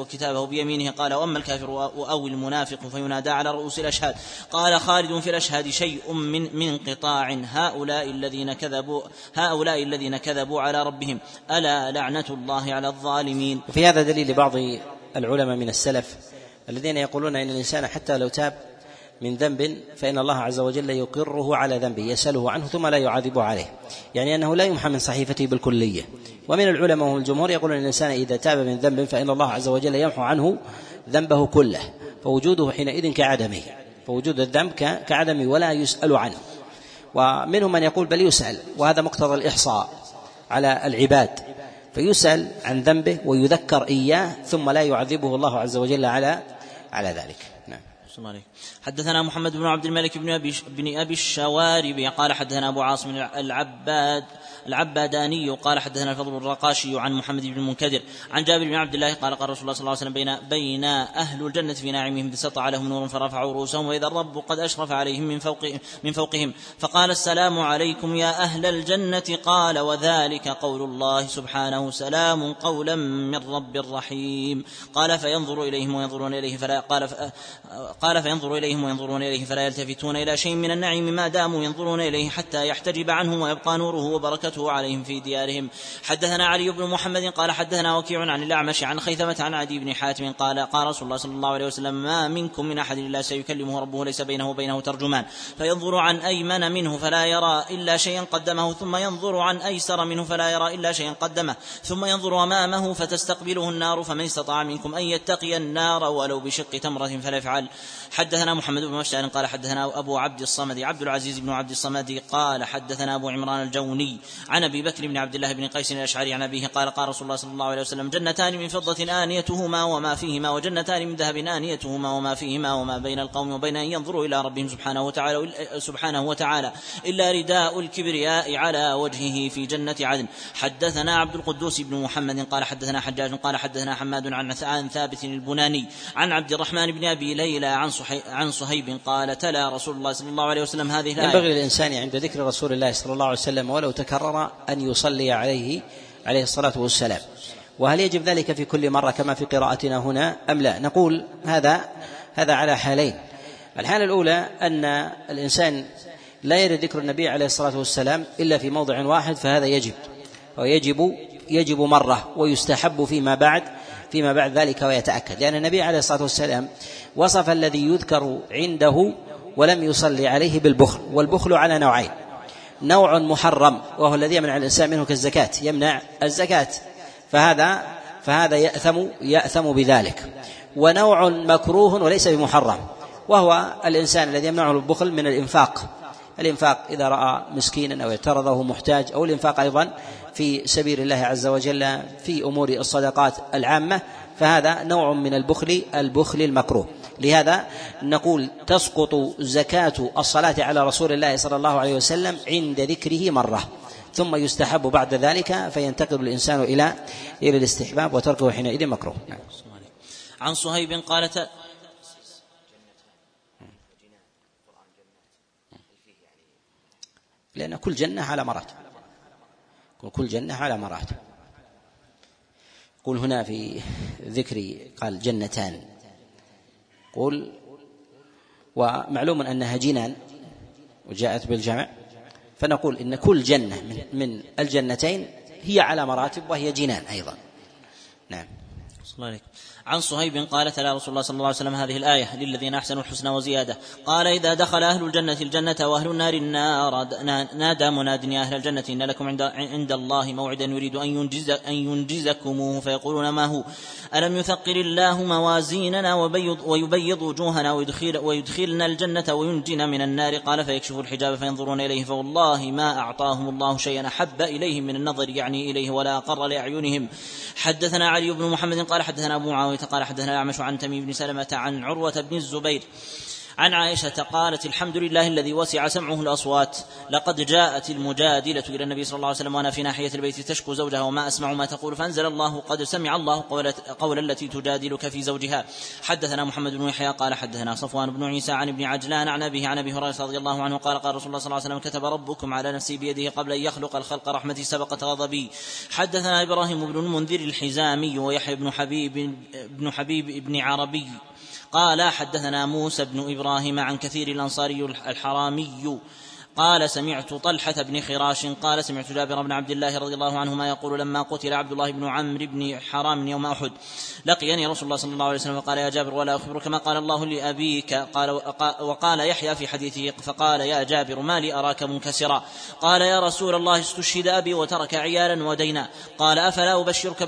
وكتابه بيمينه. قال: وأما الكافر أو المنافق فينادى على رؤوس الأشهاد. قال خالد: في الأشهاد شيء من انقطاع، هؤلاء الذين كذبوا على ربهم، ألا لعنة الله على الظالمين. وفي هذا دليل لبعض العلماء من السلف الذين يقولون إن الإنسان حتى لو تاب من ذنب فإن الله عز وجل يقره على ذنبه، يسأله عنه ثم لا يعاذبه عليه، يعني أنه لا يمحى من صحيفته بالكلية. ومن العلماء والجمهور يقولون أن الإنسان إذا تاب من ذنب فإن الله عز وجل يمحو عنه ذنبه كله، فوجوده حينئذ كعدمه، فوجود الذنب كعدمه ولا يسأل عنه. ومنهم من يقول بل يسأل، وهذا مقتضى الإحصاء على العباد، فيسأل عن ذنبه ويذكر إياه ثم لا يعذبه الله عز وجل على ذلك. نعم. حدثنا محمد بن عبد الملك بن أبي الشوارب قال حدثنا أبو عاصم العباداني قال حدثنا الفضل الرقاشي عن محمد بن المنكدر عن جابر بن عبد الله قال: قال رسول الله صلى الله عليه وسلم: بين أهل الجنة في ناعمهم إذ سطع لهم نور فرفعوا رؤوسهم وإذا الرب قد أشرف عليهم من فوقهم فقال: السلام عليكم يا أهل الجنة. قال: وذلك قول الله سبحانه: سلام قولا من رب رحيم. قال: فينظر إليهم وينظرون إليه فلا يلتفتون إلى شيء من النعيم ما داموا ينظرون إليه حتى يحتجب عنهم ويبقى نوره وبركته عليهم في ديارهم. حدثنا علي بن محمد قال حدثنا وكيع عن الأعمش عن خيثمة عن عدي بن حاتم قال: قال رسول الله صلى الله عليه وسلم: ما منكم من أحد إلا سيكلمه ربه ليس بينه وبينه ترجمان، فينظر عن أيمن منه فلا يرى إلا شيئا قدمه، ثم ينظر عن أيسر منه فلا يرى إلا شيئا قدمه، ثم ينظر أمامه فتستقبله النار، فمن استطاع منكم أن يتقي النار ولو بشق تمرة فليفعل. حدثنا محمد بن بشار قال حدثنا أبو عبد الصمد عبد العزيز بن عبد الصمد قال حدثنا أبو عمران الجوني عن أبي بكر بن عبد الله بن قيس الأشعري عن أبيه قال: قال رسول الله صلى الله عليه وسلم: جنتان من فضة آنيتهما وما فيهما، وجنتان من ذهب آنيتهما وما فيهما، وما بين القوم وبين أن ينظروا إلى ربهم سبحانه وتعالى إلا رداء الكبرياء على وجهه في جنة عدن. حدثنا عبد القدوس بن محمد قال حدثنا حجاج قال حدثنا حماد عن ثابت البناني عن عبد الرحمن بن أبي ليلى عن صهيب قال: تلا رسول الله صلى الله عليه وسلم هذه الآية. ينبغي للإنسان عند ذكر رسول الله صلى الله عليه وسلم ولو تكرر أن يصلي عليه الصلاة والسلام. وهل يجب ذلك في كل مرة كما في قراءتنا هنا أم لا؟ نقول هذا على حالين. الحالة الأولى أن الإنسان لا يرد ذكر النبي عليه الصلاة والسلام إلا في موضع واحد، فهذا يجب مرة، ويستحب فيما بعد ذلك ويتأكد، لأن النبي عليه الصلاة والسلام وصف الذي يذكر عنده ولم يصلي عليه بالبخل، والبخل على نوعين: نوع محرم وهو الذي يمنع الإنسان منه كالزكاة، يمنع الزكاة فهذا يأثم بذلك، ونوع مكروه وليس بمحرم وهو الإنسان الذي يمنعه البخل من الإنفاق إذا رأى مسكينا أو اعترضه محتاج، أو الإنفاق أيضا في سبيل الله عز وجل في أمور الصدقات العامة، فهذا نوع من البخل المكروه. لهذا نقول تسقط زكاة الصلاة على رسول الله صلى الله عليه وسلم عند ذكره مرة، ثم يستحب بعد ذلك فينتقل الإنسان إلى الاستحباب، وتركه حينئذ مكروه. عن صهيب قال: لأن كل جنة على مراتب، قل هنا في ذكر قال جنتان، قل ومعلوم أنها جنان وجاءت بالجمع، فنقول إن كل جنة من الجنتين هي على مراتب وهي جنان أيضا. نعم. عن صهيب قال: تلا رسول الله صلى الله عليه وسلم هذه الآية: للذين أحسنوا الحسنى وزيادة. قال: إذا دخل أهل الجنة الجنة وأهل النار النار نادى مناد: يا أهل الجنة إن لكم عند الله موعدا يريد أن ينجزكموه، فيقولون: ما هو؟ ألم يثقل الله موازيننا ويبيض وجوهنا ويدخلنا الجنة وينجينا من النار؟ قال: فيكشف الحجاب فينظرون إليه، فوالله ما أعطاهم الله شيئا أحب إليهم من النظر يعني إليه ولا أقر لأعينهم. حدثنا علي بن محمد قال حدثنا أبو معاوية قال حدثنا الأعمش عن تميم بن سلمة عن عروة بن الزبير عن عائشة قالت: الحمد لله الذي وسع سمعه الأصوات. لقد جاءت المجادلة إلى النبي صلى الله عليه وسلم وأنا في ناحية البيت تشكو زوجها وما أسمع ما تقول، فأنزل الله: قد سمع الله قول التي تجادلك في زوجها. حدثنا محمد بن يحيى قال حدثنا صفوان بن عيسى عن ابن عجلان عن أبيه عن أبي هريرة رضي الله عنه قال: قال رسول الله صلى الله عليه وسلم: كتب ربكم على نفسي بيده قبل أن يخلق الخلق رحمتي سبقت غضبي. حدثنا إبراهيم بن المنذر الحزامي ويحيى بن حبيب بن عربي قال حدثنا موسى بن إبراهيم عن كثير الأنصاري الحرامي قال: سمعت طلحة بن خراش قال: سمعت جابر بن عبد الله رضي الله عنهما يقول: لما قتل عبد الله بن عمرو بن حرام يوم أحد لقيني رسول الله صلى الله عليه وسلم فقال: يا جابر ولا أخبرك ما قال الله لأبيك؟ وقال يحيى في حديثه فقال: يا جابر ما لي أراك منكسرا؟ قال: يا رسول الله استشهد أبي وترك عيالا ودينا. قال: أفلا أبشرك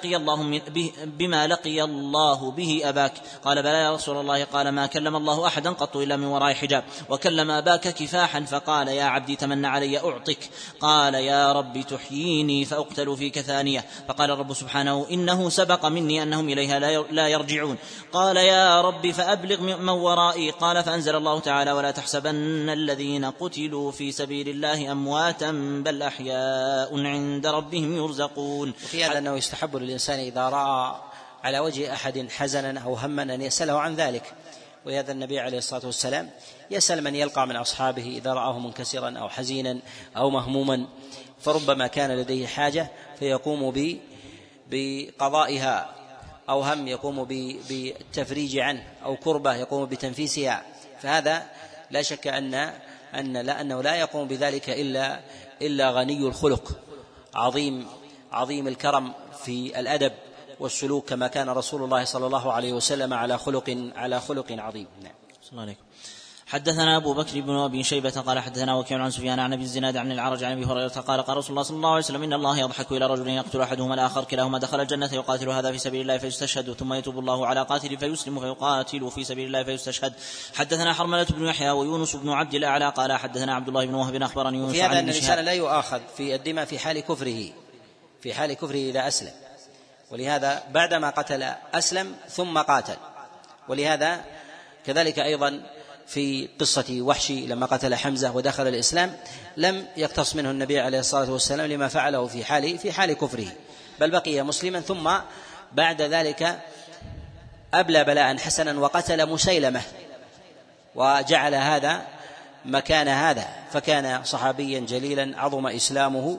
بما لقي الله به أباك؟ قال: بلى يا رسول الله. قال: ما كلم الله أحدا قط إلا من وراء حجاب، وكلم أباك كفاحا فقال: يا عبدي تمنى علي أعطك. قال: يا رب تحييني فأقتل فيك ثانية. فقال الرب سبحانه: إنه سبق مني أنهم إليها لا يرجعون. قال: يا رب فأبلغ من ورائي. قال: فأنزل الله تعالى: ولا تحسبن الذين قتلوا في سبيل الله أمواتا بل أحياء عند ربهم يرزقون. وفي هذا أنه يستحب للإنسان إذا رأى على وجه أحد حزنا أو هما أن يسأله عن ذلك، وهذا النبي عليه الصلاة والسلام يسأل من يلقى من أصحابه إذا رآه منكسرا أو حزينا أو مهموما، فربما كان لديه حاجة فيقوم بقضائها، أو هم يقوم بالتفريج عنه، أو كربة يقوم بتنفيسها. فهذا لا شك أنه لا يقوم بذلك إلا غني الخلق عظيم الكرم في الأدب والسلوك، كما كان رسول الله صلى الله عليه وسلم على خلق عظيم. نعم. صلى الله عليه. حدثنا أبو بكر بن أبي شيبة قال حدثنا وكيع عن سفيان عن أبي الزناد عن الأعرج عن أبي هريرة قال: قال رسول الله صلى الله عليه وسلم: إن الله يضحك إلى رجل يقتل أحدهما الآخر كلاهما دخل الجنة يقاتل هذا في سبيل الله فيستشهد، ثم يتوب الله على قاتل فيسلم فيقاتل في سبيل الله فيستشهد. حدثنا حرملة بن يحيى ويونس بن عبد الأعلى قال حدثنا عبد الله بن وهب أخبرني يونس. في هذا أن الإنسان لا يؤاخذ في الدماء في حال كفره إذا أسلم، ولهذا بعدما قتل أسلم ثم قاتل. ولهذا كذلك أيضا في قصة وحشي لما قتل حمزة ودخل الإسلام لم يقتص منه النبي عليه الصلاة والسلام لما فعله في حال كفره، بل بقي مسلما، ثم بعد ذلك أبلى بلاء حسنا وقتل مسيلمة وجعل هذا مكان هذا، فكان صحابيا جليلا عظم إسلامه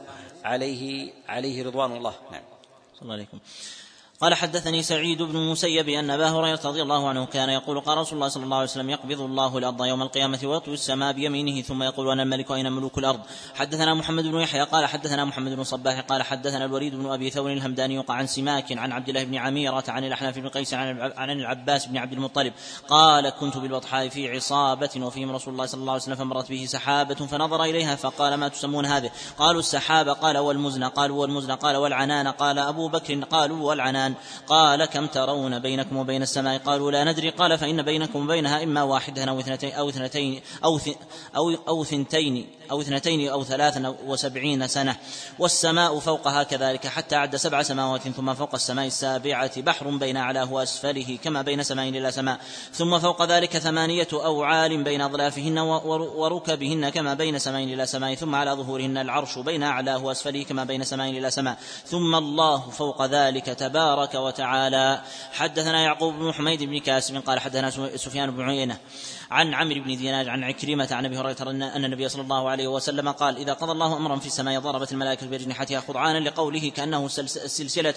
عليه رضوان الله. نعم. صلى الله عليكم. قال حدثني سعيد بن المسيب أن أبا هريرة رضي الله عنه كان يقول: قال رسول الله صلى الله عليه وسلم: يقبض الله الأرض يوم القيامة ويطوي السماء بيمينه ثم يقول: أنا الملك أين ملوك الأرض؟ حدثنا محمد بن يحيى قال حدثنا محمد بن صباح قال حدثنا الوليد بن أبي ثور الهمداني عن سماك عن عبد الله بن عميرة عن الأحنف بن قيس عن العباس بن عبد المطلب قال: كنت بالبطحاء في عصابة وفيهم رسول الله صلى الله عليه وسلم، فمرت به سحابة فنظر إليها فقال: ما تسمون هذه؟ قالوا: السحابة. قال: والمزن؟ قالوا: والمزن. قال: والعنان؟ قال: أبو بكر. قالوا: والعنان. قال: كم ترون بينكم وبين السماء؟ قالوا: لا ندري. قال: فإن بينكم وبينها إما واحدة أو اثنتين أو 73 سنة، والسماء فوقها كذلك، حتى عد 7 سماوات، ثم فوق السماء السابعة بحر بين أعلاه وأسفله كما بين سماء إلى سماء، ثم فوق ذلك 8 أوعال بين أظلافهن وركبهن كما بين سماء إلى سماء، ثم على ظهورهن العرش بين أعلاه وأسفله كما بين سماء إلى سماء، ثم الله فوق ذلك تبارك وتعالى. حدثنا يعقوب بن حميد بن كاسب قال حدثنا سفيان بن عيينة عن عمرو بن دينار عن عكرمة عن أبي هريرة أن النبي صلى الله عليه وسلم قال: إذا قضى الله أمرا في السماء ضربت الملائكة بأجنحتها خضعانا لقوله كأنه سلسلة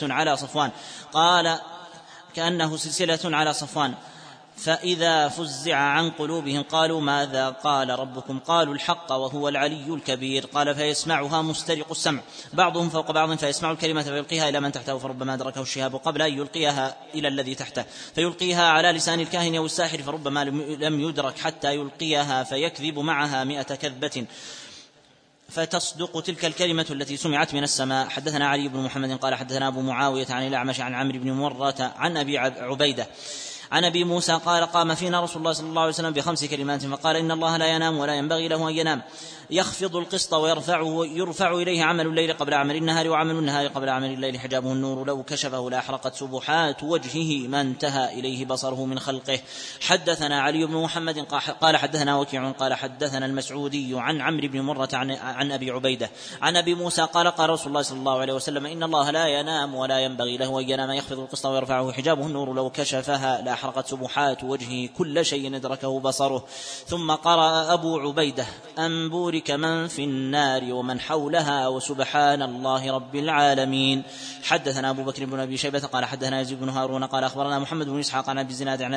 على صفوان فإذا فزع عن قلوبهم قالوا: ماذا قال ربكم؟ قالوا: الحق وهو العلي الكبير. قال: فيسمعها مسترق السمع بعضهم فوق بعض، فيسمع الكلمة فيلقيها إلى من تحته، فربما أدركه الشهاب قبل أن يلقيها إلى الذي تحته، فيلقيها على لسان الكاهن أو الساحر، فربما لم يدرك حتى يلقيها فيكذب معها 100 كذبة فتصدق تلك الكلمة التي سمعت من السماء. حدثنا علي بن محمد قال حدثنا أبو معاوية عن الأعمش عن عمرو بن مرة عن أبي عبيدة عن أبي موسى قال قام فينا رسول الله صلى الله عليه وسلم ب5 كلمات فقال إن الله لا ينام ولا ينبغي له أن ينام، يخفض القسط ويرفع إليه عمل الليل قبل عمل النهار، وعمل النهار قبل عمل الليل حجابه النور، لو كشفه لأحرقت سبحات وجهه ما انتهى إليه بصره من خلقه. حدثنا علي بن محمد قال حدثنا وكيع قال حدثنا المسعودي عن عمرو بن مرة عن أبي عبيدة عن أبي موسى قال قال رسول الله صلى الله عليه وسلم إن الله لا ينام ولا ينبغي له أن ينام، يخفض القسط ويرفعه حجابه النور، لو كشفها لأحرقت سبحات وجهه كل شيء أدركه بصره. ثم قرأ أبو عبيدة أن بورك من في النار ومن حولها وسبحان الله رب العالمين. حدثنا أبو بكر بن أبي شيبة قال حدثنا يزيد بن هارون قال أخبرنا محمد بن إسحاق عن أبي الزناد عن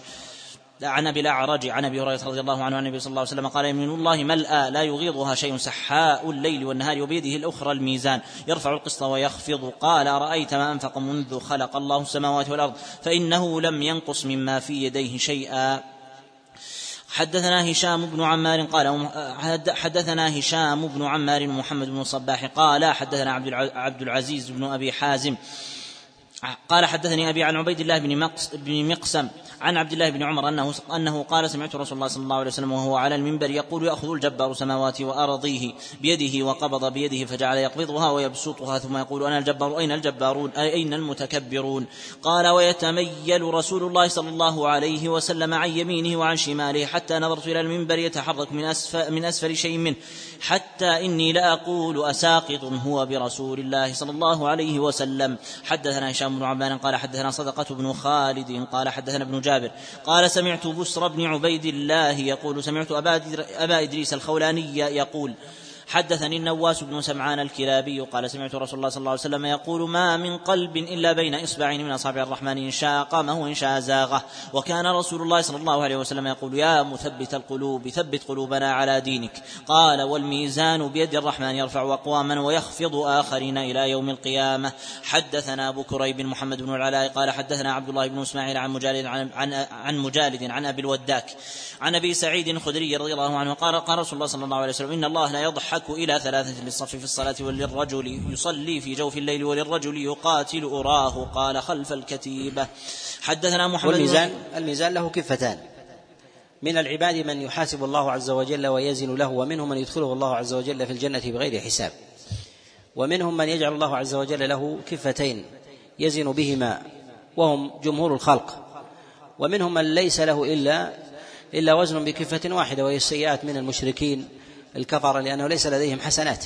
أبي الأعرج عن أبي هريرة رضي الله عنه عن النبي صلى الله عليه وسلم قال يمين الله ملأى لا يغيضها شيء سحاء الليل والنهار وبيده الأخرى الميزان يرفع القسط ويخفض. قال أرأيت ما أنفق منذ خلق الله السماوات والأرض فإنه لم ينقص مما في يديه شيئا. حدثنا هشام بن عمار قال حدثنا هشام بن عمار محمد بن الصباح قال حدثنا عبد العزيز بن أبي حازم قال حدثني أبي عن عبيد الله بن مقسم عن عبد الله بن عمر أنه قال سمعت رسول الله صلى الله عليه وسلم وهو على المنبر يقول يأخذ الجبار سماوات وأرضيه بيده وقبض بيده فجعل يقبضها ويبسطها ثم يقول أنا الجبار أين الجبارون أين المتكبرون. قال ويتميل رسول الله صلى الله عليه وسلم عن يمينه وعن شماله حتى نظرت إلى المنبر يتحرك من أسفل شيء منه حتى إني لأقول أساقط هو برسول الله صلى الله عليه وسلم. حدثنا هشام بن عبان قال حدثنا صدقة بن خالد قال حدثنا ابن جابر قال سمعت بسر بن عبيد الله يقول سمعت أبا إدريس الخولاني يقول حدثني النواس بن سمعان الكلابي قال سمعت رسول الله صلى الله عليه وسلم يقول ما من قلب إلا بين إصبعين من أصابع الرحمن إن شاء قامه وإن شاء زاغه. وكان رسول الله صلى الله عليه وسلم يقول يا مثبت القلوب ثبت قلوبنا على دينك. قال والميزان بيد الرحمن يرفع أقواما ويخفض آخرين إلى يوم القيامة. حدثنا أبو كريب محمد بن العلاء قال حدثنا عبد الله بن إسماعيل عن مجالد عن أبي الوداك عن أبي سعيد الخدري رضي الله عنه قال رسول الله صلى الله عليه وسلم إن الله لا يضحك إلى 3 للصف في الصلاة وللرجل يصلي في جوف الليل وللرجل يقاتل أراه قال خلف الكتيبة. حدثنا محمد الميزان له كفتان، من العباد من يحاسب الله عز وجل ويزن له، ومنهم من يدخله الله عز وجل في الجنة بغير حساب، ومنهم من يجعل الله عز وجل له كفتين يزن بهما وهم جمهور الخلق، ومنهم من ليس له إلا وزن بكفة واحدة وهي السيئات من المشركين الكفر لأنه ليس لديهم حسنات،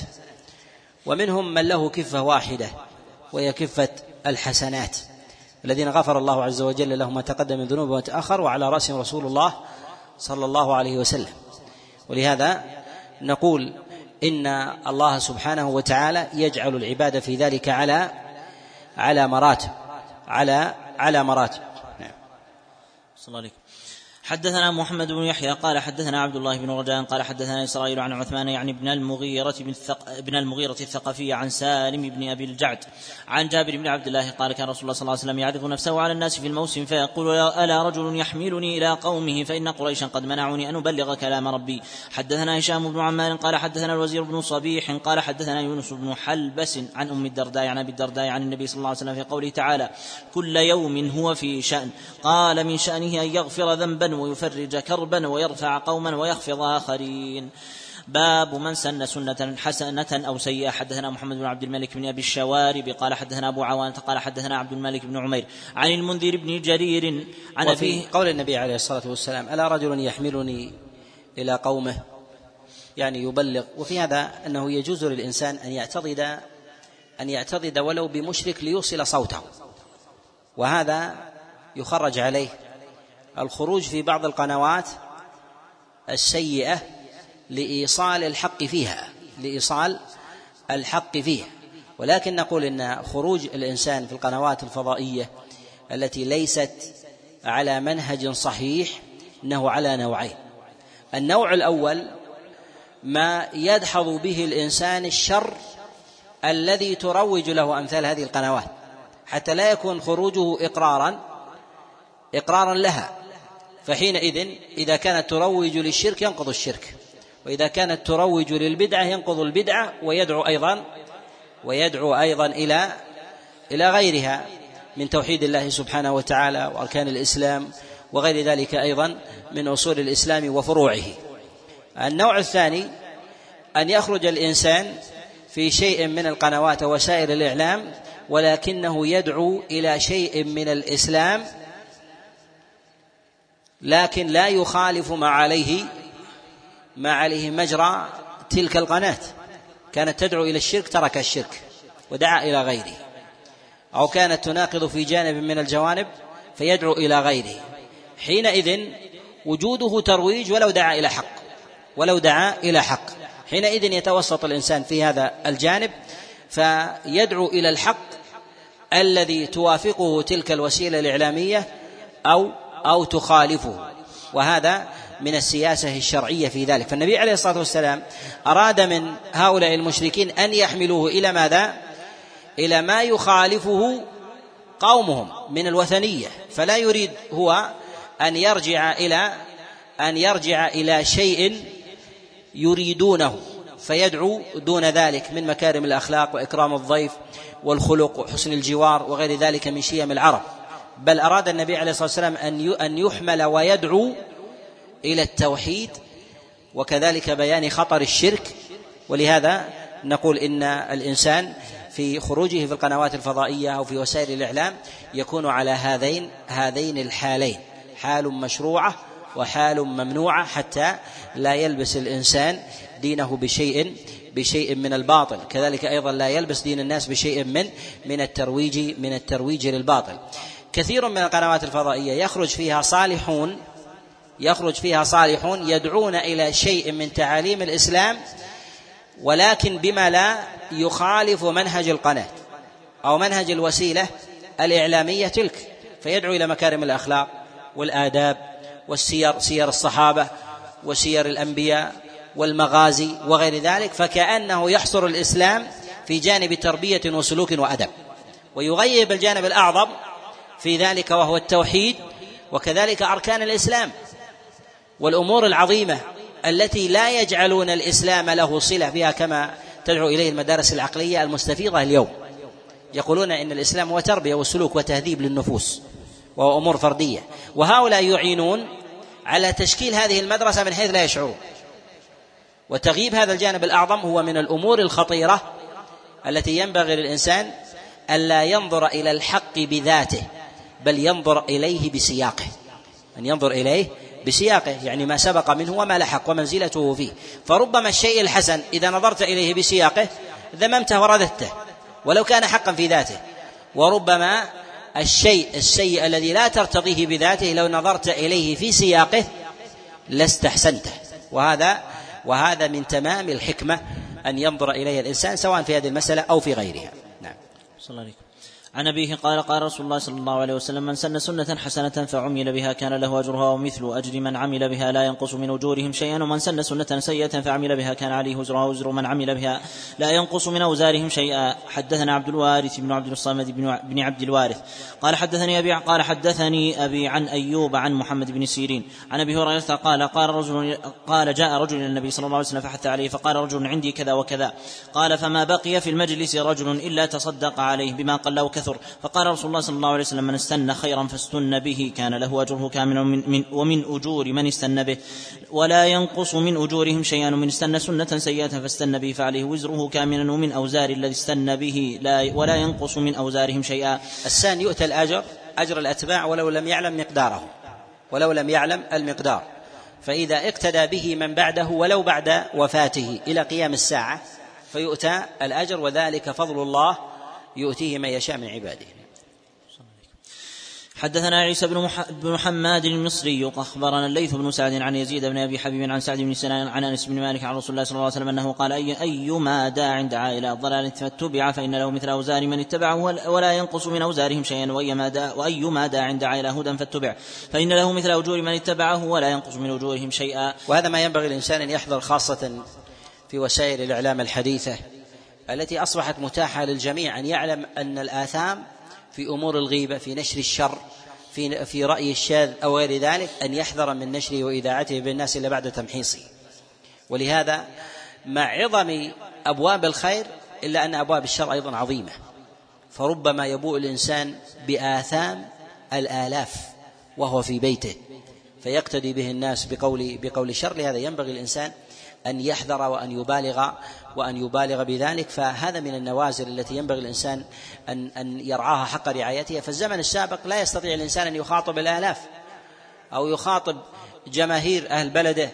ومنهم من له كفة واحدة وهي كفة الحسنات الذين غفر الله عز وجل لهم ما تقدم من ذنوبهم وتأخر، وعلى رأسهم رسول الله صلى الله عليه وسلم. ولهذا نقول إن الله سبحانه وتعالى يجعل العبادة في ذلك على مراتب نعم. صلى الله عليه. حدثنا محمد بن يحيى قال حدثنا عبد الله بن رجاء قال حدثنا إسرائيل عن عثمان يعني ابن المغيرة الثقفي عن سالم بن أبي الجعد عن جابر بن عبد الله قال كان رسول الله صلى الله عليه وسلم يعرض نفسه على الناس في الموسم فيقول ألا رجل يحملني إلى قومه فإن قريشا قد منعوني أن أبلغ كلام ربي. حدثنا هشام بن عمار قال حدثنا الوزير بن صبيح قال حدثنا يونس بن حلبس عن أم الدرداء عن أبي الدرداء عن النبي صلى الله عليه وسلم في قوله تعالى كل يوم هو في شأن. قال من شأنه أن يغفر ذنبا ويفرج كربا ويرفع قوما ويخفض آخرين. باب من سن سنة حسنة أو سيئة. حدثنا محمد بن عبد الملك بن أبي الشوارب قال حدثنا أبو عوانة قال حدثنا عبد الملك بن عمير عن المنذر بن جرير عن وفي قول النبي عليه الصلاة والسلام ألا رجل يحملني إلى قومه يعني يبلغ، وفي هذا أنه يجوز للإنسان أن يعتضد ولو بمشرك ليوصل صوته، وهذا يخرج عليه الخروج في بعض القنوات السيئة لإيصال الحق فيها، ولكن نقول إن خروج الإنسان في القنوات الفضائية التي ليست على منهج صحيح إنه على نوعين. النوع الأول ما يدحض به الإنسان الشر الذي تروج له أمثال هذه القنوات، حتى لا يكون خروجه إقرارا لها، فحينئذ إذا كانت تروج للشرك ينقض الشرك، وإذا كانت تروج للبدعة ينقض البدعة، ويدعو أيضا إلى غيرها. من توحيد الله سبحانه وتعالى وأركان الإسلام وغير ذلك أيضا من أصول الإسلام وفروعه. النوع الثاني أن يخرج الإنسان في شيء من القنوات ووسائل الإعلام ولكنه يدعو إلى شيء من الإسلام لكن لا يخالف ما عليه مجرى تلك القناة. كانت تدعو إلى الشرك ترك الشرك ودعا إلى غيره، أو كانت تناقض في جانب من الجوانب فيدعو إلى غيره. حينئذ وجوده ترويج ولو دعا إلى حق، حينئذ يتوسط الإنسان في هذا الجانب فيدعو إلى الحق الذي توافقه تلك الوسيلة الإعلامية أو تخالفه، وهذا من السياسة الشرعية في ذلك. فالنبي عليه الصلاة والسلام أراد من هؤلاء المشركين أن يحملوه إلى ماذا؟ إلى ما يخالفه قومهم من الوثنية، فلا يريد هو أن يرجع إلى شيء يريدونه فيدعو دون ذلك من مكارم الأخلاق وإكرام الضيف والخلق وحسن الجوار وغير ذلك من شيم العرب، بل أراد النبي عليه الصلاة والسلام أن يحمل ويدعو إلى التوحيد وكذلك بيان خطر الشرك. ولهذا نقول إن الإنسان في خروجه في القنوات الفضائية أو في وسائل الإعلام يكون على هذين الحالين، حال مشروعة وحال ممنوعة، حتى لا يلبس الإنسان دينه بشيء من الباطل، كذلك أيضا لا يلبس دين الناس بشيء من الترويج للباطل. كثير من القنوات الفضائية يخرج فيها صالحون يدعون إلى شيء من تعاليم الإسلام ولكن بما لا يخالف منهج القناة أو منهج الوسيلة الإعلامية تلك، فيدعو إلى مكارم الأخلاق والآداب والسير، سير الصحابة وسير الأنبياء والمغازي وغير ذلك، فكأنه يحصر الإسلام في جانب تربية وسلوك وأدب، ويغيب الجانب الأعظم في ذلك وهو التوحيد وكذلك أركان الإسلام والأمور العظيمة التي لا يجعلون الإسلام له صلة بها كما تدعو إليه المدارس العقلية المستفيضة اليوم. يقولون إن الإسلام هو تربية وسلوك وتهذيب للنفوس وهو أمور فردية، وهؤلاء يعينون على تشكيل هذه المدرسة من حيث لا يشعرون. وتغييب هذا الجانب الأعظم هو من الأمور الخطيرة التي ينبغي للإنسان ألا ينظر إلى الحق بذاته بل ينظر إليه بسياقه، أن ينظر إليه بسياقه، يعني ما سبق منه وما لحق ومنزلته فيه. فربما الشيء الحسن إذا نظرت إليه بسياقه ذممته ورددته ولو كان حقا في ذاته، وربما الشيء السيء الذي لا ترتضيه بذاته لو نظرت إليه في سياقه لاستحسنته. وهذا من تمام الحكمة أن ينظر إليه الإنسان سواء في هذه المسألة أو في غيرها. نعم. صلى الله عليه وسلم. عن أبيه قال قال رسول الله صلى الله عليه وسلم: من سن سنة حسنة فعمل بها كان له أجرها ومثل أجر من عمل بها لا ينقص من أجورهم شيئا، ومن سن سنة سيئة فعمل بها كان عليه وزرها وزر من عمل بها لا ينقص من أوزارهم شيئا. حدثنا عبد الوارث بن عبد الصمد بن عبد الوارث قال حدثني أبي عن أيوب عن محمد بن سيرين عن أبي هريرة قال جاء رجل إلى النبي صلى الله عليه وسلم فحث عليه، فقال رجل: عندي كذا وكذا. قال: فما بقي في المجلس رجل إلا تصدق عليه بما قل وكثر. فقال رسول الله صلى الله عليه وسلم: من استنى خيرا فاستن به كان له أجره كاملا ومن أجور من استنى به ولا ينقص من أجورهم شيئا، ومن استنى سنة سيئة فاستنى به فعليه وزره كاملا ومن أوزار الذي استنى به ولا ينقص من أوزارهم شيئا. السان يؤتى أجر الأتباع ولو لم يعلم المقدار، فإذا اقتدى به من بعده ولو بعد وفاته إلى قيام الساعة فيؤتى الأجر، وذلك فضل الله يؤتيه من يشاء من عباده. حدثنا عيسى بن حماد المصري أخبرنا الليث بن سعد عن يزيد بن أبي حبيب عن سعد بن سنان عن أنس بن مالك عن رسول الله صلى الله عليه وسلم أنه قال: أيما داع دعا إلى الضلال فاتبع فإن له مثل أوزار من اتبعه ولا ينقص من أوزارهم شيئا، وأيما داع دعا إلى هدى فاتبع فإن له مثل أجور من اتبعه ولا ينقص من أجورهم شيئا. وهذا ما ينبغي الإنسان أن يحذر، خاصة في وسائل الإعلام الحديثة التي أصبحت متاحة للجميع، أن يعلم أن الآثام في أمور الغيبة، في نشر الشر، في رأي الشاذ أو غير ذلك، أن يحذر من نشره وإذاعته بالناس إلا بعد تمحيصه. ولهذا مع عظم أبواب الخير إلا أن أبواب الشر أيضا عظيمة، فربما يبوء الإنسان بآثام الآلاف وهو في بيته فيقتدي به الناس بقول شر. لهذا ينبغي الإنسان أن يحذر وأن يبالغ بذلك. فهذا من النوازل التي ينبغي الإنسان أن يرعاها حق رعايتها. في الزمن السابق لا يستطيع الإنسان أن يخاطب الآلاف أو يخاطب جماهير أهل بلده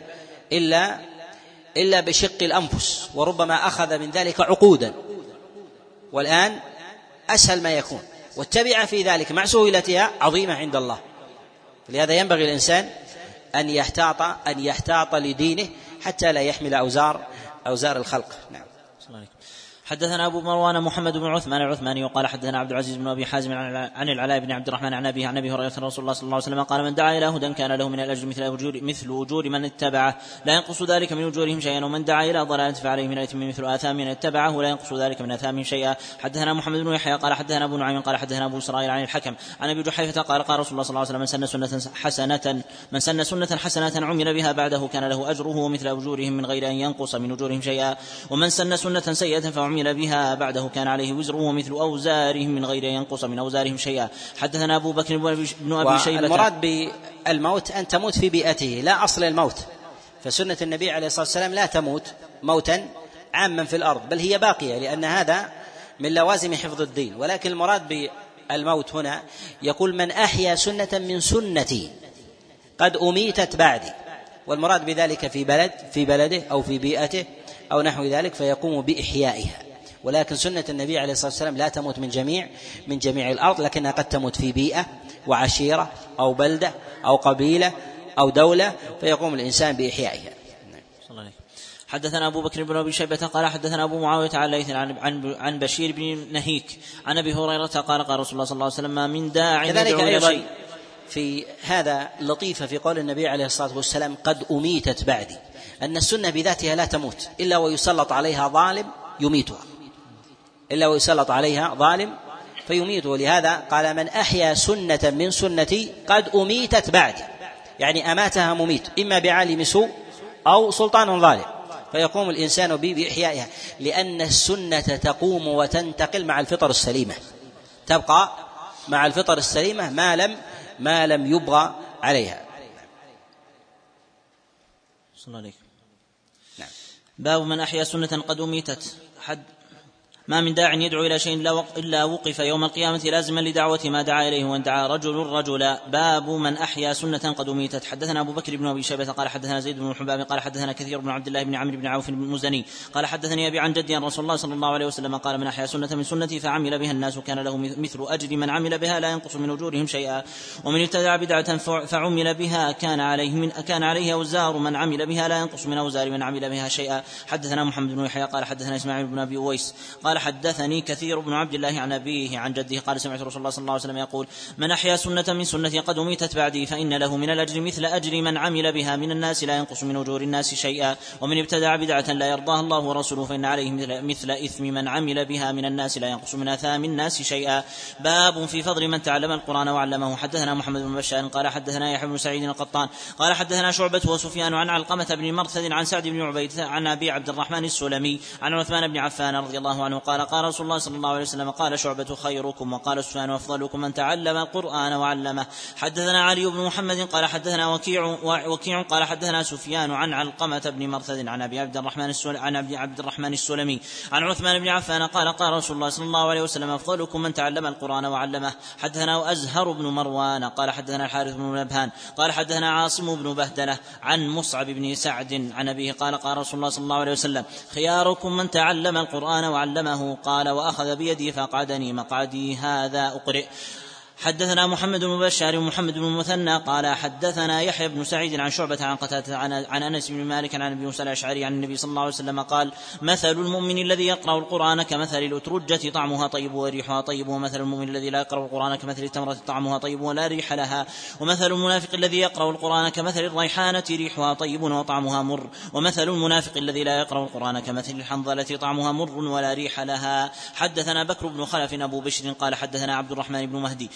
إلا بشق الأنفس، وربما أخذ من ذلك عقودا، والآن أسهل ما يكون، والتبعة في ذلك مع سهولتها عظيمة عند الله. لهذا ينبغي الإنسان أن يحتاط لدينه حتى لا يحمل أوزار الخلق. نعم. حدثنا أبو مروان محمد بن عثمان العثماني وقال حدثنا عبد العزيز بن أبي حازم عن العلاء بن عبد الرحمن عن أبي هريرة رسول الله صلى الله عليه وسلم قال: من دعا إلى هدى كان له من الأجر مثل أجور من اتبعه لا ينقص ذلك من أجورهم شيئا، ومن دعا إلى ضلالة فعليه من الإثم مثل آثام من اتبعه لا ينقص ذلك من آثامهم شيئا. حدثنا محمد بن يحيى قال حدثنا أبو نعيم قال حدثنا أبو إسرائيل عن الحكم عن أبي جحيفة قال قال رسول الله صلى الله عليه وسلم: من سن سنة حسنة عمل بها بعده كان له أجره ومثل أجورهم من غير أن ينقص من أجورهم شيئا، ومن سن سنة سيئة فعمل بها بعده كان عليه وزره ومثل أوزارهم من غير أن ينقص من أوزارهم شيئا. حدثنا أبو بكر بن أبي شيبة. المراد بالموت أن تموت في بيئته لا أصل الموت، فسنة النبي عليه الصلاة والسلام لا تموت موتا عاما في الأرض، بل هي باقية، لأن هذا من لوازم حفظ الدين. ولكن المراد بالموت هنا يقول: من أحيا سنة من سنتي قد أميتت بعدي، والمراد بذلك في بلده أو في بيئته أو نحو ذلك، فيقوم بإحيائها. ولكن سنة النبي عليه الصلاة والسلام لا تموت من جميع الأرض، لكنها قد تموت في بيئة وعشيرة أو بلدة أو قبيلة أو دولة، فيقوم الإنسان بإحيائها. حدثنا أبو بكر بن أبي شيبة قال حدثنا أبو معاوية عن بشير بن نهيك عن أبي هريرة قال قال رسول الله صلى الله عليه وسلم: من داع كذلك أيضا في هذا لطيفة في قول النبي عليه الصلاة والسلام: قد أميتت بعدي، أن السنة بذاتها لا تموت إلا ويسلط عليها ظالم يميتها، فيميته. ولهذا قال: من أحيا سنة من سنتي قد أميتت بعدي، يعني أماتها مميت إما بعالم سوء أو سلطان ظالم، فيقوم الإنسان بإحيائها، لأن السنة تقوم وتنتقل مع الفطر السليمة، تبقى مع الفطر السليمة ما لم يبغى عليها. صلى الله عليه. نعم. باب من أحيا سنة قد أميتت. ما من داع يدعو إلى شيء إلا وقف يوم القيامة لازما لدعوة ما دعا إليه وإن دعا رجل رجلا. باب من أحيا سنة قد أميتت. حدثنا أبو بكر بن أبي شيبة قال حدثنا زيد بن الحباب قال حدثنا كثير بن عبد الله بن عمرو بن عوف المزني قال حدثني أبي عن جدي عن رسول الله صلى الله عليه وسلم قال: من أحيا سنة من سنتي فعمل بها الناس كان له مثل أجر من عمل بها لا ينقص من أجورهم شيئا، ومن ابتدع بدعة فعمل بها كان عليه أوزار من عمل بها لا ينقص من أوزار من عمل بها شيئا. حدثنا محمد بن يحيى قال حدثنا إسماعيل بن أبي أويس قال حدثني كثير بن عبد الله عن أبيه عن جده قال: سمعت رسول الله صلى الله عليه وسلم يقول: من أحيا سنة من سنتي قد أميتت بعدي فإن له من الأجر مثل أجر من عمل بها من الناس لا ينقص من أجور الناس شيئا، ومن ابتدع بدعة لا يرضاها الله ورسوله فإن عليه مثل إثم من عمل بها من الناس لا ينقص من آثام الناس شيئا. باب في فضل من تعلم القرآن وعلمه. حدثنا محمد بن بشار قال حدثنا يحيى بن سعيد القطان قال حدثنا شعبة وسفيان عن علقمة بن مرثد عن سعد بن عبيد عن أبي عبد الرحمن السلمي عن عثمان بن عفان رضي الله عنه قال: قال رسول الله صلى الله عليه وسلم: قال شعبة: خيركم وقال سفيان: أفضلكم من تعلم القرآن وعلمه. حدثنا علي بن محمد قال حدثنا وكيع قال حدثنا سفيان عن علقمة بن مرثد عن أبي عبد الرحمن السلمي عن عثمان بن عفان قال: قال رسول الله صلى الله عليه وسلم: أفضلكم من تعلم القرآن وعلمه. حدثنا أزهر بن مروان قال حدثنا الحارث بن نبهان قال حدثنا عاصم بن بهدلة عن مصعب بن سعد عن أبيه قال: قال رسول الله صلى الله عليه وسلم: خياركم من تعلم القرآن وعلمه. قال: وأخذ بيدي فقعدني مقعدي هذا أقرئ. حدثنا محمد بن بشار ومحمد بن المثنى قال حدثنا يحيى بن سعيد عن شعبة عن قتادة عن أنس بن مالك عن أبي موسى الأشعري عن النبي صلى الله عليه وسلم قال: مثل المؤمن الذي يقرأ القرآن كمثل الأترجة طعمها طيب وريحها طيب، ومثل المؤمن الذي لا يقرأ القرآن كمثل التمرة طعمها طيب ولا ريح لها، ومثل المنافق الذي يقرأ القرآن كمثل الريحانة ريحها طيب وطعمها مر، ومثل المنافق الذي لا يقرأ القرآن كمثل الحنظلة طعمها مر ولا ريح لها. حدثنا بكر بن خلف أبو بشر قال حدثنا عبد الرحمن بن مهدي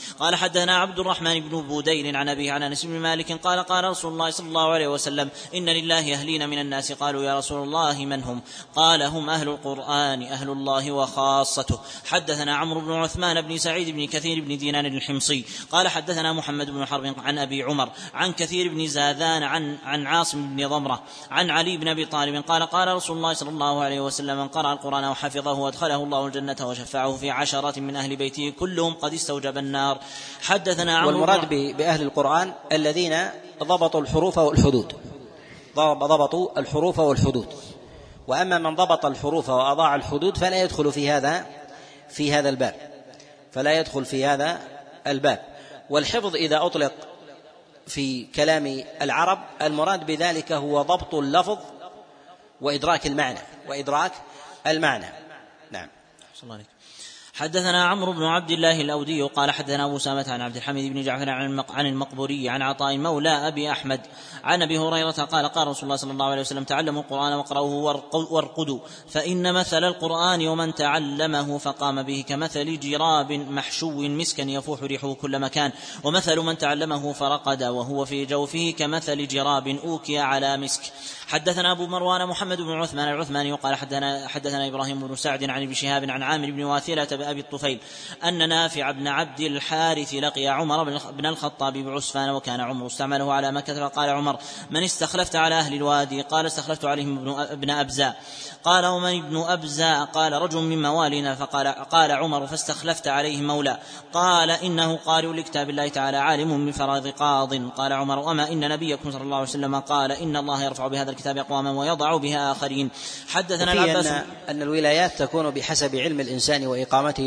قال حدثنا عبد الرحمن بن بوديل عن أبيه عن أنس بن مالك قال قال رسول الله صلى الله عليه وسلم إن لله أهلين من الناس قالوا يا رسول الله من هم؟ قال هم أهل القرآن أهل الله وخاصته. حدثنا عمرو بن عثمان بن سعيد بن كثير بن دينار الحمصي قال حدثنا محمد بن حرب عن أبي عمر عن كثير بن زاذان عن عاصم بن ضمرة عن علي بن أبي طالب قال قال رسول الله صلى الله عليه وسلم من قرأ القرآن وحفظه وادخله الله الجنة وشفعه في 10 من أهل بيته كلهم قد استوجب النار. حدثنا عمرو. والمراد بأهل القرآن الذين ضبطوا الحروف والحدود، ضبطوا الحروف والحدود. وأما من ضبط الحروف وأضاع الحدود فلا يدخل في هذا الباب، فلا يدخل في هذا الباب. والحفظ إذا أطلق في كلام العرب المراد بذلك هو ضبط اللفظ وإدراك المعنى. نعم. صلى الله عليه. حدثنا عمرو بن عبد الله الأودي قال حدثنا أبو أسامة عن عبد الحميد بن جعفر عن المقبوري عن عطاء مولى أبي أحمد عن أبي هريرة قال قال رسول الله صلى الله عليه وسلم تعلموا القرآن واقرأوه وارقدوا فإن مثل القرآن ومن تعلمه فقام به كمثل جراب محشو مسكا يفوح ريحه كل مكان، ومثل من تعلمه فرقد وهو في جوفه كمثل جراب أوكي على مسك. حدثنا أبو مروان محمد بن عثمان العثماني قال حدثنا إبراهيم بن سعد عن ابن شهاب عن عامر بن واثلة بأبي الطفيل أن نافع بن عبد الحارث لقي عمر بن الخطاب بعسفان وكان عمر استعمله على مكة، فقال عمر من استخلفت على أهل الوادي؟ قال استخلفت عليهم ابن أبزاء. قال ومن ابن أبزاء؟ قال رجل من موالنا. قال عمر فاستخلفت عليهم مولى. قال إنه قارئ لكتاب الله تعالى عالم من فراغ قاض. قال عمر وما إن نبيكم صلى الله عليه وسلم قال إن الله يرفع بهذا الكتاب أقواما ويضع بها آخرين. حدثنا العباس أن الولايات تكون بحسب علم الإنسان وإقامته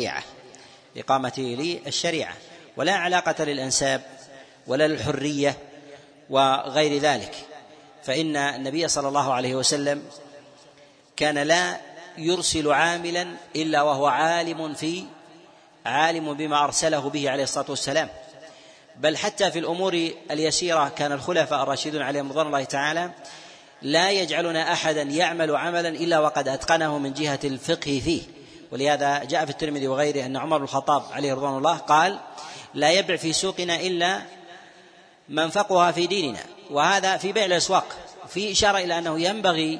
للشريعة ولا علاقة للأنساب ولا للحرية وغير ذلك. فإن النبي صلى الله عليه وسلم كان لا يرسل عاملا إلا وهو عالم بما أرسله به عليه الصلاة والسلام، بل حتى في الأمور اليسيرة كان الخلفاء الراشدون عليهم رضوان الله تعالى لا يجعلون أحدا يعمل عملا إلا وقد أتقنه من جهة الفقه فيه. ولهذا جاء في الترمذي وغيره أن عمر بن الخطاب عليه رضوان الله قال لا يبع في سوقنا إلا من فقه في ديننا، وهذا في بيع الأسواق في إشارة إلى أنه ينبغي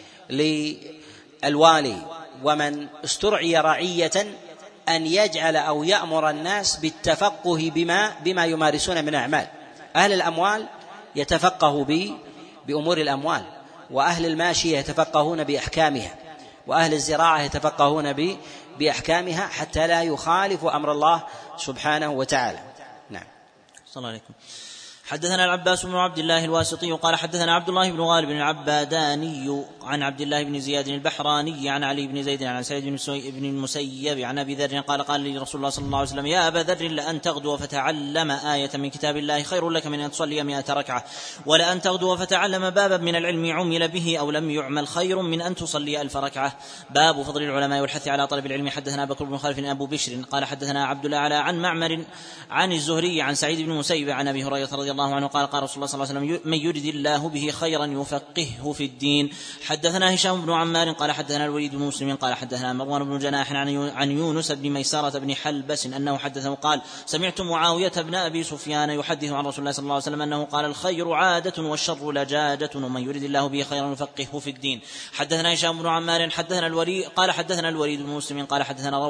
للوالي ومن استرعي رعية أن يجعل أو يأمر الناس بالتفقه بما يمارسون من أعمال. أهل الأموال يتفقهوا بأمور الأموال، وأهل الماشية يتفقهون بأحكامها، وأهل الزراعة يتفقهون بأحكامها حتى لا يخالف أمر الله سبحانه وتعالى. نعم. صلى الله عليكم. حدثنا العباس بن عبد الله الواسطي قال حدثنا عبد الله بن غالب العباداني عن عبد الله بن زياد البحراني عن علي بن زيد عن سعيد بن المسيب عن أبي ذر قال لي رسول الله صلى الله عليه وسلم يا أبا ذر لأن تغدو فتعلم آية من كتاب الله خير لك من أن تصلي 100 ركعة، ولأن تغدو فتعلم بابا من العلم عمل به أو لم يعمل خير من أن تصلي 1000 ركعة. باب فضل العلماء والحث على طلب العلم. حدثنا بكر بن خالف أبو بشر قال حدثنا عبد الله عن معمر عن الزهري عن سعيد بن المسيب عن أبي هريرة رضي الله عنه قال رسول الله صلى الله عليه وسلم من يرد الله به خيرا يفقهه في الدين. حدثنا هشام بن عمار قال حدثنا الوليد بن مسلم قال حدثنا مروان بن جناح عن يونس بن ميسرة بن حلبس أنه حدثه قال سمعت معاوية بن أبي سفيان يحدث عن رسول الله صلى الله عليه وسلم أنه قال الخير عادة والشر لجادة ومن يرد الله به خيرا يفقهه في الدين. حدثنا هشام بن عمار حدثنا الوليد بن مسلم قال حدثنا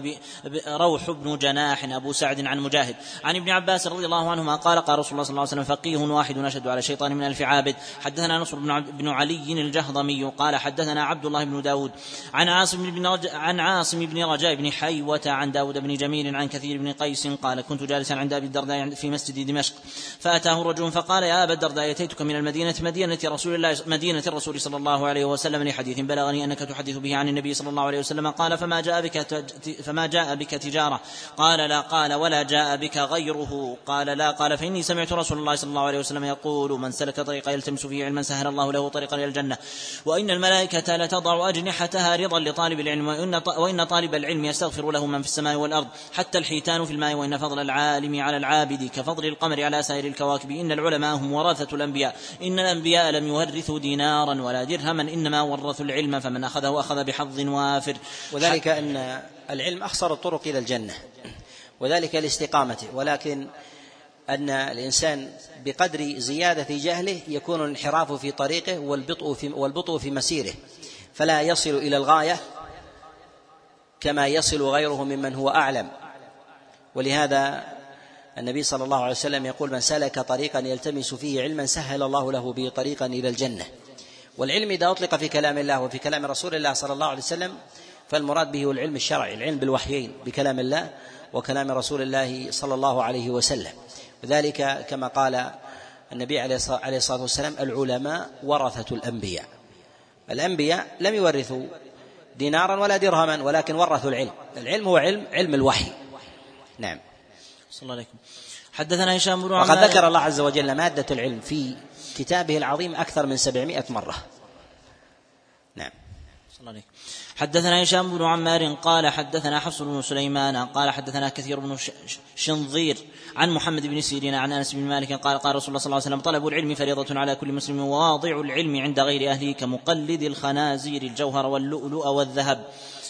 روح بن جناح أبو سعد عن مجاهد عن ابن عباس رضي الله عنهما قال قال رسول الله صلى الله عليه وسلم فقيه واحد أشد على الشيطان من 1000 عابد. حدثنا نصر بن علي الجهضمي قال حدثنا عبد الله بن داود عن عاصم بن رجاء بن حيوة عن داود بن جميل عن كثير بن قيس قال كنت جالسا عند أبي الدرداء في مسجد دمشق فأتاه رجل فقال يا أبا الدرداء أتيتك من المدينة مدينة الرسول صلى الله عليه وسلم لحديث بلغني أنك تحدث به عن النبي صلى الله عليه وسلم قال فما جاء بك تجارة؟ قال لا. قال ولا جاء بك غيره؟ قال لا. قال فإني سمعت رسول الله صلى الله عليه وسلم يقول من سلك طريقا يلتمس فيه علما سهل الله له طريقا إلى الجنة، وإن الملائكة لتضع أجنحتها رضا لطالب العلم، وإن طالب العلم يستغفر له من في السماء والأرض حتى الحيتان في الماء، وإن فضل العالم على العابد كفضل القمر على سائر الكواكب، إن العلماء هم ورثة الأنبياء، إن الأنبياء لم يورثوا دينارا ولا درهما إنما ورثوا العلم فمن أخذه أخذ بحظ وافر. وذلك أن العلم أخسر الطرق إلى الجنة، وذلك لاستقامته، ولكن أن الإنسان بقدر زيادة جهله يكون الانحراف في طريقه والبطء في مسيره، فلا يصل إلى الغاية كما يصل غيره ممن هو أعلم. ولهذا النبي صلى الله عليه وسلم يقول: من سلك طريقا يلتمس فيه علما سهل الله له به طريقا إلى الجنة. والعلم إذا أطلق في كلام الله وفي كلام رسول الله صلى الله عليه وسلم فالمراد به هو العلم الشرعي، العلم بالوحيين بكلام الله وكلام رسول الله صلى الله عليه وسلم. وذلك كما قال النبي عليه الصلاة والسلام: العلماء ورثة الأنبياء. الأنبياء لم يورثوا دينارا ولا درهما، ولكن ورثوا العلم. العلم هو علم الوحي. نعم. صلى الله عليكم. حدثنا هشام بن عمار. وقد ذكر الله عز وجل مادة العلم في كتابه العظيم أكثر من 700 مرة. نعم. صلى الله عليكم. حدثنا هشام بن عمار قال حدثنا حفص بن سليمان قال حدثنا كثير بن شنظير عن محمد بن سيرين عن أنس بن مالك قال قال رسول الله صلى الله عليه وسلم: طلب العلم فريضة على كل مسلم، وواضع العلم عند غير أهله كمقلد الخنازير الجوهر واللؤلؤ والذهب.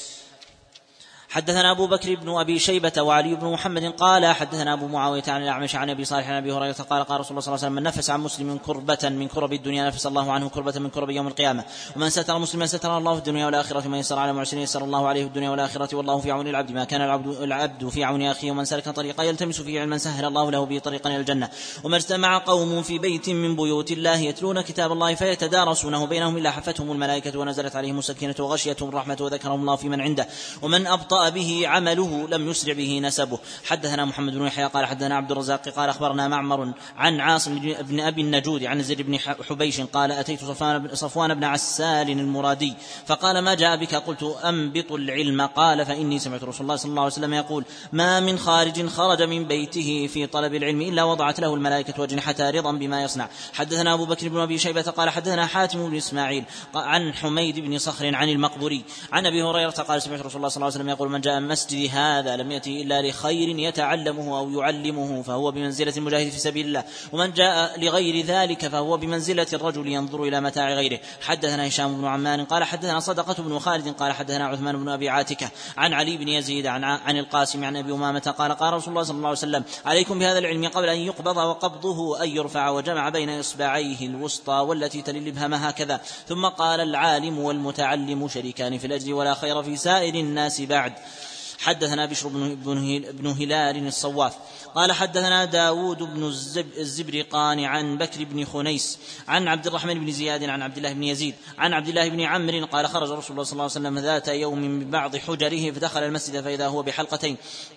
حدثنا أبو بكر بن أبي شيبة وعلي بن محمد قال حدثنا أبو معاوية عن الأعمش عن أبي صالح عن أبي هريرة قال قال رسول الله صلى الله عليه وسلم: من نفس عن مسلم كربة من كرب الدنيا نفس الله عنه كربة من كرب يوم القيامة، ومن ستر مسلما ستر الله في الدنيا والآخرة، ومن يسر على معسر يسر الله عليه في الدنيا والآخرة، والله في عون العبد ما كان العبد في عون أخيه، ومن سلك طريقا يلتمس فيه علما سهل الله له به طريقا إلى الجنة. وما اجتمع قوم في بيت من بيوت الله يتلون كتاب الله فيتدارسونه بينهم إلا حفتهم الملائكة ونزلت عليهم السكينة وغشيتهم الرحمة وذكرهم الله في من عنده، ومن أبطأ به عمله لم يسرع به نسبه. حدثنا محمد بن يحيى قال حدثنا عبد الرزاق قال أخبرنا معمر عن عاصم بن أبي النجود عن زيد بن حبيش قال: أتيت صفوان بن عسال المرادي فقال: ما جاء بك؟ قلت: أنبط العلم. قال: فإني سمعت رسول الله صلى الله عليه وسلم يقول: ما من خارج خرج من بيته في طلب العلم إلا وضعت له الملائكة أجنحة رضا بما يصنع. حدثنا أبو بكر بن أبي شيبة قال حدثنا حاتم بن إسماعيل عن حميد بن صخر عن المقبري عن أبي هريرة قال: سمعت رسول الله صلى الله عليه وسلم يقول: من جاء مسجد هذا لم يأتي إلا لخير يتعلمه أو يعلمه فهو بمنزلة المجاهد في سبيل الله، ومن جاء لغير ذلك فهو بمنزلة الرجل ينظر إلى متاع غيره. حدثنا هشام بن عمار قال حدثنا صدقة بن خالد قال حدثنا عثمان بن أبي عاتكة عن علي بن يزيد عن القاسم عن أبي أمامة قال: قال رسول الله صلى الله عليه وسلم: عليكم بهذا العلم قبل أن يقبض، وقبضه أن يرفع. وجمع بين إصبعيه الوسطى والتي تلي الإبهام هكذا، ثم قال: العالم والمتعلم شريكان في الأجر ولا خير في سائر الناس بعد. حدثنا بشر بن هلال الصواف قال حدثنا داود بن الزبرقان عن بكر بن خنيس عن عبد الرحمن بن زياد عن عبد الله بن يزيد عن عبد الله بن عمرو قال: خرج رسول الله صلى الله عليه وسلم ذات يوم من بعض حجره فدخل المسجد فإذا هو بحلقتين،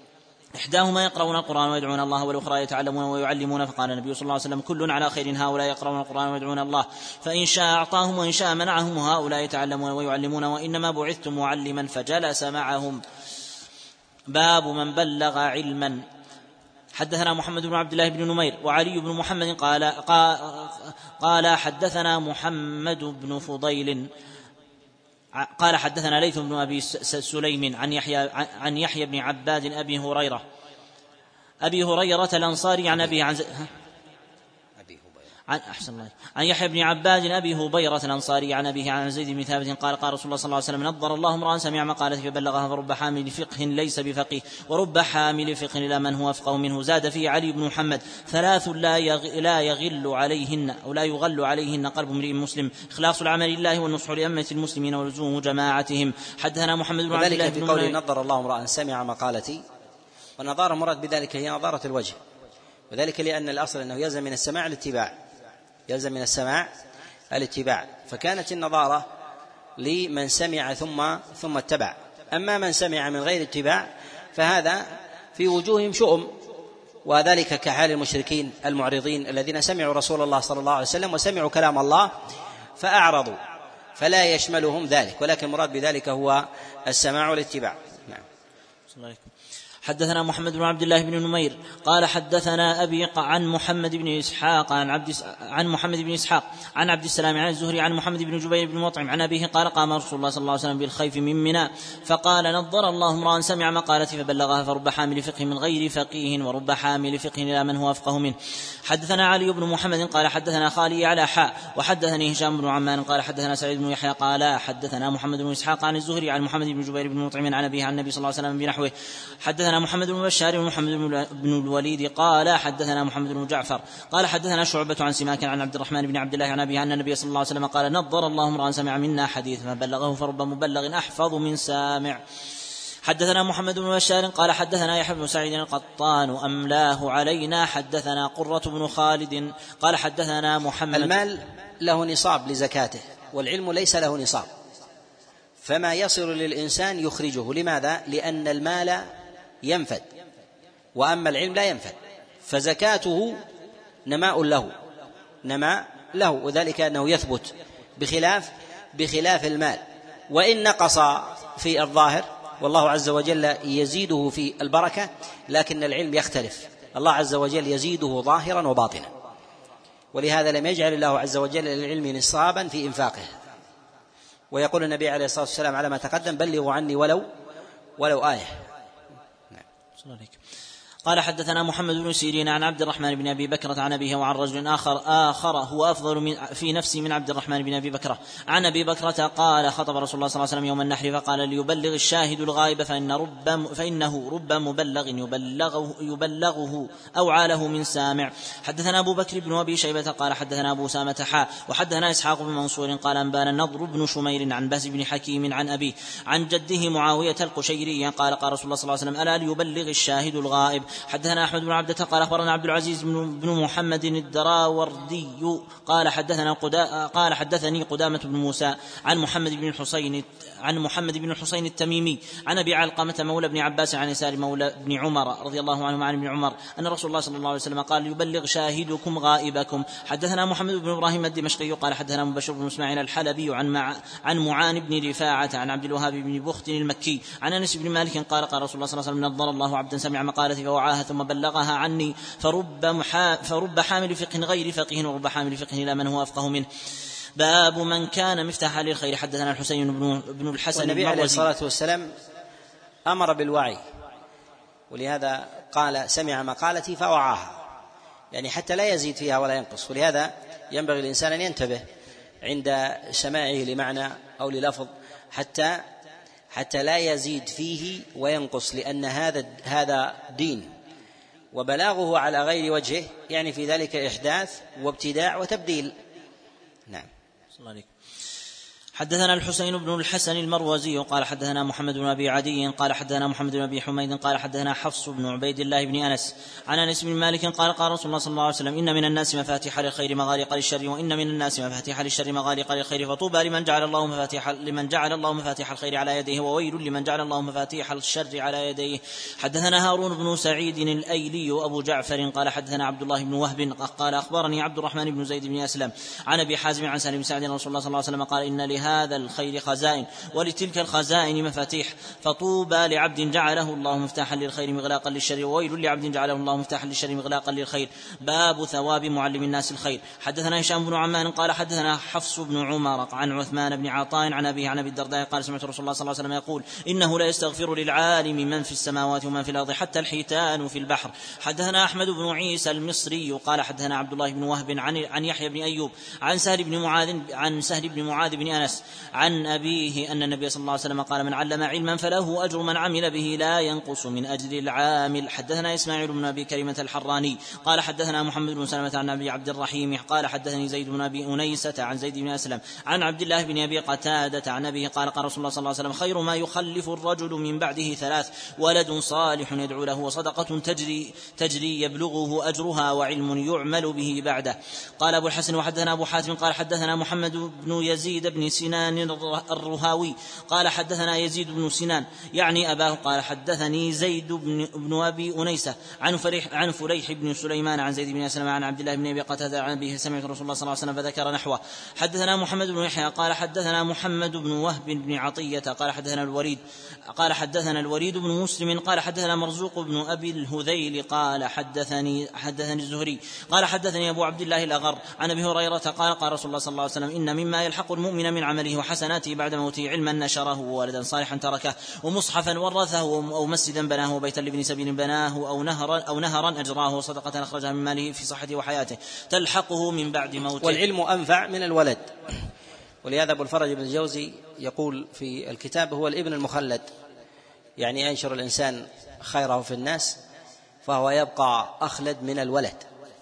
إحداهما يقرؤون القرآن ويدعون الله، والأخرى يتعلمون ويعلمون. فقال النبي صلى الله عليه وسلم: كل على خير، هؤلاء يقرؤون القرآن ويدعون الله، فإن شاء أعطاهم وإن شاء منعهم، وهؤلاء يتعلمون ويعلمون، وإنما بعثت معلما. فجلس معهم. باب من بلغ علما. حدثنا محمد بن عبد الله بن نمير وعلي بن محمد قال حدثنا محمد بن فضيل قال حدثنا ليث بن أبي سليم عن يحيى بن عباد أبي هريرة الأنصاري عن أبي عن يحيى بن عباد أبي هبيرة الأنصاري عن أبيه عن زيد بن ثابت قال: قال رسول الله صلى الله عليه وسلم: نضر الله امرأ سمع مقالته فبلغها، فرب حامل فقه ليس بفقيه، ورب حامل فقه إلى من هو أفقه منه. زاد فيه علي بن محمد: ثلاث لا يغل عليهن أو لا يغل عليهن قلب امرئ مسلم: إخلاص العمل لله والنصح لأمة المسلمين ولزوم جماعتهم. حدثنا محمد بن عبد الله بن قوله نضر الله امرأ سمع مقالتي، والنظارة مراد بذلك هي نظارة الوجه، وذلك لأن الأصل أنه يلزم من السماع الاتباع، فكانت النظارة لمن سمع ثم اتبع. أما من سمع من غير اتباع فهذا في وجوههم شؤم، وذلك كحال المشركين المعرضين الذين سمعوا رسول الله صلى الله عليه وسلم وسمعوا كلام الله فأعرضوا، فلا يشملهم ذلك، ولكن المراد بذلك هو السماع والاتباع. نعم. حدثنا محمد بن عبد الله بن نمير قال حدثنا أبي عن محمد بن إسحاق عن عبد السلام عن الزهري عن محمد بن جبير بن مطعم عن أبيه قال: قام رسول الله صلى الله عليه وسلم بالخيف من منى فقال: نضر الله امرأ سمع مقالتي فبلغها، فرب حامل فقه من غير فقيه، ورب حامل فقه إلى من هو أفقه منه. حدثنا علي بن محمد قال حدثنا خالي على وحدثني هشام بن عمان قال حدثنا سعيد بن يحيى قال حدثنا محمد بن إسحاق عن الزهري عن محمد بن جبير بن مطعم عن أبيه عن النبي صلى الله عليه وسلم بنحوه. حدثنا حدثنا محمد بن بشار ومحمد بن الوليد قال حدثنا محمد بن جعفر قال حدثنا شعبة عن سماك عن عبد الرحمن بن عبد الله عن أبيه أن النبي صلى الله عليه وسلم قال نضر الله امرأ سمع منا حديثا فبلغه فرب مبلغ أحفظ من سامع. حدثنا محمد بن بشار قال حدثنا يحيى بن سعيد القطان أملاه علينا حدثنا قرة بن خالد قال حدثنا محمد. المال له نصاب لزكاته والعلم ليس له نصاب، فما يصل للإنسان يخرجه. لماذا؟ لأن المال ينفد وأما العلم لا ينفد، فزكاته نماء له وذلك أنه يثبت بخلاف المال، وإن نقص في الظاهر والله عز وجل يزيده في البركة، لكن العلم يختلف، الله عز وجل يزيده ظاهرا وباطنا، ولهذا لم يجعل الله عز وجل للعلم نصابا في إنفاقه. ويقول النبي عليه الصلاة والسلام على ما تقدم بلغوا عني ولو آية. قال حدثنا محمد بن سيرين عن عبد الرحمن بن أبي بكرة عن أبيه وعن رجل آخر هو أفضل في نفسي من عبد الرحمن بن أبي بكرة عن أبي بكرة قال خطب رسول الله صلى الله عليه وسلم يوم النحر فقال ليبلغ الشاهد الغائب فإنه رب مبلغ يبلغه أوعى من سامع. حدثنا أبو بكر بن أبي شيبة قال حدثنا أبو سامة وحدثنا إسحاق بن منصور قال أنبانا النضر بن شمير عن بهز بن حكيم عن أبيه عن جده معاوية القشيري قال قال رسول الله صلى الله عليه وسلم ألا ليبلغ الشاهد الغائب. حدثنا أحمد بن عبدة قال أخبرنا عبد العزيز بن محمد الدراوردي قال حدثني قدامة بن موسى عن محمد بن الحسين التميمي عن أبي علقمة مولى بن عباس عن يسار مولى بن عمر رضي الله عنه عن ابن عمر أن رسول الله صلى الله عليه وسلم قال يبلغ شاهدكم غائبكم. حدثنا محمد بن إبراهيم الدمشقي قال حدثنا مبشر بن إسماعيل الحلبي عن معان بن رفاعة عن عبد الوهاب بن بخت المكي عن أنس بن مالك قال قال رسول الله صلى الله عليه وسلم نضر الله عبدا سمع مقالتي فوعاها ثم بلغها عني فرب حامل فقه غير فقه ورب حامل فقه إلى من هو أفقه منه. باب من كان مفتاحا للخير. حدثنا الحسين بن الحسن والنبي عليه الصلاة والسلام أمر بالوعي، ولهذا قال سمع مقالتي فوعاها، يعني حتى لا يزيد فيها ولا ينقص. ولهذا ينبغي الإنسان أن ينتبه عند سماعه لمعنى أو للفظ حتى لا يزيد فيه وينقص، لأن هذا دين، وبلاغه على غير وجهه يعني في ذلك إحداث وابتداع وتبديل. نعم. حدثنا الحسين بن الحسن المروزي قال حدثنا محمد بن أبي عدي قال حدثنا محمد بن أبي حميد قال حدثنا حفص بن عبيد الله بن أنس عن أنس بن مالك قال قال رسول الله صلى الله عليه وسلم إن من الناس مفاتيح للخير مغاليق للشر وإن من الناس مفاتيح للشر مغاليق للخير فطوبى لمن جعل الله مفاتيح الخير على يديه وويل لمن جعل الله مفاتيح الشر على يديه. حدثنا هارون بن سعيد الأيلي أبو جعفر قال حدثنا عبد الله بن وهب قال أخبرني عبد الرحمن بن زيد بن أسلم عن أبي حازم عن سالم بن سعد رسول الله صلى الله عليه وسلم قال إن لهذا الخير خزائن ولتلك الخزائن مفاتيح فطوبى لعبد جعله الله مفتاحا للخير مغلاقا للشر وويل لعبد جعله الله مفتاحا للشر مغلاقا للخير. باب ثواب معلم الناس الخير. حدثنا هشام بن عمان قال حدثنا حفص بن عمر عن عثمان بن عطاء عن أبيه عن أبي الدرداء قال سمعت رسول الله صلى الله عليه وسلم يقول إنه لا يستغفر للعالم من في السماوات ومن في الأرض حتى الحيتان في البحر. حدثنا أحمد بن عيسى المصري قال حدثنا عبد الله بن وهب عن يحيى بن أيوب عن سهل بن معاذ بن أنس عن أبيه أن النبي صلى الله عليه وسلم قال من علم علما فله أجر من عمل به لا ينقص من أجر العامل. حدثنا إسماعيل بن أبي كريمة الحراني قال حدثنا محمد بن سلمة عن أبي عبد الرحيم قال حدثني زيد بن أبي أنيسة عن زيد بن أسلم عن عبد الله بن أبي قتادة عن أبيه قال قال رسول الله صلى الله عليه وسلم خير ما يخلف الرجل من بعده ثلاث ولد صالح يدعو له وصدقة تجري يبلغه أجرها وعلم يعمل به بعده. قال أبو الحسن وحدثنا أبو حاتم قال حدثنا محمد بن يزيد بن سنان الرهاوي قال حدثنا يزيد بن سنان يعني أباه قال حدثني زيد بن أبي أنيسة عن فريح بن سليمان عن زيد بن أسلم عن عبد الله بن أبي قتادة عن أبيه سمعت رسول الله صلى الله عليه وسلم فذكر نحوه. حدثنا محمد بن يحيى قال حدثنا محمد بن وهب بن عطية قال حدثنا الوليد بن مسلم قال حدثنا مرزوق بن أبي الهذيل قال حدثني الزهري قال حدثني أبو عبد الله الأغر عن أبي هريرة قال قال رسول الله صلى الله عليه وسلم إن مما يلحق المؤمن من عمله وحسناته بعد موته علما نشره وولدا صالحا تركه ومصحفا ورثه أو مسجدا بناه وبيتا لابن سبيل بناه أو نهرا أجراه وصدقة أخرجها من ماله في صحته وحياته تلحقه من بعد موته. والعلم أنفع من الولد، ولهذا أبو الفرج بن الجوزي يقول في الكتاب هو الابن المخلد، يعني ينشر الإنسان خيره في الناس، فهو يبقى أخلد من الولد،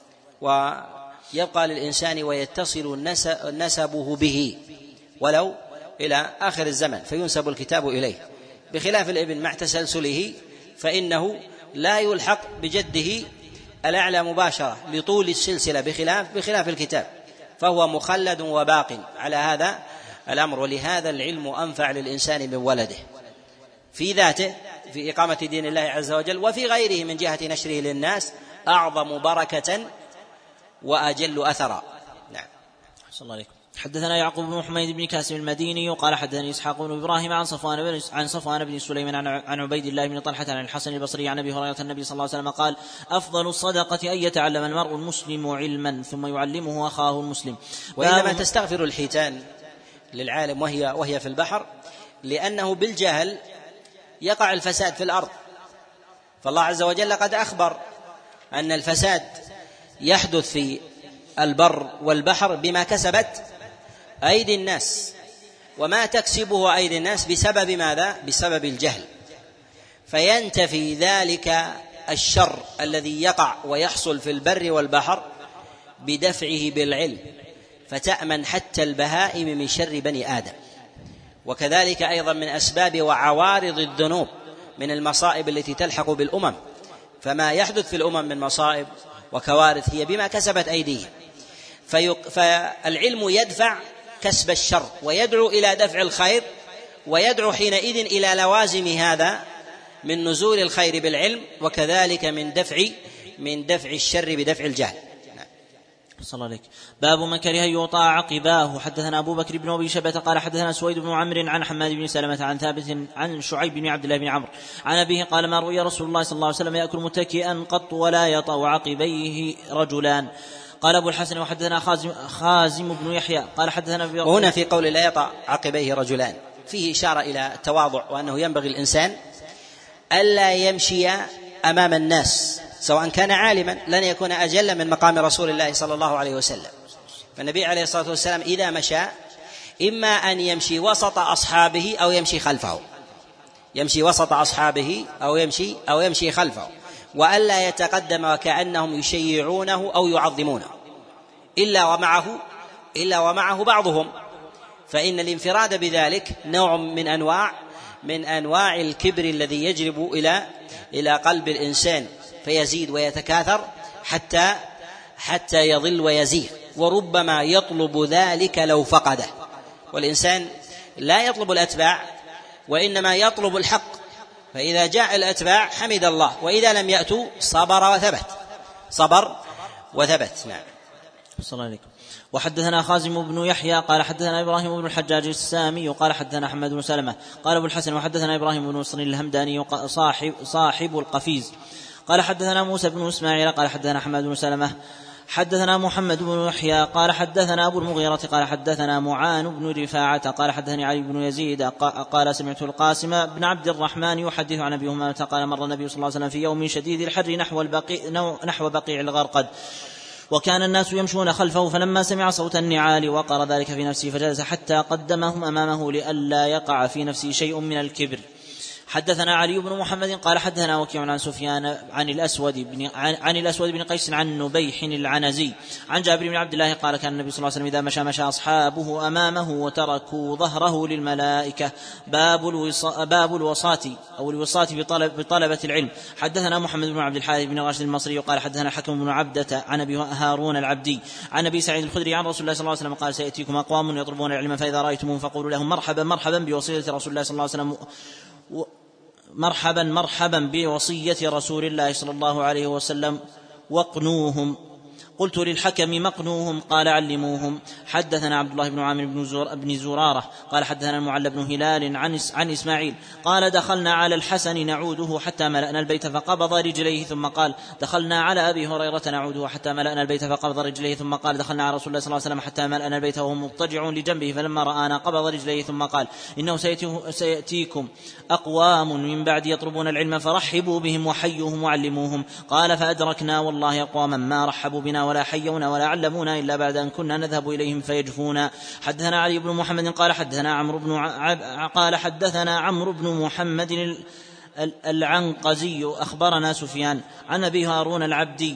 ويبقى للإنسان ويتصل نسبه به ولو إلى آخر الزمن فينسب الكتاب إليه، بخلاف الابن مع تسلسله فإنه لا يلحق بجده الأعلى مباشرة لطول السلسلة، بخلاف الكتاب، فهو مخلد وباق على هذا الأمر. ولهذا العلم أنفع للإنسان من ولده في ذاته، في إقامة دين الله عز وجل، وفي غيره من جهة نشره للناس أعظم بركة وأجل أثرا. نعم. صلى الله عليكم. حدثنا يعقوب بن حميد بن كاسم المديني قال حدثني إسحاق بن إبراهيم عن صفوان بن سليمان عن عبيد الله بن طلحة عن الحسن البصري عن أبي هريرة النبي صلى الله عليه وسلم قال: أفضل الصدقة أن يتعلم المرء المسلم علما ثم يعلمه أخاه المسلم. وإنما تستغفر الحيتان للعالم وهي في البحر، لأنه بالجهل يقع الفساد في الأرض، فالله عز وجل قد أخبر أن الفساد يحدث في البر والبحر بما كسبت أيدي الناس، وما تكسبه أيدي الناس بسبب ماذا؟ بسبب الجهل، فينتفي ذلك الشر الذي يقع ويحصل في البر والبحر بدفعه بالعلم، فتأمن حتى البهائم من شر بني آدم. وكذلك أيضا من أسباب وعوارض الذنوب من المصائب التي تلحق بالأمم، فما يحدث في الأمم من مصائب وكوارث هي بما كسبت أيديهم، فالعلم يدفع كسب الشر ويدعو إلى دفع الخير، ويدعو حينئذ إلى لوازم هذا من نزول الخير بالعلم، وكذلك من دفع الشر بدفع الجهل. صلى الله عليك. باب من كره يطاع عقباه. حدثنا أبو بكر بن أبي شيبة قال حدثنا سويد بن عمرو عن حماد بن سلمة عن ثابت عن شعيب بن عبد الله بن عمرو عن أبيه قال: ما رؤي رسول الله صلى الله عليه وسلم يأكل متكئا قط ولا يطأ عقبيه رجلان. قال أبو الحسن: وحدثنا خازم بن يحيى قال حدثنا. وهنا في قول لا يطأ عقبيه رجلان فيه إشارة إلى التواضع، وأنه ينبغي الإنسان ألا يمشي أمام الناس سواء كان عالما، لن يكون أجل من مقام رسول الله صلى الله عليه وسلم. فالنبي عليه الصلاة والسلام إذا مشى إما أن يمشي وسط أصحابه أو يمشي خلفه، يمشي وسط أصحابه أو يمشي خلفه، وألا يتقدم وكأنهم يشيعونه أو يعظمونه إلا ومعه بعضهم، فإن الانفراد بذلك نوع من أنواع الكبر الذي يجلب إلى قلب الإنسان فيزيد ويتكاثر حتى يضل ويزيغ، وربما يطلب ذلك لو فقده. والإنسان لا يطلب الأتباع وإنما يطلب الحق، فإذا جاء الأتباع حمد الله، وإذا لم يأتوا صبر وثبت. نعم. صلى الله عليكم. وحدثنا خازم بن يحيى قال حدثنا إبراهيم بن الحجاج السامي قال حدثنا حماد بن سلمة قال أبو الحسن: وحدثنا إبراهيم بن نصر الهمداني صاحب القفيز قال حدثنا موسى بن إسماعيل قال حدثنا حماد بن سلمة حدثنا محمد بن يحيى قال حدثنا أبو المغيرة قال حدثنا معان بن رفاعة قال حدثني علي بن يزيد قال: سمعت القاسم بن عبد الرحمن يحدث عن أبي همامة قال: مر النبي صلى الله عليه وسلم في يوم شديد الحر نحو بقيع الغرقد، وكان الناس يمشون خلفه، فلما سمع صوت النعال وقر ذلك في نفسه فجلس حتى قدمهم أمامه لئلا يقع في نفسه شيء من الكبر. حدثنا علي بن محمد قال حدثنا وكيع عن سفيان عن الأسود بن قيس عن نبيح العنزي عن جابر بن عبد الله قال: كان النبي صلى الله عليه وسلم إذا مشى أصحابه أمامه وتركوا ظهره للملائكة. باب الوصاة بطلبة العلم. حدثنا محمد بن عبد الحارث بن راشد المصري قال حدثنا الحكم بن عبدة عن أبي هارون العبدي عن أبي سعيد الخدري عن رسول الله صلى الله عليه وسلم قال: سيأتيكم أقوام يطلبون العلم فإذا رأيتموهم فقولوا لهم مرحبا بوصية رسول الله صلى الله عليه وسلم مرحبا بوصية رسول الله صلى الله عليه وسلم واقنوهم. قلت للحكم: مقنوهم؟ قال: علموهم. حدثنا عبد الله بن عامر بن زرارة قال حدثنا المعلى بن هلال عن إسماعيل قال: دخلنا على الحسن نعوده حتى ملأنا البيت فقبض رجليه، ثم قال: دخلنا على أبي هريرة نعوده حتى ملأنا البيت فقبض رجليه، ثم قال: دخلنا على رسول الله صلى الله عليه وسلم حتى ملأنا البيت وهو مضطجع لجنبه، فلما رآنا قبض رجليه، ثم قال: إنه سيأتيكم أقوام من بعد يطلبون العلم فرحبوا بهم وحيوهم وعلموهم. قال: فأدركنا والله أقواما ما رحبوا بنا ولا حيونا ولا علمونا إلا بعد أن كنا نذهب إليهم فيجفونا. حدثنا علي بن محمد قال حدثنا عمرو بن محمد العنقزي أخبرنا سفيان عن أبي هارون العبدي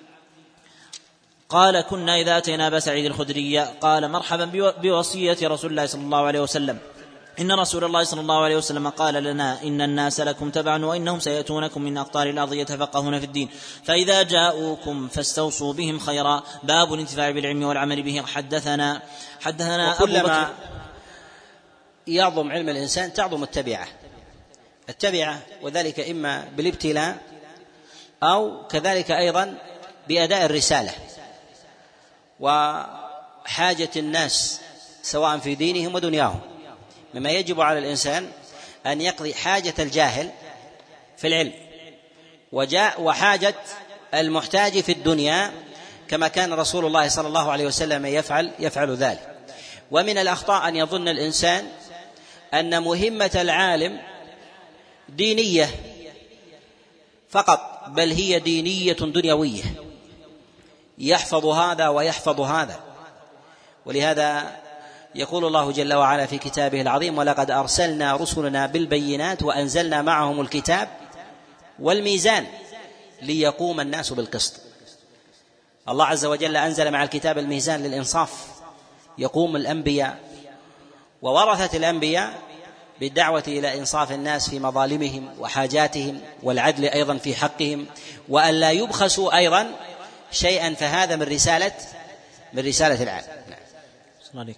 قال كنا إذا أتينا أبا سعيد الخدري قال مرحبا بوصية رسول الله صلى الله عليه وسلم، إن رسول الله صلى الله عليه وسلم قال لنا إن الناس لكم تبعا وإنهم سيأتونكم من أقطار الأرض يتفقهون في الدين، فإذا جاءوكم فاستوصوا بهم خيرا. باب الانتفاع بالعلم والعمل به. حدثنا أبو بكر. يعظم علم الإنسان تعظم التبعة، وذلك إما بالابتلاء أو كذلك أيضا بأداء الرسالة وحاجة الناس سواء في دينهم ودنياهم، مما يجب على الإنسان أن يقضي حاجة الجاهل في العلم وحاجة المحتاج في الدنيا، كما كان رسول الله صلى الله عليه وسلم يفعل ذلك. ومن الأخطاء أن يظن الإنسان أن مهمة العالم دينية فقط، بل هي دينية دنيوية، يحفظ هذا ويحفظ هذا. ولهذا يقول الله جل وعلا في كتابه العظيم: ولقد أرسلنا رسلنا بالبينات وأنزلنا معهم الكتاب والميزان ليقوم الناس بالقسط. الله عز وجل أنزل مع الكتاب الميزان للإنصاف، يقوم الأنبياء وورثة الأنبياء بالدعوة إلى إنصاف الناس في مظالمهم وحاجاتهم، والعدل أيضا في حقهم، وأن لا يبخسوا أيضا شيئا، فهذا من رسالة العالم. عليك.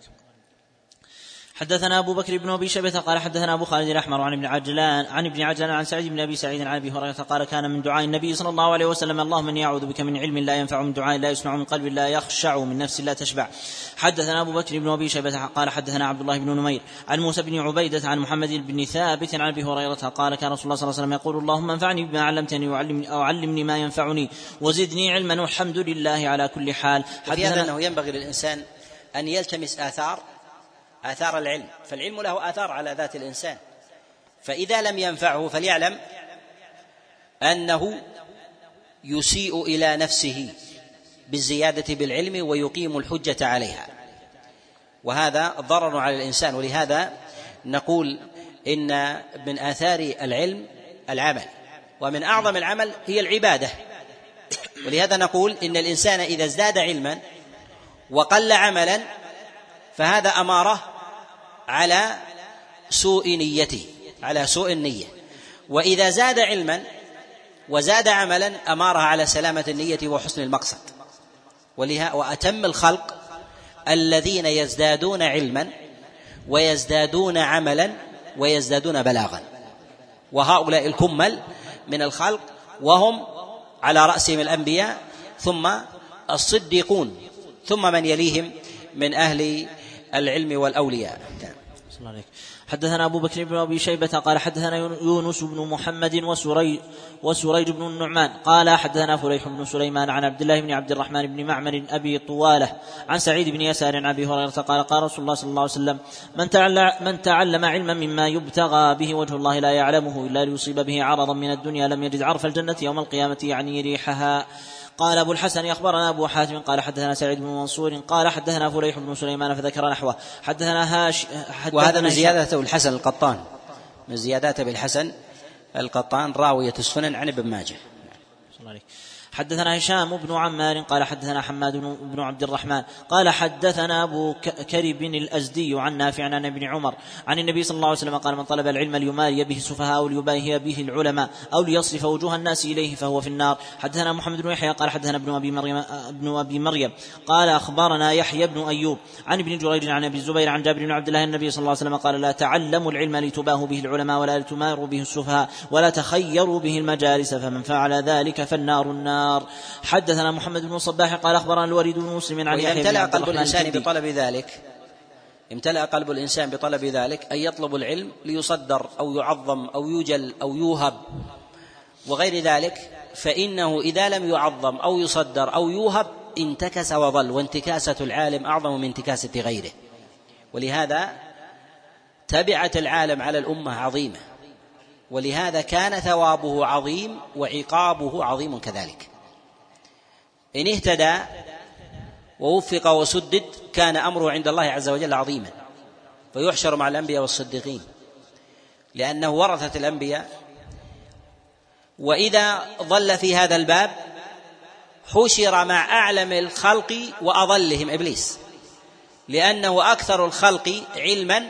حدثنا أبو بكر بن أبي شيبة قال حدثنا أبو خالد الأحمر عن ابن عجلان عن سعيد بن أبي سعيد عن أبي هريرة قال كان من دعاء النبي صلى الله عليه وسلم: اللهم إني أعوذ بك من علم لا ينفع، من دعاء لا يسمع، من قلب لا يخشع، من نفس لا تشبع. حدثنا أبو بكر بن أبي شيبة قال حدثنا عبد الله بن نمير عن موسى بن عبيدة عن محمد بن ثابت عن أبي هريرة قال كان رسول الله صلى الله عليه وسلم يقول: اللهم انفعني بما علمتني وعلمني ما ينفعني وزدني علما، والحمد لله على كل حال. حدثنا أنه ينبغي للإنسان أن يلتمس آثار العلم، فالعلم له آثار على ذات الإنسان، فإذا لم ينفعه فليعلم أنه يسيء إلى نفسه بالزيادة بالعلم ويقيم الحجة عليها، وهذا ضرر على الإنسان. ولهذا نقول إن من آثار العلم العمل، ومن أعظم العمل هي العبادة. ولهذا نقول إن الإنسان إذا ازداد علما وقل عملا فهذا أمارة على سوء نيته، على سوء النية، وإذا زاد علما وزاد عملا أمارها على سلامة النية وحسن المقصد. وأتم الخلق الذين يزدادون علما ويزدادون عملا ويزدادون بلاغا، وهؤلاء الكمل من الخلق، وهم على رأسهم الأنبياء ثم الصديقون ثم من يليهم من أهل العلم والأولياء. حدثنا أبو بكر بن أبي شيبة قال حدثنا يونس بن محمد وسريج بن النعمان قال حدثنا فليح بن سليمان عن عبد الله بن عبد الرحمن بن معمر أبي طوالة عن سعيد بن يسار عن أبي هريرة قال قال رسول الله صلى الله عليه وسلم: من تعلم علما مما يبتغى به وجه الله لا يعلمه إلا ليصيب به عرضا من الدنيا لم يجد عرف الجنة يوم القيامة، يعني ريحها. قال أبو الحسن أخبرنا أبو حاتم قال حدثنا سعيد بن منصور قال حدثنا فليح بن سليمان فذكر نحوه. حدثنا وهذا من زيادته الحسن القطان، من زياداته بالحسن القطان راوية السنن عن ابن ماجه. حدثنا هشام بن عمار قال حدثنا حماد بن عبد الرحمن قال حدثنا أبو كرب الأزدي عن نافع عن ابن عمر عن النبي صلى الله عليه وسلم قال: من طلب العلم ليماري به السفهاء أو ليباهي به العلماء أو ليصرف وجوه الناس إليه فهو في النار. حدثنا محمد بن يحيى قال حدثنا ابن أبي مريم قال أخبرنا يحيى بن أيوب عن ابن جريج عن أبي الزبير عن جابر بن عبد الله النبي صلى الله عليه وسلم قال: لا تعلموا العلم لتباهوا به العلماء ولا لتماروا به السفهاء ولا تخيروا به المجالس، فمن فعل ذلك فالنار النار. حدثنا محمد بن الصباح قال أخبرنا الوليد بن مسلم عن يحيى بن عبد الرحمن امتلأ قلب الإنسان بطلب ذلك أن يطلب العلم ليصدر أو يعظم أو يوجل أو يوهب وغير ذلك، فإنه إذا لم يعظم أو يصدر أو يوهب انتكس وظل، وانتكاسة العالم أعظم من انتكاسة غيره. ولهذا تبعة العالم على الأمة عظيمة، ولهذا كان ثوابه عظيم وعقابه عظيم كذلك. إن اهتدى ووفق وسدد كان أمره عند الله عز وجل عظيما، فيحشر مع الأنبياء والصديقين، لأنه ورثة الأنبياء وإذا ضل في هذا الباب حشر مع أعلم الخلق وأضلهم إبليس، لأنه أكثر الخلق علما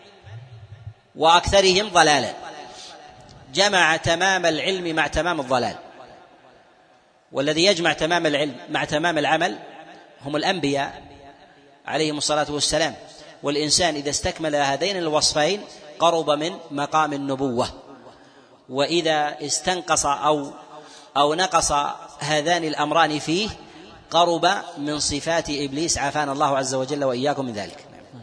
وأكثرهم ضلالا، جمع تمام العلم مع تمام الضلال. والذي يجمع تمام العلم مع تمام العمل هم الأنبياء عليهم الصلاة والسلام. والإنسان إذا استكمل هذين الوصفين قرب من مقام النبوة، وإذا استنقص أو نقص هذان الأمران فيه قرب من صفات إبليس، عافانا الله عز وجل وإياكم من ذلك.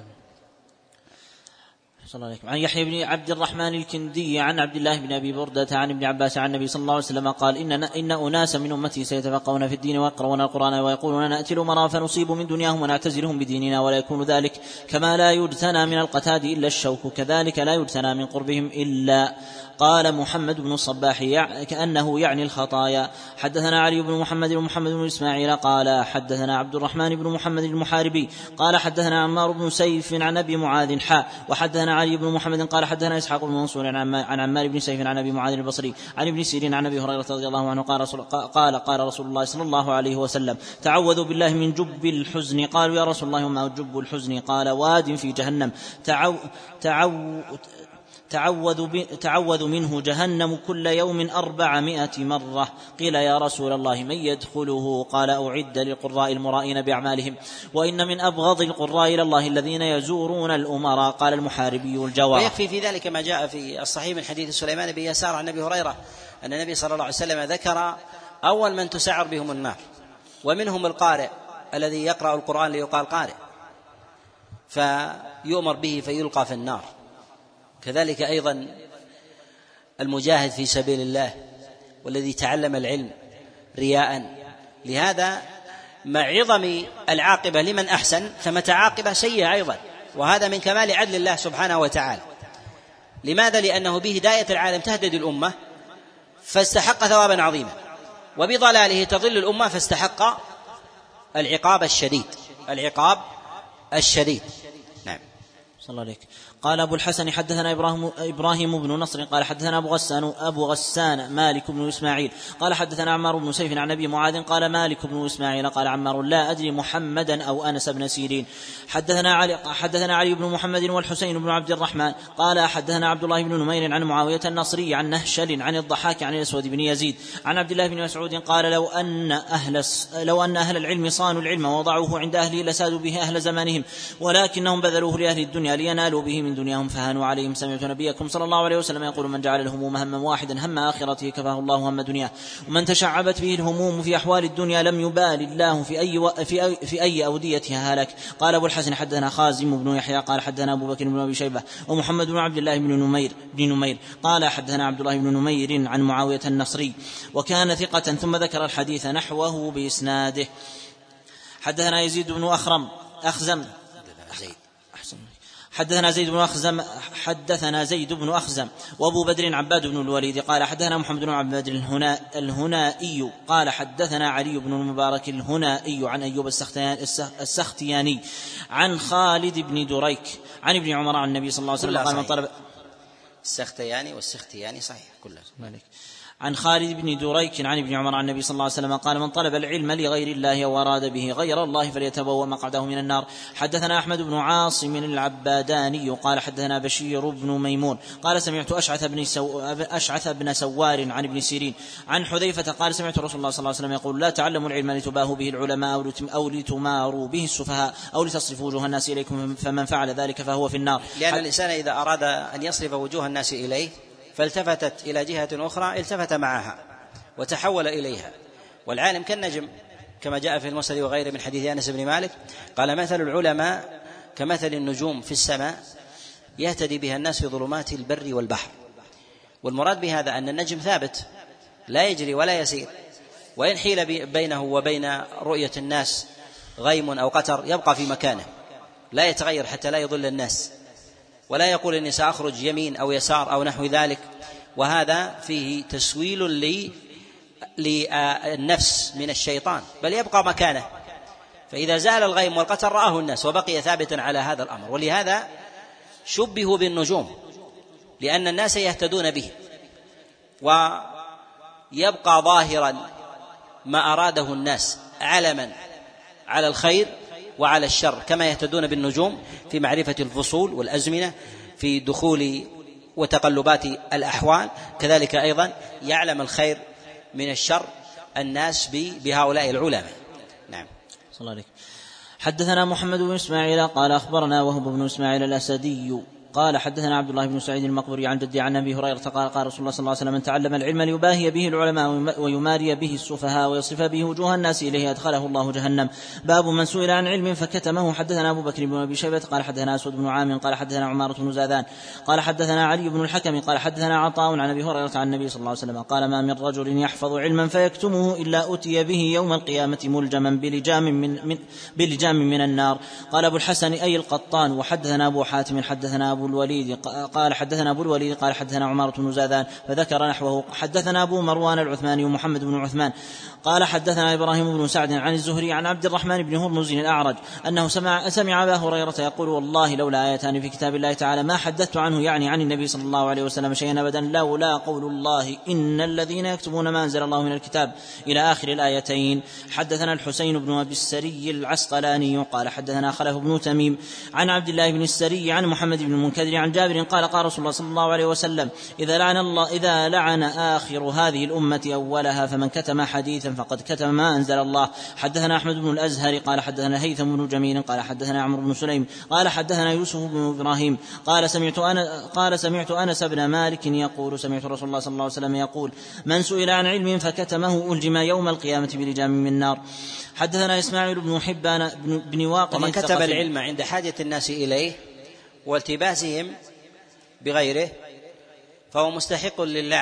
صلى الله عليه وسلم. عن يحيى بن عبد الرحمن الكندي عن عبد الله بن أبي بردة عن ابن عباس عن النبي صلى الله عليه وسلم قال: إن أناس من أمتي سيتفقهون في الدين ويقرؤون القرآن ويقولون نأتي الأمراء فنصيب من دنياهم ونعتزلهم بديننا، ولا يكون ذلك كما لا يجتنى من القتاد إلا الشوك، كذلك لا يجتنى من قربهم إلا. قال محمد بن الصباح كأنه يعني الخطايا. حدثنا علي بن محمد ومحمد بن إسماعيل قال حدثنا عبد الرحمن بن محمد المحاربي قال حدثنا عمار بن سيف عن أبي معاذ وحدثنا علي بن محمد قال حدثنا إسحاق بن منصور عن عمار بن سيف عن أبي معاذ البصري عن ابن سيرين عن أبي هريرة رضي الله عنه قال رسول الله صلى الله عليه وسلم: تعوذوا بالله من جب الحزن. قالوا: يا رسول الله ما جب الحزن؟ قال: واد في جهنم تعوذ منه جهنم كل يوم 400 مرة. قيل: يا رسول الله من يدخله؟ قال: أعد للقراء المرائين بأعمالهم، وإن من أبغض القراء إلى الله الذين يزورون الأمراء. قال المحاربي الجواب. ويكفي في ذلك ما جاء في الصحيح من حديث سليمان بن يسار عن أبي هريرة أن النبي صلى الله عليه وسلم ذكر أول من تسعر بهم النار، ومنهم القارئ الذي يقرأ القرآن ليقال قارئ فيؤمر به فيلقى في النار. كذلك أيضا المجاهد في سبيل الله والذي تعلم العلم رياء. لهذا مع عظم العاقبة لمن أحسن ثمة عاقبة سيئة أيضا، وهذا من كمال عدل الله سبحانه وتعالى. لماذا؟ لأنه بهداية العالم تهتد الأمة فاستحق ثوابا عظيما، وبضلاله تضل الأمة فاستحق العقاب الشديد. نعم. صلى الله عليك. قال أبو الحسن حدثنا إبراهيم بن نصر قال حدثنا أبو غسان مالك بن إسماعيل قال حدثنا عمار بن سيف عن أبي معاذ قال مالك بن إسماعيل قال عمار: لا أدري محمدا أو أنس بن سيرين. حدثنا علي بن محمد والحسين بن عبد الرحمن قال حدثنا عبد الله بن نمير عن معاوية النصري عن نهشل عن الضحاك عن الأسود بن يزيد عن عبد الله بن مسعود قال: لو أن أهل العلم صانوا العلم ووضعوه عند أهله لسادوا به أهل زمانهم، ولكنهم بذلوه لأهل الدنيا لينالوا به من دنياهم فهانوا عليهم. سمعت نبيكم صلى الله عليه وسلم يقول: من جعل الهموم هما واحدا هم آخرته كفاه الله هم دنياه، ومن تشعبت به الهموم في أحوال الدنيا لم يبال الله في أي أوديتها هلك. قال أبو الحسن حدثنا خازم بن يحيى قال حدثنا أبو بكر بن أبي شيبة ومحمد بن عبد الله بن نمير قال حدثنا عبد الله بن نمير عن معاوية النصري وكان ثقة، ثم ذكر الحديث نحوه بإسناده. حدثنا يزيد بن أخزم حدثنا زيد بن أخزم وأبو بدر عباد بن الوليد قال حدثنا محمد بن عباد الهنائي قال حدثنا علي بن المبارك الهنائي عن أيوب السختياني عن خالد بن دريك عن ابن عمر عن النبي صلى الله عليه وسلم قال: من طلب السختياني والسختياني صحيح كله مالك. عن خالد بن دريك عن ابن عمر عن النبي صلى الله عليه وسلم قال: من طلب العلم لغير الله واراد به غير الله فليتبوأ مقعده من النار. حدثنا أحمد بن عاصم العباداني قال حدثنا بشير بن ميمون قال سمعت أشعث بن سوار عن ابن سيرين عن حذيفة قال: سمعت رسول الله صلى الله عليه وسلم يقول: لا تعلموا العلم لتباهوا به العلماء أو لتماروا به السفهاء أو لتصرفوا وجوه الناس إليكم، فمن فعل ذلك فهو في النار. لأن الإنسان إذا أراد أن يصرف وجوه الناس إليه فالتفتت إلى جهة أخرى التفت معها وتحول إليها. والعالم كالنجم كما جاء في المسند وغيره من حديث أنس بن مالك قال: مثل العلماء كمثل النجوم في السماء يهتدي بها الناس في ظلمات البر والبحر. والمراد بهذا أن النجم ثابت لا يجري ولا يسير، وإن حيل بينه وبين رؤية الناس غيم أو قتر يبقى في مكانه لا يتغير حتى لا يضل الناس، ولا يقول إني سأخرج يمين أو يسار أو نحو ذلك. وهذا فيه تسويل للنفس من الشيطان، بل يبقى مكانه، فإذا زال الغيم والقتر رآه الناس وبقي ثابتا على هذا الأمر. ولهذا شبهوا بالنجوم لأن الناس يهتدون به. يبقى ظاهرا ما أراده الناس علما على الخير وعلى الشر، كما يهتدون بالنجوم في معرفة الفصول والأزمنة في دخول وتقلبات الأحوال، كذلك أيضا يعلم الخير من الشر الناس بهؤلاء العلماء. نعم. صلى الله عليه. حدثنا محمد بن إسماعيل قال أخبرنا وهب بن إسماعيل الأسدي قال حدثنا عبد الله بن سعيد المقبري عن جدي عن أبي هريرة قال قال رسول الله صلى الله عليه وسلم: من تعلم العلم ليباهي به العلماء ويماري به السفهاء ويصرف به وجوه الناس إليه أدخله الله جهنم. باب من سئل عن علم فكتمه. حدثنا أبو بكر بن أبي شيبة قال حدثنا أسود بن عامر قال حدثنا عمارة بن زاذان قال حدثنا علي بن الحكم قال حدثنا عطاء عن أبي هريرة عن النبي صلى الله عليه وسلم قال: ما من رجل يحفظ علما فيكتمه إلا أتي به يوم القيامة ملجما بلجام من النار. قال أبو الحسن أي القطان. وحدثنا أبو حاتم حدثنا أبو الوليد قال حدثنا أبو الوليد قال حدثنا عمارة بن زاذان فذكر نحوه. حدثنا أبو مروان العثماني ومحمد بن عثمان قال حدثنا إبراهيم بن سعد عن الزهري عن عبد الرحمن بن هرمز الأعرج أنه سمع أبا هريرة يقول: والله لولا آيتان في كتاب الله تعالى ما حدثت عنه، يعني عن النبي صلى الله عليه وسلم، شيئا أبدا لولا قول الله: إن الذين يكتبون ما أنزل الله من الكتاب إلى آخر الآيتين. حدثنا الحسين بن أبي السري العسقلاني قال حدثنا خلف بن تميم عن عبد الله بن السري عن محمد بن المنكدر عن جابر قال قال رسول الله صلى الله عليه وسلم: إذا لعن آخر هذه الأمة أولها فمن كتم حديثا فقد كتم ما أنزل الله. حدثنا أحمد بن الأزهر قال حدثنا هيثم بن جميل قال حدثنا عمرو بن سليم قال حدثنا يوسف بن إبراهيم قال سمعت أنس بن مالك يقول: سمعت رسول الله صلى الله عليه وسلم يقول: من سئل عن علم فكتمه ألجم يوم القيامة بلجام من النار. حدثنا إسماعيل بن حبان بن واقد. ومن كتب العلم عند حاجة الناس إليه والتباسهم بغيره فهو مستحق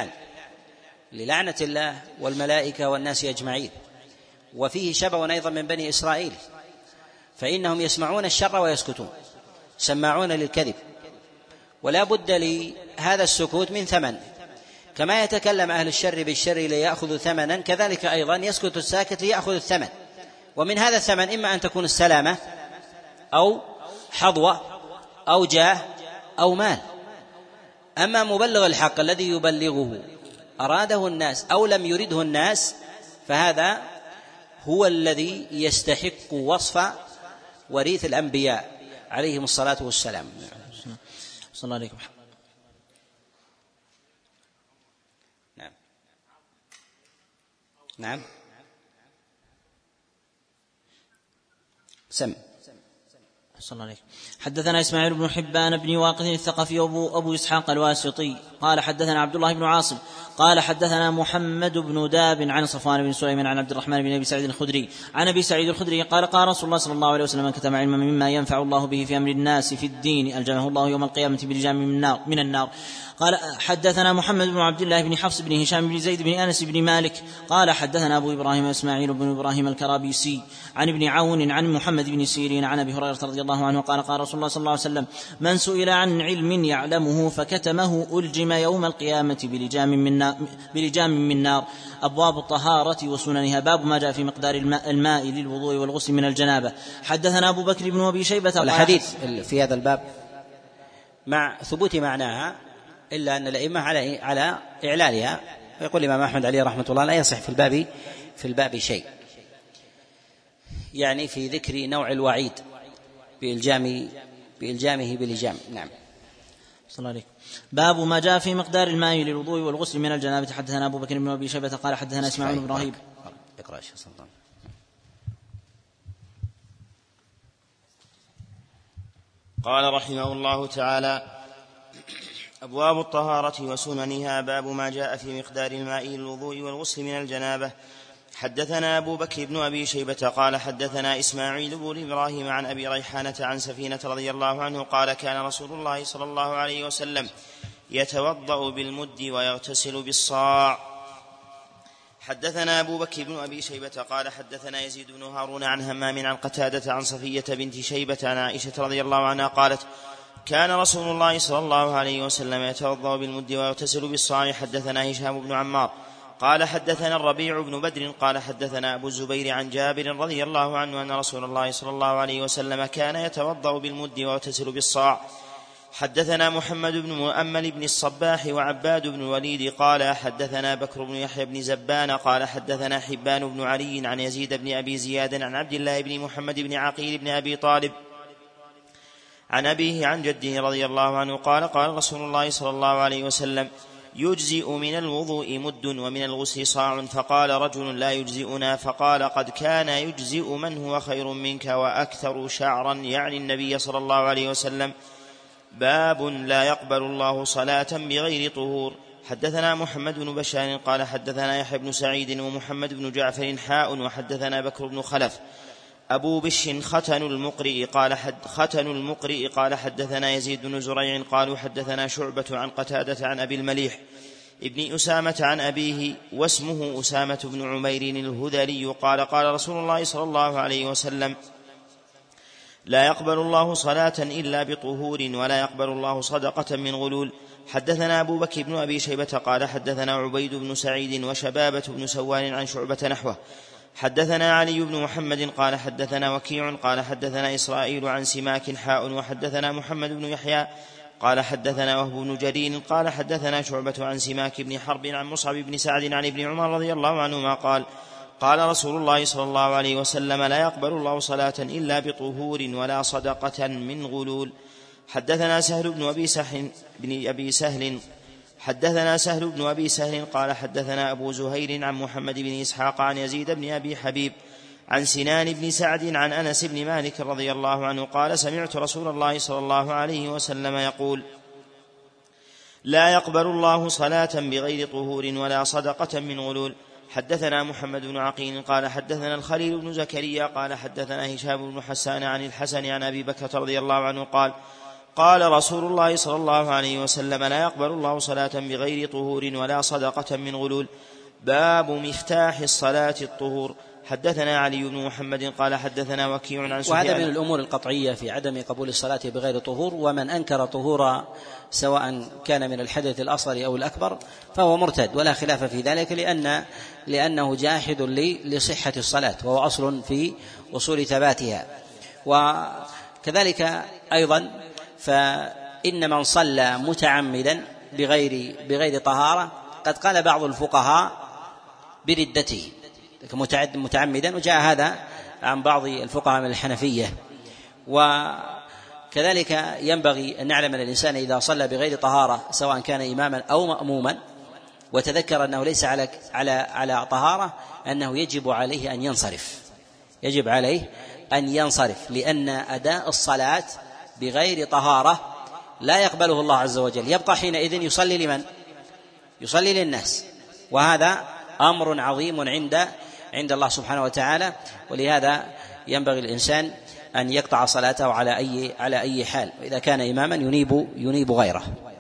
للعنة الله والملائكة والناس أجمعين. وفيه شبه أيضا من بني إسرائيل، فإنهم يسمعون الشر ويسكتون، سماعون للكذب، ولا بد لهذا السكوت من ثمن. كما يتكلم أهل الشر بالشر ليأخذوا ثمنا، كذلك أيضا يسكت الساكت ليأخذ الثمن. ومن هذا الثمن إما أن تكون السلامة أو حظوة أو جاه أو مال. أما مبلغ الحق الذي يبلغه أراده الناس أو لم يرده الناس، فهذا هو الذي يستحق وصف وريث الأنبياء عليهم الصلاة والسلام. صلى الله عليكم. نعم. سم. صلى الله عليه. حدثنا إسماعيل بن حبان بن واقد الثقفي أبو إسحاق الواسطي قال حدثنا عبد الله بن عاصم قال حدثنا محمد بن داب عن صفوان بن سليمان عن عبد الرحمن بن أبي سعيد الخدري عن أبي سعيد الخدري قال قال رسول الله صلى الله عليه وسلم: من كتم علما مما ينفع الله به في أمر الناس في الدين ألجمه الله يوم القيامة بلجام من النار. قال حدثنا محمد بن عبد الله بن حفص بن هشام بن زيد بن أنس بن مالك قال حدثنا أبو إبراهيم إسماعيل بن إبراهيم الكرابيسي عن ابن عون عن محمد بن سيرين عن أبي هريرة رضي الله عنه قال قال رسول الله صلى الله عليه وسلم: من سئل عن علم يعلمه فكتمه ألجم يوم القيامة بلجام من نار. أبواب الطهارة وسننها. باب ما جاء في مقدار الماء للوضوء والغسل من الجنابة. حدثنا أبو بكر بن أبي شيبة. الحديث في هذا الباب مع ثبوت معناها إلا أن الأئمة على إعلالها، ويقول الإمام أحمد عليه رحمة الله: لا يصح في الباب شيء، يعني في ذكر نوع الوعيد بإلجامه بلجام. نعم. صلى الله عليه. باب ما جاء في مقدار الماء للوضوء والغسل من الجنابة. حدثنا أبو بكر بن أبي شيبة قال حدثنا إسماعيل بن إبراهيم. قال رحمه الله تعالى: أبواب الطهارة وسننها. باب ما جاء في مقدار الماء للوضوء والغسل من الجنابة. حدثنا أبو بكر بن أبي شيبة قال حدثنا إسماعيل بن إبراهيم عن أبي ريحانة عن سفينة رضي الله عنه قال: كان رسول الله صلى الله عليه وسلم يتوضأ بالمد ويغتسل بالصاع. حدثنا أبو بكر بن أبي شيبة قال حدثنا يزيد بن هارون عن همام عن قتادة عن صفية بنت شيبة عن عائشة رضي الله عنها قالت: كان رسول الله صلى الله عليه وسلم يتوضأ بالمد ويغتسل بالصاع. حدثنا هشام بن عمار قال حدثنا الربيع بن بدر قال حدثنا أبو الزبير عن جابر رضي الله عنه أن رسول الله صلى الله عليه وسلم كان يتوضأ بالمد ويغتسل بالصاع. حدثنا محمد بن مؤمل بن الصباح وعباد بن الوليد قال حدثنا بكر بن يحيى بن زبان قال حدثنا حبان بن علي عن يزيد بن أبي زياد عن عبد الله بن محمد بن عقيل بن أبي طالب عن أبيه عن جده رضي الله عنه قال قال رسول الله صلى الله عليه وسلم يجزئ من الوضوء مد ومن الغسل صاع. فقال رجل لا يجزئنا، فقال قد كان يجزئ من هو خير منك وأكثر شعرا، يعني النبي صلى الله عليه وسلم. باب لا يقبل الله صلاة بغير طهور. حدثنا محمد بن بشار قال حدثنا يحيى بن سعيد ومحمد بن جعفر حاء وحدثنا بكر بن خلف أبو بش ختن المقرئ قال حدثنا يزيد بن زريع قالوا حدثنا شعبة عن قتادة عن أبي المليح ابن أسامة عن أبيه واسمه أسامة بن عمير الهذلي قال قال رسول الله صلى الله عليه وسلم لا يقبل الله صلاة إلا بطهور ولا يقبل الله صدقة من غلول. حدثنا أبو بكر بن أبي شيبة قال حدثنا عبيد بن سعيد وشبابة بن سوار عن شعبة نحوه. حدثنا علي بن محمد قال حدثنا وكيع قال حدثنا إسرائيل عن سماك حاء وحدثنا محمد بن يحيى قال حدثنا وهب بن جرير قال حدثنا شعبة عن سماك بن حرب عن مصعب بن سعد عن ابن عمر رضي الله عنهما قال قال رسول الله صلى الله عليه وسلم لا يقبل الله صلاة إلا بطهور ولا صدقة من غلول. حدثنا سهل بن أبي سهل قال حدثنا أبو زهير عن محمد بن إسحاق عن يزيد بن أبي حبيب عن سنان بن سعد عن أنس بن مالك رضي الله عنه قال سمعت رسول الله صلى الله عليه وسلم يقول لا يقبل الله صلاة بغير طهور ولا صدقة من غلول. حدثنا محمد بن عقيل قال حدثنا الخليل بن زكريا قال حدثنا هشام بن حسان عن الحسن عن أبي بكر رضي الله عنه قال قال رسول الله صلى الله عليه وسلم لا يقبل الله صلاة بغير طهور ولا صدقة من غلول. باب مفتاح الصلاة الطهور. حدثنا علي بن محمد قال حدثنا وكيع عن سفيان. وهذا من الأمور القطعية في عدم قبول الصلاة بغير طهور، ومن أنكر طهور سواء كان من الحدث الأصغر أو الأكبر فهو مرتد ولا خلاف في ذلك، لأنه جاحد لصحة الصلاة وهو أصل في أصول ثباتها. وكذلك أيضا فإن من صلى متعمدا بغير طهارة قد قال بعض الفقهاء بردته متعمدا، وجاء هذا عن بعض الفقهاء من الحنفية. وكذلك ينبغي أن نعلم أن الإنسان إذا صلى بغير طهارة سواء كان إماما أو مأموما وتذكر أنه ليس على طهارة أنه يجب عليه أن ينصرف، لأن أداء الصلاة بغير طهارة لا يقبله الله عز وجل، يبقى حينئذ يصلي لمن؟ يصلي للناس، وهذا أمر عظيم عند الله سبحانه وتعالى. ولهذا ينبغي الإنسان أن يقطع صلاته على أي حال، وإذا كان إماما ينيب غيره.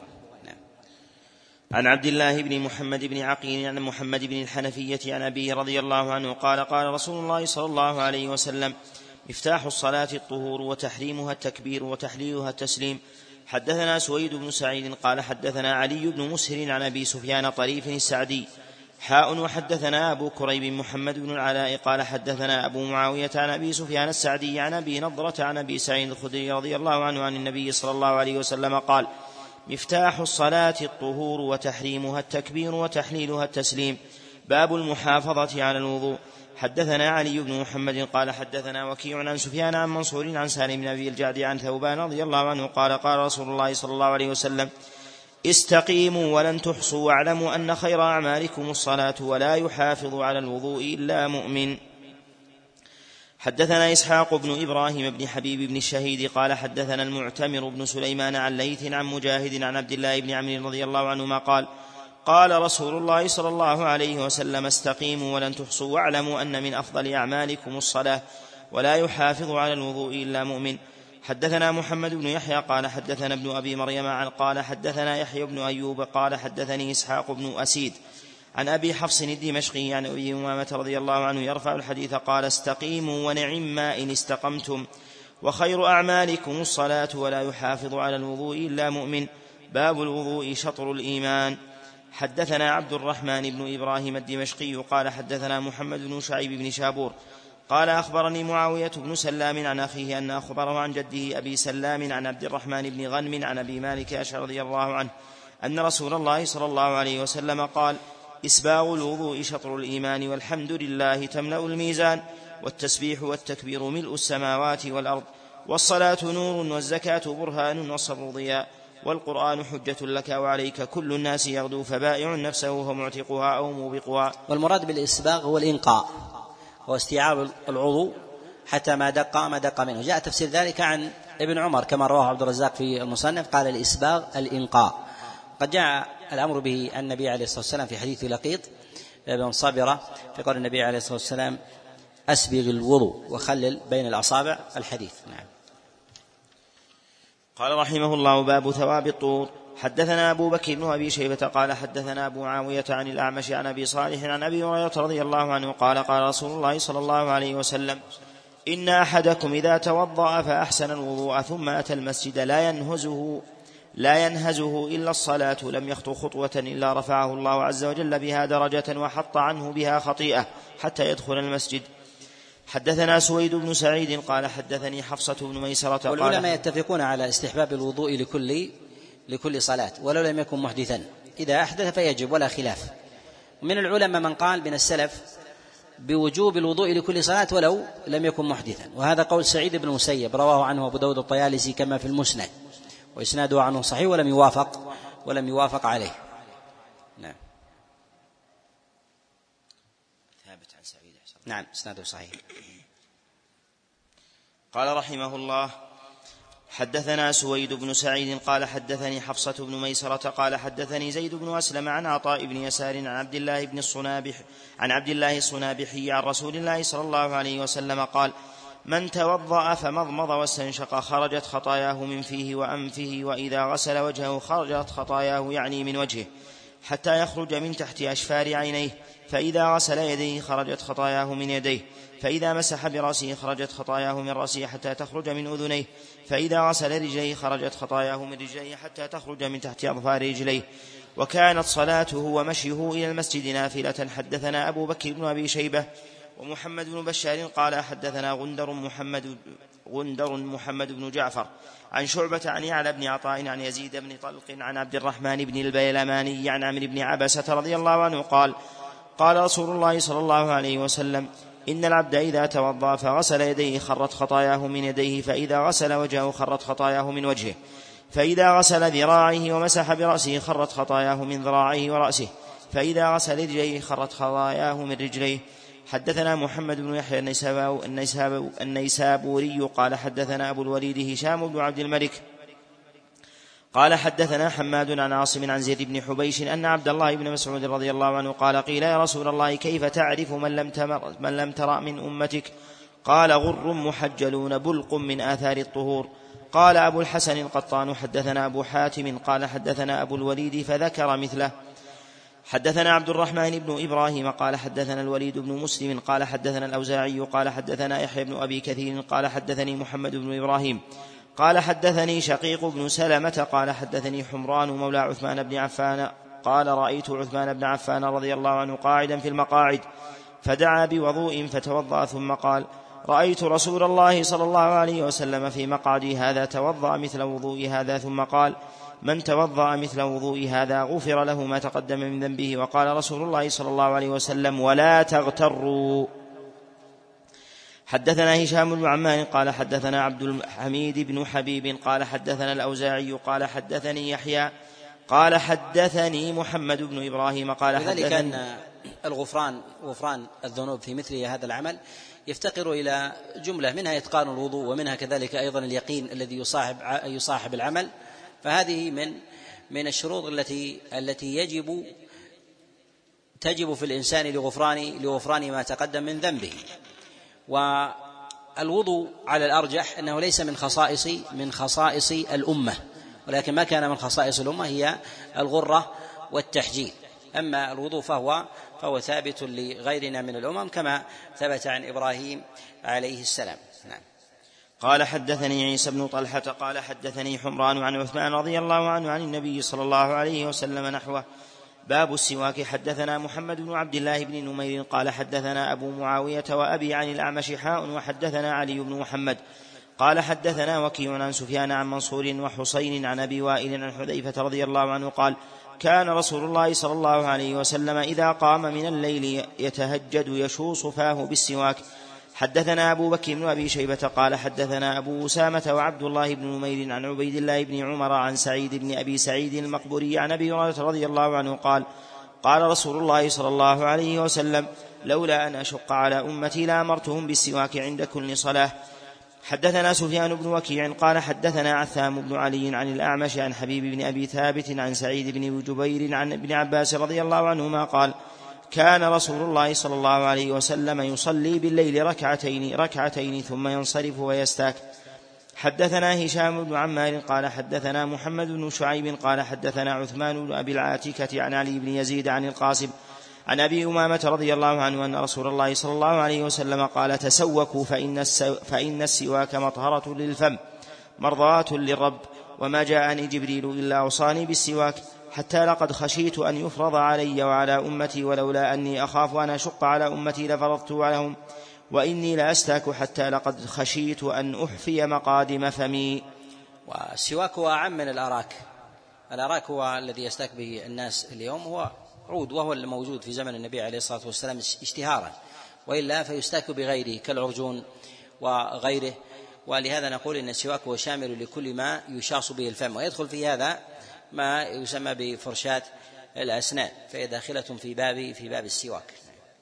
عن عبد الله بن محمد بن عقيل عن محمد بن الحنفية عن أبيه رضي الله عنه قال قال رسول الله صلى الله عليه وسلم مفتاح الصلاة الطهور وتحريمها التكبير وتحليلها التسليم. حدثنا سويد بن سعيد قال حدثنا علي بن مسهر عن أبي سفيان طريف السعدي حاء وحدثنا أبو كريب محمد بن العلاء قال حدثنا أبو معاوية عن أبي سفيان السعدي عن أبي نضرة عن أبي سعيد الخدري رضي الله عنه عن النبي صلى الله عليه وسلم قال مفتاح الصلاة الطهور وتحريمها التكبير وتحليلها التسليم. باب المحافظة على الوضوء. حدثنا علي بن محمد قال حدثنا وكيع عن سفيان عن منصور عن سالم بن أبي الجعد عن ثوبان رضي الله عنه قال قال رسول الله صلى الله عليه وسلم استقيموا ولن تحصوا واعلموا أن خير أعمالكم الصلاة ولا يحافظ على الوضوء إلا مؤمن. حدثنا إسحاق بن إبراهيم بن حبيب بن الشهيد قال حدثنا المعتمر بن سليمان عن ليث عن مجاهد عن عبد الله بن عمرو رضي الله عنهما قال قال رسول الله صلى الله عليه وسلم استقيموا ولن تحصوا واعلموا أن من أفضل أعمالكم الصلاة ولا يحافظ على الوضوء إلا مؤمن. حدثنا محمد بن يحيى قال حدثنا ابن أبي مريم قال حدثنا يحيى بن أيوب قال حدثني إسحاق بن أسيد عن أبي حفص الدمشقي عن أبي أمامة رضي الله عنه يرفع الحديث قال استقيموا ونعم ما إن استقمتم وخير أعمالكم الصلاة ولا يحافظ على الوضوء إلا مؤمن. باب الوضوء شطر الإيمان. حدثنا عبد الرحمن بن إبراهيم الدمشقي قال حدثنا محمد بن شعيب بن شابور قال أخبرني معاوية بن سلام عن أخيه أن أخبره عن جده أبي سلام عن عبد الرحمن بن غنم عن أبي مالك الأشعري رضي الله عنه أن رسول الله صلى الله عليه وسلم قال: إسباغ الوضوء شطر الإيمان، والحمد لله تملأ الميزان، والتسبيح والتكبير ملء السماوات والأرض، والصلاة نور، والزكاة برهان، والصبر ضياء، والقرآن حجة لك وعليك، كل الناس يغدو فبائع نفسه فمعتقها أو موبقها. والمراد بالإسباغ هو الإنقاء، هو استيعاب العضو حتى ما دق منه. جاء تفسير ذلك عن ابن عمر كما رواه عبد الرزاق في المصنف، قال الإسباغ الإنقاء. قد جاء الأمر به النبي عليه الصلاة والسلام في حديث لقيط بن صابرة، فقال النبي عليه الصلاة والسلام: أسبغ الوضوء وخلل بين الأصابع، الحديث. نعم. قال رحمه الله: باب ثواب الطهور. حدثنا أبو بكر بن أبي شيبة قال حدثنا أبو معاوية عن الأعمش عن أبي صالح عن أبي هريرة رضي الله عنه قال: قال رسول الله صلى الله عليه وسلم: إن أحدكم إذا توضأ فأحسن الوضوء ثم أتى المسجد لا ينهزه إلا الصلاة لم يخطو خطوة إلا رفعه الله عز وجل بها درجة وحط عنه بها خطيئة حتى يدخل المسجد. حدثنا سويد بن سعيد قال حدثني حفصة بن ميسرة. والعلماء يتفقون على استحباب الوضوء لكل صلاة ولو لم يكن محدثا، إذا أحدث فيجب ولا خلاف. من العلماء من قال من السلف بوجوب الوضوء لكل صلاة ولو لم يكن محدثا، وهذا قول سعيد بن المسيب رواه عنه أبو داود الطيالسي كما في المسند، وإسناده عنه صحيح ولم يوافق عليه. نعم. ثابت عن سعيد. نعم، إسناده صحيح. قال رحمه الله: حدثنا سويد بن سعيد قال حدثني حفصة بن ميسرة قال حدثني زيد بن أسلم عن عطاء بن يسار عن عبد الله الصنابحي عن رسول الله صلى الله عليه وسلم قال: من توضأ فمضمض واستنشق خرجت خطاياه من فيه وأنفه، وإذا غسل وجهه خرجت خطاياه يعني من وجهه حتى يخرج من تحت أشفار عينيه، فإذا غسل يديه خرجت خطاياه من يديه، فإذا مسح برأسه خرجت خطاياه من رأسه حتى تخرج من أذنيه، فإذا غسل رجليه خرجت خطاياه من رجليه حتى تخرج من تحت أظفار رجليه، وكانت صلاته ومشيه إلى المسجد نافلة. حدثنا أبو بكر بن أبي شيبة ومحمد بن بشار قال حدثنا غندر محمد بن جعفر عن شعبة عن يعلى بن عطاء عن يزيد بن طلق عن عبد الرحمن بن البيلماني عن عمرو بن عبسة رضي الله عنه قال: قال رسول الله صلى الله عليه وسلم: إن العبد إذا توضأ فغسل يديه خرت خطاياه من يديه، فإذا غسل وجهه خرت خطاياه من وجهه، فإذا غسل ذراعيه ومسح برأسه خرت خطاياه من ذراعيه ورأسه، فإذا غسل رجليه خرت خطاياه من رجليه. حدثنا محمد بن يحيى النيسابوري قال حدثنا أبو الوليد هشام بن عبد الملك قال حدثنا حماد عن عاصم عن زيد بن حبيش أن عبد الله بن مسعود رضي الله عنه قال: قيل يا رسول الله كيف تعرف من لم ترى من أمتك؟ قال: غر محجلون بلق من آثار الطهور. قال أبو الحسن القطان حدثنا أبو حاتم قال حدثنا أبو الوليد فذكر مثله. حدثنا عبد الرحمن بن إبراهيم قال حدثنا الوليد بن مسلم قال حدثنا الأوزاعي قال حدثنا يحيى بن أبي كثير قال حدثني محمد بن إبراهيم قال حدثني شقيق بن سلمة قال حدثني حمران مولى عثمان بن عفان قال: رأيت عثمان بن عفان رضي الله عنه قاعدا في المقاعد فدعا بوضوء فتوضأ ثم قال: رأيت رسول الله صلى الله عليه وسلم في مقعدي هذا توضأ مثل وضوء هذا، ثم قال: من توضأ مثل وضوء هذا غفر له ما تقدم من ذنبه. وقال رسول الله صلى الله عليه وسلم: ولا تغتروا. حدثنا هشام بن عمار قال حدثنا عبد الحميد بن حبيب قال حدثنا الأوزاعي قال حدثني يحيى قال حدثني محمد بن إبراهيم قال حدثني. وذلك أن غفران الذنوب في مثل هذا العمل يفتقر إلى جملة، منها إتقان الوضوء، ومنها كذلك أيضا اليقين الذي يصاحب العمل، فهذه من الشروط التي تجب في الإنسان لغفران ما تقدم من ذنبه. والوضوء على الأرجح أنه ليس من خصائص الأمة، ولكن ما كان من خصائص الأمة هي الغرة والتحجيل. أما الوضوء فهو ثابت لغيرنا من الأمم كما ثبت عن إبراهيم عليه السلام. نعم. قال حدثني عيسى بن طلحة قال حدثني حمران عن عثمان رضي الله عنه عن النبي صلى الله عليه وسلم نحوه. باب السواك. حدثنا محمد بن عبد الله بن نمير قال حدثنا أبو معاوية وأبي عن الأعمش حاء وحدثنا علي بن محمد قال حدثنا وكيع عن سفيان عن منصور وحسين عن أبي وائل عن حذيفة رضي الله عنه قال كان رسول الله صلى الله عليه وسلم إذا قام من الليل يتهجد يشوص فاه بالسواك. حدثنا أبو بكر بن أبي شيبة قال حدثنا أبو أسامة وعبد الله بن نمير عن عبيد الله بن عمر عن سعيد بن أبي سعيد المقبوري عن أبي هريرة رضي الله عنه قال قال رسول الله صلى الله عليه وسلم لولا أن أشق على أمتي لأمرتهم بالسواك عند كل صلاة. حدثنا سفيان بن وكيع قال حدثنا عثام بن علي عن الأعمش عن حبيب بن أبي ثابت عن سعيد بن جبير عن ابن عباس رضي الله عنهما قال كان رسول الله صلى الله عليه وسلم يصلي بالليل ركعتين ثم ينصرف ويستاك. حدثنا هشام بن عمار قال حدثنا محمد بن شعيب قال حدثنا عثمان بن أبي العاتكة عن علي بن يزيد عن القاسم عن أبي أمامة رضي الله عنه أن رسول الله صلى الله عليه وسلم قال تسوكوا فإن السواك مطهرة للفم مرضاة للرب وما جاءني جبريل إلا أوصاني بالسواك حتى لقد خشيت أن يفرض علي وعلى أمتي ولولا أني أخاف أن أشق على أمتي لفرضت عليهم وإني لأستاك حتى لقد خشيت أن أحفي مقادم فمي. والسواك هو أعم من الأراك هو الذي يستاك به الناس اليوم هو عود وهو الموجود في زمن النبي عليه الصلاة والسلام اشتهارا وإلا فيستاك بغيره كالعرجون وغيره. ولهذا نقول إن السواك هو شامل لكل ما يشاص به الفم ويدخل في هذا ما يسمى بفرشاة الأسنان فهي داخلة في باب السواك.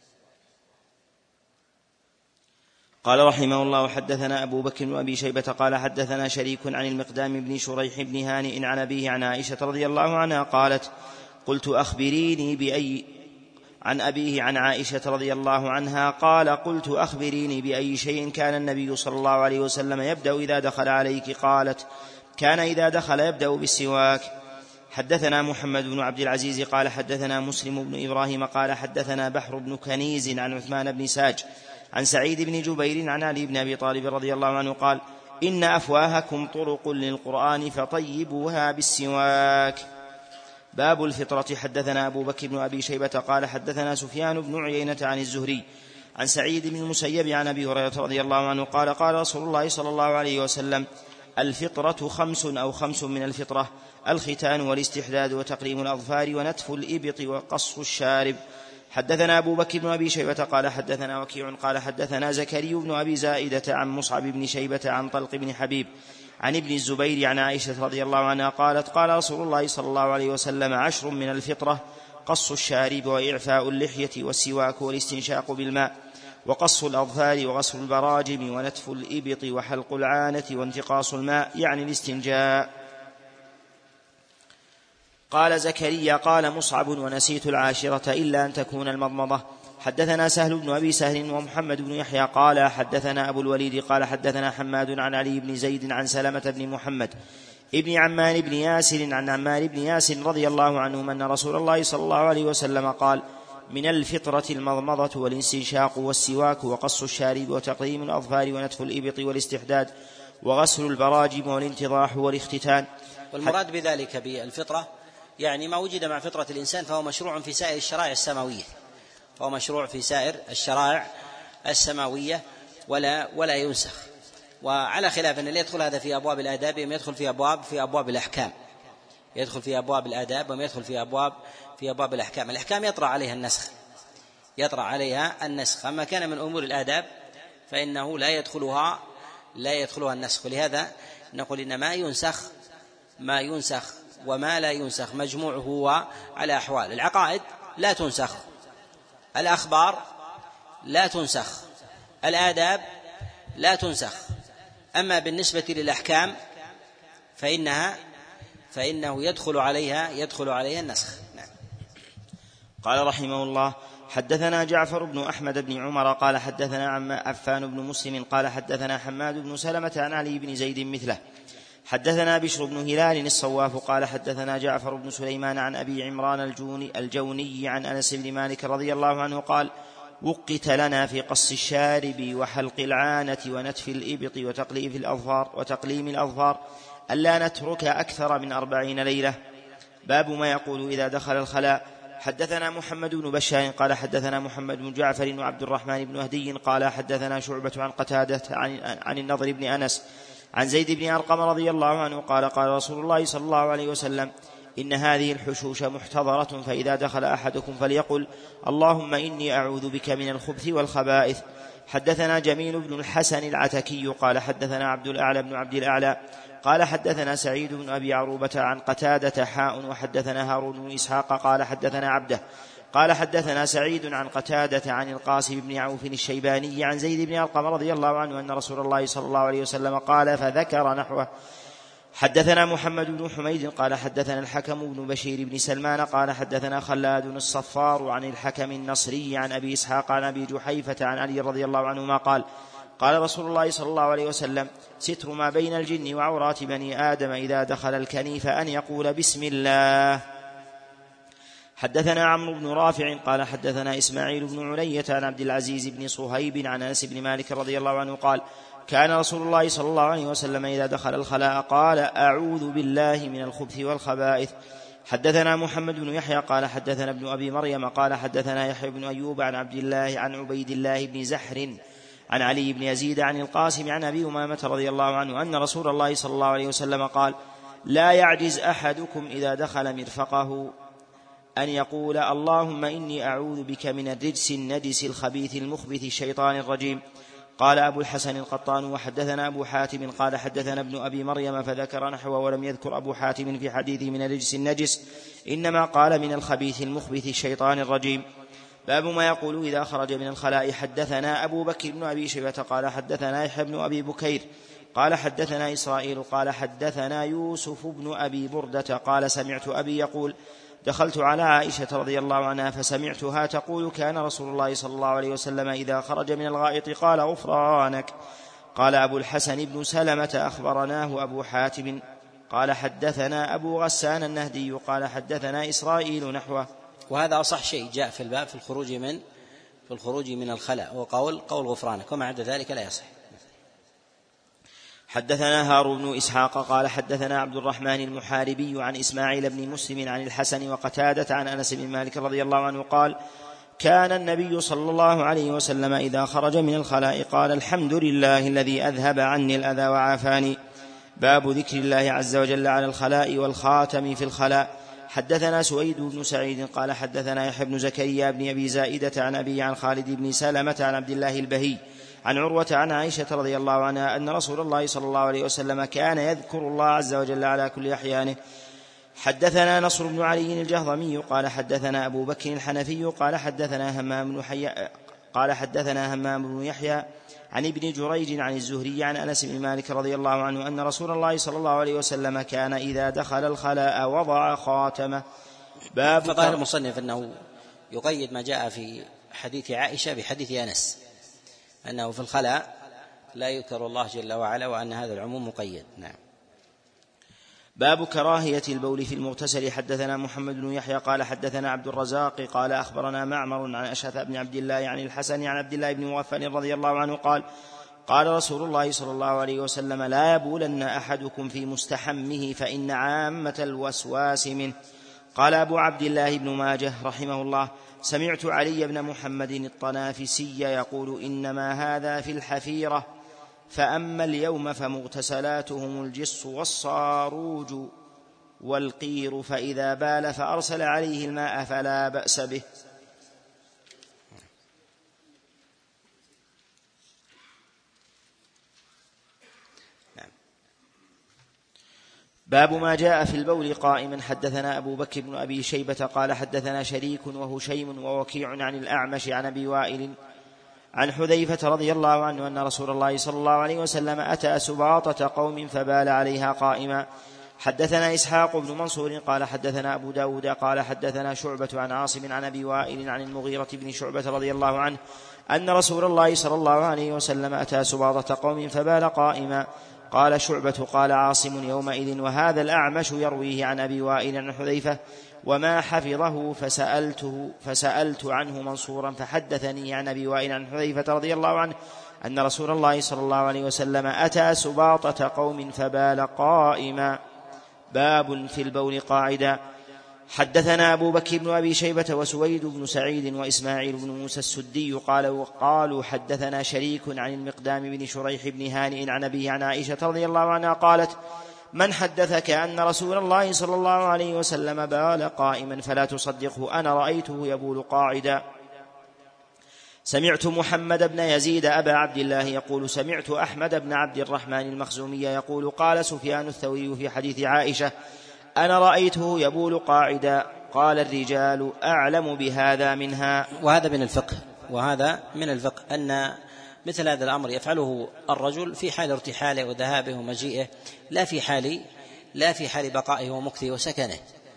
قال رحمه الله حدثنا أبو بكر وأبي شيبة قال حدثنا شريك عن المقدام بن شريح بن هانئ عن أبيه عن عائشة رضي الله عنها قالت قلت أخبريني بأي عن أبيه عن عائشة رضي الله عنها قال قلت أخبريني بأي شيء كان النبي صلى الله عليه وسلم يبدأ إذا دخل عليك قالت كان إذا دخل يبدأ بالسواك. حدثنا محمد بن عبد العزيز قال حدثنا مسلم بن إبراهيم قال حدثنا بحر بن كنيز عن عثمان بن ساج عن سعيد بن جبير عن علي بن أبي طالب رضي الله عنه قال إن أفواهكم طرق للقرآن فطيبوها بالسواك. باب الفطرة. حدثنا أبو بكر بن أبي شيبة قال حدثنا سفيان بن عيينة عن الزهري عن سعيد بن المسيب عن أبي هريرة رضي الله عنه قال قال رسول الله صلى الله عليه وسلم الفطرة 5 أو 5 من الفطرة الختان والاستحداد وتقليم الأظفار ونتف الإبط وقص الشارب. حدثنا أبو بكر بن أبي شيبة قال حدثنا وكيع قال حدثنا زكريا بن أبي زائدة عن مصعب بن شيبة عن طلق بن حبيب عن ابن الزبير عن عائشة رضي الله عنها قالت قال رسول الله صلى الله عليه وسلم 10 من الفطرة قص الشارب وإعفاء اللحية والسواك والاستنشاق بالماء وقص الأظفار وغسل البراجم ونتف الإبط وحلق العانة وانتقاص الماء يعني الاستنجاء. قال زكريا قال مصعب ونسيت 10 إلا أن تكون المضمضة. حدثنا سهل بن أبي سهل ومحمد بن يحيى قال حدثنا أبو الوليد قال حدثنا حماد عن علي بن زيد عن سلمة بن محمد ابن عمان بن ياسر عن عمار بن ياسر رضي الله عنهم أن رسول الله صلى الله عليه وسلم قال من الفطرة المضمضة والاستنشاق والسواك وقص الشارب وتقليم الأظفار ونتف الإبط والاستحداد وغسل البراجم والانتضاح والاختتان. والمراد بذلك بالفطرة يعني ما وجد مع فطرة الإنسان فهو مشروع في سائر الشرائع السماوية ولا ينسخ. وعلى خلاف أن اللي يدخل هذا في أبواب الآداب يدخل في أبواب الأحكام يدخل في أبواب الآداب ويدخل في أبواب الأحكام. الأحكام يطرأ عليها النسخ أما كان من أمور الآداب فإنه لا يدخلها النسخ. ولهذا نقول إن ما ينسخ وما لا ينسخ مجموعه هو على أحوال. العقائد لا تنسخ، الأخبار لا تنسخ، الآداب لا تنسخ. أما بالنسبة للأحكام فإنه يدخل عليها النسخ. نعم. قال رحمه الله حدثنا جعفر بن أحمد بن عمر قال حدثنا عفان بن مسلم قال حدثنا حماد بن سلمة عن علي بن زيد مثله. حدثنا بشر بن هلال الصواف قال حدثنا جعفر بن سليمان عن أبي عمران الجوني عن أنس بن مالك رضي الله عنه قال وقت لنا في قص الشارب وحلق العانة ونتف الإبط وتقليم الأظفار ألا نترك أكثر من 40 ليلة. باب ما يقول إذا دخل الخلاء. حدثنا محمد بن بشار قال حدثنا محمد بن جعفر وعبد الرحمن بن مهدي قال حدثنا شعبة عن قتادة عن النضر بن أنس عن زيد بن أرقم رضي الله عنه قال قال رسول الله صلى الله عليه وسلم إن هذه الحشوش محتضرة فإذا دخل أحدكم فليقل اللهم إني أعوذ بك من الخبث والخبائث. حدثنا جميل بن الحسن العتكي قال حدثنا عبد الأعلى بن عبد الأعلى قال حدثنا سعيد بن أبي عروبة عن قتادة حاء وحدثنا هارون بن إسحاق قال حدثنا عبده قال حدثنا سعيد عن قتادة عن القاسم بن عوف الشيباني عن زيد بن أرقم رضي الله عنه أن رسول الله صلى الله عليه وسلم قال فذكر نحوه. حدثنا محمد بن حميد قال حدثنا الحكم بن بشير بن سلمان قال حدثنا خلاد الصفار عن الحكم النصري عن أبي إسحاق عن أبي جحيفة عن علي رضي الله عنهما قال قال رسول الله صلى الله عليه وسلم ستر ما بين الجن وعورات بني آدم إذا دخل الكنيف أن يقول بسم الله. حدثنا عمرو بن رافع قال حدثنا إسماعيل بن علية عن عبد العزيز بن صهيب عن أنس بن مالك رضي الله عنه قال كان رسول الله صلى الله عليه وسلم إذا دخل الخلاء قال أعوذ بالله من الخبث والخبائث. حدثنا محمد بن يحيى قال حدثنا ابن أبي مريم قال حدثنا يحيى بن أيوب عن عبد الله عن عبيد الله بن زحر عن علي بن يزيد عن القاسم عن أبي أمامة رضي الله عنه أن رسول الله صلى الله عليه وسلم قال لا يعجز أحدكم إذا دخل مرفقه أن يقول اللهم إني أعوذ بك من الرجس النجس الخبيث المخبث الشيطان الرجيم. قال أبو الحسن القطان وحدثنا أبو حاتم قال حدثنا ابن أبي مريم فذكر نحوه ولم يذكر أبو حاتم في حديثه من الرجس النجس إنما قال من الخبيث المخبث الشيطان الرجيم. باب ما يقول إذا خرج من الخلاء. حدثنا أبو بكر بن أبي شيبة قال حدثنا يحيى بن أبي بكير قال حدثنا إسرائيل قال حدثنا يوسف بن أبي بردة قال سمعت أبي يقول دخلت على عائشة رضي الله عنها فسمعتها تقول كان رسول الله صلى الله عليه وسلم إذا خرج من الغائط قال غفرانك. قال أبو الحسن بن سلمة أخبرناه أبو حاتم قال حدثنا أبو غسان النهدي قال حدثنا إسرائيل نحوه. وهذا أصح شيء جاء في الباب في الخروج من الخلاء وقول غفرانك وما عدا ذلك لا يصح. حدثنا هارون بن إسحاق قال حدثنا عبد الرحمن المحاربي عن إسماعيل بن مسلم عن الحسن وقتادة عن أنس بن مالك رضي الله عنه قال كان النبي صلى الله عليه وسلم إذا خرج من الخلاء قال الحمد لله الذي أذهب عني الأذى وعافاني. باب ذكر الله عز وجل على الخلاء والخاتم في الخلاء. حدثنا سويد بن سعيد قال حدثنا يحيى بن زكريا بن أبي زائدة عن أبي عن خالد بن سلمة عن عبد الله البهي عن عروة عن عائشة رضي الله عنها أن رسول الله صلى الله عليه وسلم كان يذكر الله عز وجل على كل أحيانه. حدثنا نصر بن علي الجهضمي قال حدثنا أبو بكر الحنفي قال حدثنا همام بن يحيى عن ابن جريج عن الزهري عن أنس بن مالك رضي الله عنه أن رسول الله صلى الله عليه وسلم كان إذا دخل الخلاء وضع خاتمه. باب فظاهر المصنف أنه يقيد ما جاء في حديث عائشة بحديث أنس أنه في الخلاء لا يذكر الله جل وعلا وأن هذا العموم مقيد. نعم. باب كراهية البول في المغتسل. حدثنا محمد بن يحيى قال حدثنا عبد الرزاق قال أخبرنا معمر عن أشعث بن عبد الله عن الحسن عن عبد الله بن مغفل رضي الله عنه قال قال رسول الله صلى الله عليه وسلم لا يبولن أحدكم في مستحمه فإن عامة الوسواس منه. قال أبو عبد الله بن ماجه رحمه الله سمعت علي بن محمد الطنافسي يقول إنما هذا في الحفيرة فأما اليوم فمغتسلاتهم الجص والصاروج والقير فإذا بال فأرسل عليه الماء فلا بأس به. باب ما جاء في البول قائما. حدثنا أبو بكر بن أبي شيبة قال حدثنا شريك وهشيم ووكيع عن الأعمش عن أبي وائل عن حذيفة رضي الله عنه أن رسول الله صلى الله عليه وسلم أتى سباطة قوم فبال عليها قائما. حدثنا إسحاق بن منصور قال حدثنا أبو داود قال حدثنا شعبة عن عاصم عن أبي وائل عن المغيرة بن شعبة رضي الله عنه أن رسول الله صلى الله عليه وسلم أتى سباطة قوم فبال قائما. قال شعبة قال عاصم يومئذ وهذا الأعمش يرويه عن أبي وائل عن حذيفة وما حفظه فسألت عنه منصورا فحدثني عن أبي وائل عن حذيفة رضي الله عنه أن رسول الله صلى الله عليه وسلم أتى سباطة قوم فبال قائما. باب في البول قاعدا. حدثنا أبو بكر بن أبي شيبة وسويد بن سعيد وإسماعيل بن موسى السدي قالوا حدثنا شريك عن المقدام بن شريح بن هانئ عن أبيه عن عائشة رضي الله عنها قالت: من حدثك أن رسول الله صلى الله عليه وسلم بال قائما فلا تصدقه، أنا رأيته يبول قاعدا. سمعت محمد بن يزيد أبا عبد الله يقول: سمعت أحمد بن عبد الرحمن المخزومي يقول: قال سفيان الثوري في حديث عائشة: أنا رأيته يبول قاعدا. قال الرجال: أعلم بهذا منها. وهذا من الفقه أن مثل هذا الأمر يفعله الرجل في حال ارتحاله وذهابه ومجيئه، لا في حال بقائه ومكثه وسكنه.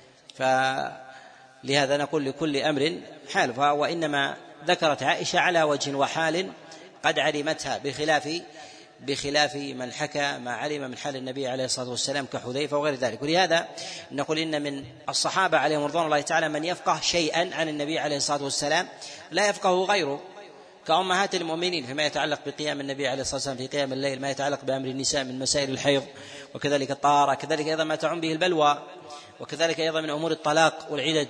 فلهذا نقول لكل أمر حال، وإنما ذكرت عائشة على وجه وحال قد علمتها، بخلاف من حكى ما علم من حال النبي عليه الصلاة والسلام كحذيفة وغير ذلك. ولهذا نقول إن من الصحابة عليهم رضوان الله تعالى من يفقه شيئا عن النبي عليه الصلاة والسلام لا يفقه غيره، كأمهات المؤمنين فيما يتعلق بقيام النبي عليه الصلاة والسلام في قيام الليل، ما يتعلق بأمر النساء من مسائل الحيض وكذلك الطهارة، كذلك أيضا ما تعم به البلوى، وكذلك أيضا من أمور الطلاق والعدد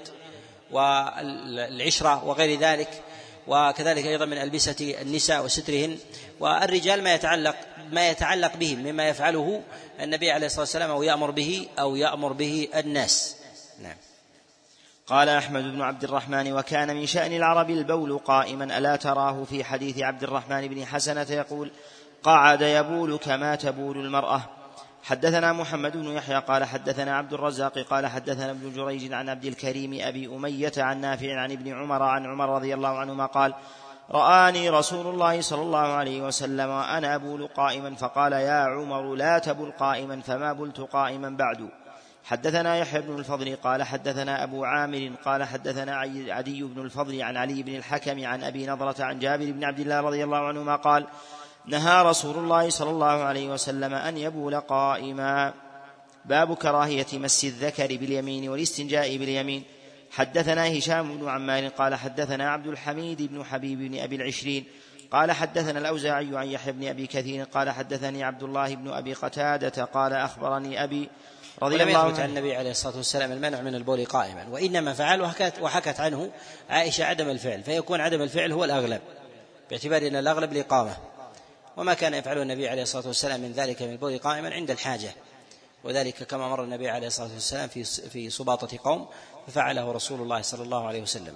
والعشرة وغير ذلك، وكذلك أيضا من ألبسة النساء وسترهن. والرجال ما يتعلق بهم مما يفعله النبي عليه الصلاة والسلام أو يأمر به الناس. نعم. قال أحمد بن عبد الرحمن: وكان من شأن العرب البول قائما، ألا تراه في حديث عبد الرحمن بن حسنة يقول: قعد يبول كما تبول المرأة. حدثنا محمد بن يحيى قال حدثنا عبد الرزاق قال حدثنا ابن جريج عن عبد الكريم أبي أمية عن نافع عن ابن عمر عن عمر رضي الله عنهما قال: رآني رسول الله صلى الله عليه وسلم وأنا أبول قائما فقال: يا عمر لا تبل قائما، فما بلت قائما بعد. حدثنا يحيى بن الفضل قال حدثنا أبو عامر قال حدثنا عدي بن الفضل عن علي بن الحكم عن أبي نضرة عن جابر بن عبد الله رضي الله عنهما قال: نهى رسول الله صلى الله عليه وسلم أن يبول قائما. باب كراهية مس الذكر باليمين والاستنجاء باليمين. حدثنا هشام بن عمار قال حدثنا عبد الحميد بن حبيب بن أبي العشرين قال حدثنا الأوزاعي عن يحيى بن أبي كثير قال حدثني عبد الله بن أبي قتادة قال أخبرني أبي رضي الله عنه. ولم يثبت عن النبي عليه الصلاة والسلام المنع من البول قائما، وإنما فعل وحكت عنه عائشة عدم الفعل، فيكون عدم الفعل هو الأغلب باعتبار أن الأغلب الإقامة، وما كان يفعله النبي عليه الصلاة والسلام من ذلك من البول قائما عند الحاجة، وذلك كما مر النبي عليه الصلاة والسلام في سباطة قوم ففعله رسول الله صلى الله عليه وسلم.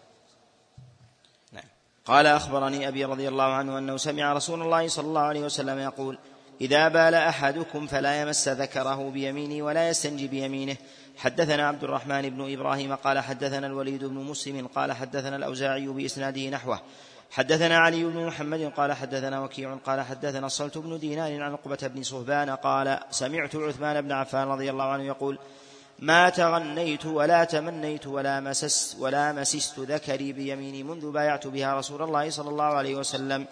نعم. قال أخبرني أبي رضي الله عنه أنه سمع رسول الله صلى الله عليه وسلم يقول: إذا بال أحدكم فلا يمس ذكره بيمينه ولا يستنجي بيمينه. حدثنا عبد الرحمن بن إبراهيم قال حدثنا الوليد بن مسلم قال حدثنا الأوزاعي بإسناده نحوه. حدثنا علي بن محمد قال حدثنا وكيع قال حدثنا الصلت بن دينار عن عقبة بن صهبان قال: سمعت عثمان بن عفان رضي الله عنه يقول: ما تغنيت ولا تمنيت ولا مسست ذكري بيميني منذ بايعت بها رسول الله صلى الله عليه وسلم.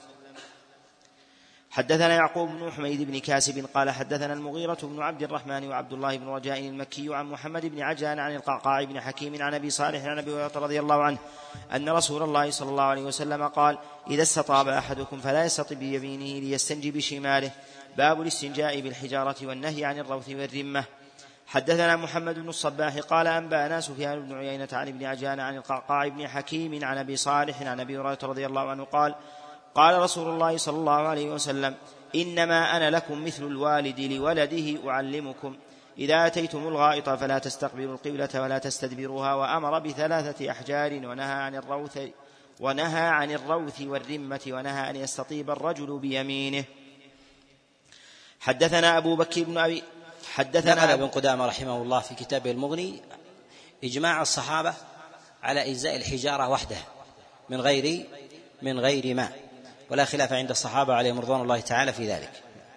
حدثنا يعقوب بن حميد بن كاسب قال حدثنا المغيرة بن عبد الرحمن وعبد الله بن رجاء المكي عن محمد بن عجلان عن القعقاع بن حكيم عن أبي صالح عن أبي هريرة رضي الله عنه أن رسول الله صلى الله عليه وسلم قال: إذا استطاب أحدكم فلا يستطب بيمينه ليستنجي بشماله. باب الاستنجاء بالحجارة والنهي عن الروث والرمة. حدثنا محمد بن الصباح قال أنبأنا سفيان بن عيينة عن ابن عجلان عن القعقاع بن حكيم عن أبي صالح عن أبي هريرة رضي الله عنه قال: قال رسول الله صلى الله عليه وسلم: إنما أنا لكم مثل الوالد لولده أعلمكم. إذا أتيتم الغائط فلا تستقبلوا القبلة ولا تستدبروها، وأمر بثلاثة أحجار ونهى عن الروث والرمة، ونهى أن يستطيب الرجل بيمينه. حدثنا أبو بكر بن أبي حدثنا ابن قدامة رحمه الله في كتابه المغني إجماع الصحابة على إجزاء الحجارة وحدها من غير ماء، ولا خلاف عند الصحابة عليهم رضوان الله تعالى في ذلك.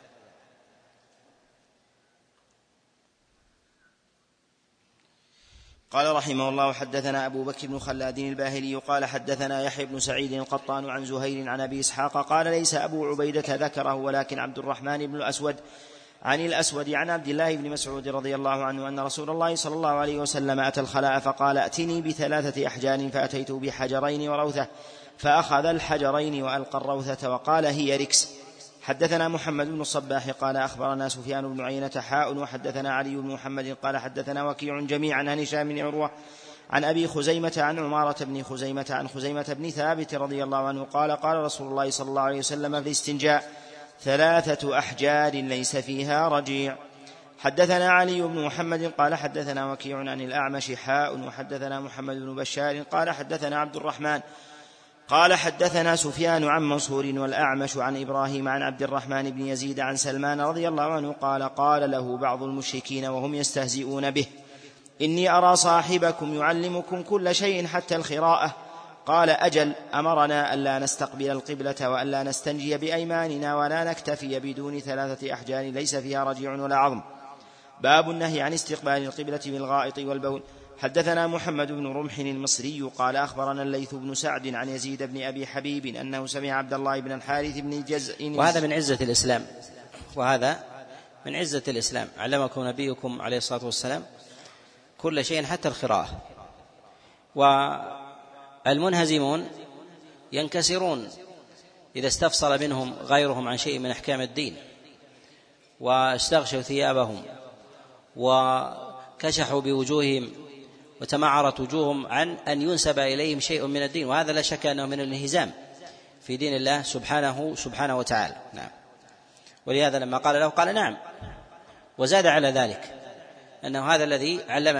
قال رحمه الله: حدثنا أبو بكر بن خلاد الباهلي قال حدثنا يحيى بن سعيد القطان عن زهير عن أبي إسحاق قال: ليس أبو عبيدة ذكره ولكن عبد الرحمن بن الأسود عن الأسود عن عبد الله بن مسعود رضي الله عنه أن رسول الله صلى الله عليه وسلم أتى الخلاء فقال: أتني بثلاثة أحجار، فأتيت بحجرين وروثة، فأخذ الحجرين وألقى الروثة وقال: هي ركس. حدثنا محمد بن الصباح قال أخبرنا سفيان بن عيينة حاء وحدثنا علي بن محمد قال حدثنا وكيع جميعا عن هشام بن عروة عن أبي خزيمة عن عمارة بن خزيمة عن خزيمة بن ثابت رضي الله عنه قال قال رسول الله صلى الله عليه وسلم في الاستنجاء 3 أحجار ليس فيها رجيع. حدثنا علي بن محمد قال حدثنا وكيع عن الأعمش حاء وحدثنا محمد بن بشار قال حدثنا عبد الرحمن قال حدثنا سفيان عن منصور والأعمش عن إبراهيم عن عبد الرحمن بن يزيد عن سلمان رضي الله عنه قال قال له بعض المشركين وهم يستهزئون به إني أرى صاحبكم يعلمكم كل شيء حتى الخراءة. قال أجل أمرنا ألا نستقبل القبلة وألا نستنجي بأيماننا ولا نكتفي بدون 3 أحجار ليس فيها رجيع ولا عظم. باب النهي عن استقبال القبلة بالغائط والبول. حدثنا محمد بن رمح المصري قال أخبرنا الليث بن سعد عن يزيد بن أبي حبيب أنه سمع عبد الله بن الحارث بن جزء. وهذا من عزة الإسلام، وهذا من عزة الإسلام. علمكم نبيكم عليه الصلاة والسلام كل شيء حتى الخراءة. والمنهزمون ينكسرون إذا استفصل منهم غيرهم عن شيء من أحكام الدين واستغشوا ثيابهم وكشحوا بوجوههم وتمعرت وجوههم عن أن ينسب إليهم شيء من الدين، وهذا لا شك أنه من الانهزام في دين الله سبحانه وتعالى. نعم. ولهذا لما قال له قال نعم، وزاد على ذلك أنه هذا الذي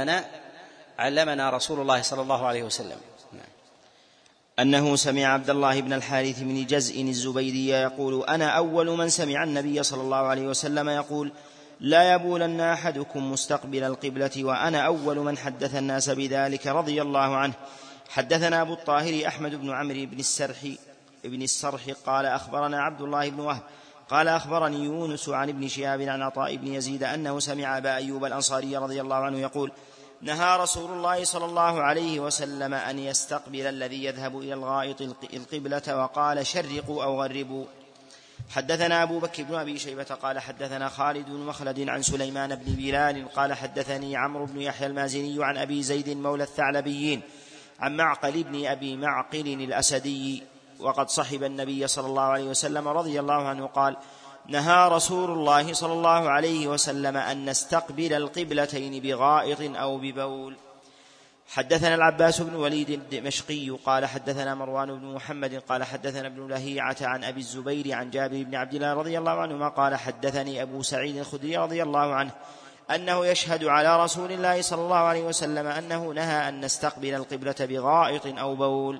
علمنا رسول الله صلى الله عليه وسلم. نعم. أنه سمع عبد الله بن الحارث بن جزء الزبيدي يقول أنا أول من سمع النبي صلى الله عليه وسلم يقول لا يبولن أحدكم مستقبل القبلة، وأنا أول من حدث الناس بذلك رضي الله عنه. حدثنا أبو الطاهر أحمد بن عمرو بن السرح قال أخبرنا عبد الله بن وهب قال أخبرني يونس عن ابن شهاب عن عطاء بن يزيد أنه سمع أبا أيوب الأنصاري رضي الله عنه يقول نهى رسول الله صلى الله عليه وسلم أن يستقبل الذي يذهب إلى الغائط القبلة، وقال شرقوا أو غربوا. حدثنا أبو بكر بن أبي شيبة قال حدثنا خالد بن مخلد عن سليمان بن بلال قال حدثني عمرو بن يحيى المازني عن أبي زيد مولى الثعلبيين عن معقل بن أبي معقل الأسدي وقد صحب النبي صلى الله عليه وسلم رضي الله عنه قال نهى رسول الله صلى الله عليه وسلم أن نستقبل القبلتين بغائط أو ببول. حدثنا العباس بن وليد الدمشقي قال حدثنا مروان بن محمد قال حدثنا ابن لهيعة عن أبي الزبير عن جابر بن عبد الله رضي الله عنهما قال حدثني أبو سعيد الخدري رضي الله عنه أنه يشهد على رسول الله صلى الله عليه وسلم أنه نهى أن نستقبل القبلة بغائط أو بول.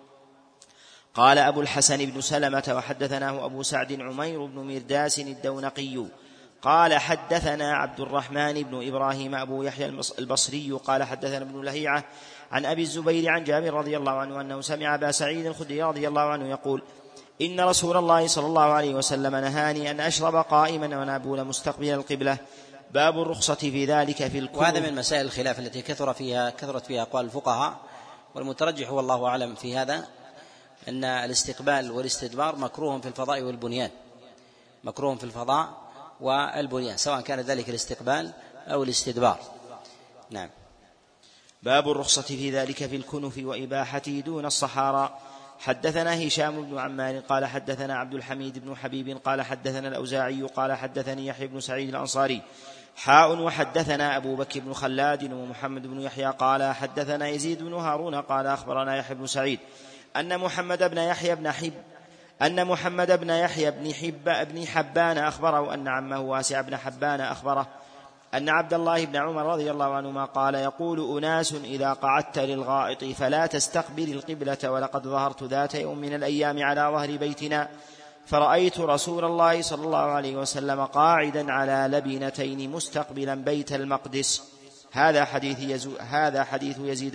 قال أبو الحسن بن سلمة وحدثناه أبو سعد عمير بن مرداس الدونقي قال حدثنا عبد الرحمن بن إبراهيم أبو يحيى البصري قال حدثنا ابن لهيعة عن أبي الزبير عن جابر رضي الله عنه أنه سمع أبا سعيد الخدري رضي الله عنه يقول إن رسول الله صلى الله عليه وسلم نهاني أن أشرب قائما ونابول مستقبل القبلة. باب الرخصة في ذلك في الكفر. وهذا من مسائل الخلاف التي كثرت فيها أقوال الفقهاء، والمترجح والله أعلم في هذا أن الاستقبال والاستدبار مكروه في الفضاء والبنيان، مكروه في الفضاء والبنيان سواء كان ذلك الاستقبال أو الاستدبار. نعم. باب الرخصة في ذلك في الكنف وإباحته دون الصحارى. حدثنا هشام بن عمار قال حدثنا عبد الحميد بن حبيب قال حدثنا الأوزاعي قال حدثني يحيى بن سعيد الأنصاري وحدثنا أبو بكر بن خلاد ومحمد بن يحيى قال حدثنا يزيد بن هارون قال أخبرنا يحيى بن سعيد أن محمد بن يحيى بن حبان أخبره أن عمه واسع بن حبان أخبره أن عبد الله بن عمر رضي الله عنهما قال يقول أناس إذا قعدت للغائط فلا تستقبل القبلة، ولقد ظهرت ذات يوم من الأيام على ظهر بيتنا فرأيت رسول الله صلى الله عليه وسلم قاعدا على لبنتين مستقبلا بيت المقدس. هذا حديث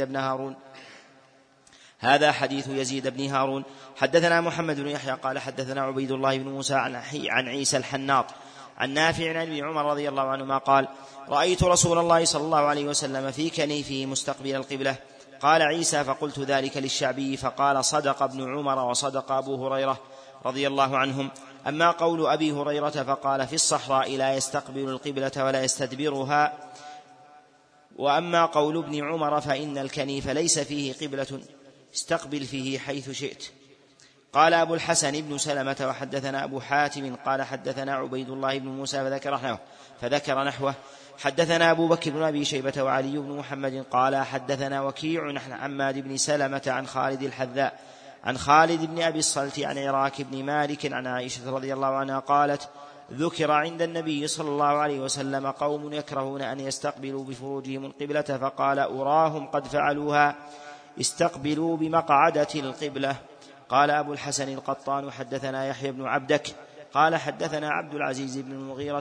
يزيد بن هارون. حدثنا محمد بن يحيى قال حدثنا عبيد الله بن موسى عن عيسى الحناط عن نافع عن ابن عمر رضي الله عنهما قال رأيت رسول الله صلى الله عليه وسلم في كنيفه مستقبل القبلة. قال عيسى فقلت ذلك للشعبي فقال صدق ابن عمر وصدق أبو هريرة رضي الله عنهم. أما قول أبي هريرة فقال في الصحراء لا يستقبل القبلة ولا يستدبرها، وأما قول ابن عمر فإن الكنيف ليس فيه قبلة استقبل فيه حيث شئت. قال أبو الحسن بن سلمة وحدثنا أبو حاتم قال حدثنا عبيد الله بن موسى فذكر نحوه. حدثنا أبو بكر بن أبي شيبة وعلي بن محمد قال حدثنا وكيع عن حماد بن سلمة عن خالد الحذاء عن خالد بن أبي الصلت عن عراك بن مالك عن عائشة رضي الله عنها قالت ذكر عند النبي صلى الله عليه وسلم قوم يكرهون أن يستقبلوا بفروجهم القبلة فقال أراهم قد فعلوها استقبلوا بمقعدة القبلة. قال أبو الحسن القطان حدثنا يحيى بن عبدك قال حدثنا عبد العزيز بن المغيرة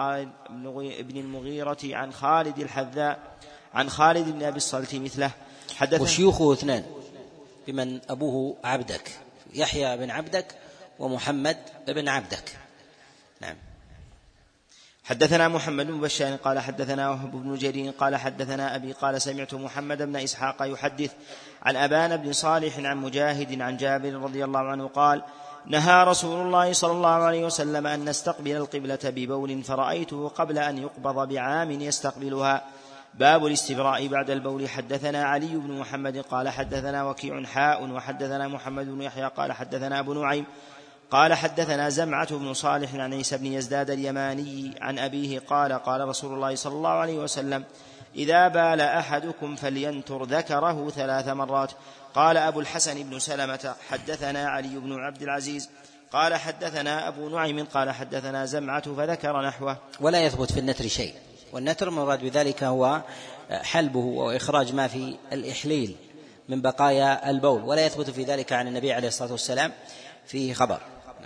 عن خالد الحذاء عن خالد بن أبي الصلت مثله. وشيوخه اثنان بمن أبوه عبدك، يحيى بن عبدك ومحمد بن عبدك. نعم. حدثنا محمد بن بشار قال حدثنا وهب بن جرير قال حدثنا أبي قال سمعت محمد بن إسحاق يحدث عن أبان بن صالح عن مجاهد عن جابر رضي الله عنه قال نهى رسول الله صلى الله عليه وسلم أن نستقبل القبلة ببول فرأيته قبل أن يقبض بعام يستقبلها. باب الاستبراء بعد البول. حدثنا علي بن محمد قال حدثنا وكيع حاء وحدثنا محمد بن يحيى قال حدثنا أبو نعيم قال حدثنا زمعة بن صالح عن عيسى بن يزداد اليماني عن أبيه قال قال رسول الله صلى الله عليه وسلم إذا بال أحدكم فلينتر ذكره 3 مرات. قال أبو الحسن بن سلمة حدثنا علي بن عبد العزيز قال حدثنا أبو نعيم قال حدثنا زمعة فذكر نحوه. ولا يثبت في النتر شيء، والنتر المراد بذلك هو حلبه وإخراج ما في الإحليل من بقايا البول، ولا يثبت في ذلك عن النبي عليه الصلاة والسلام فيه خبر.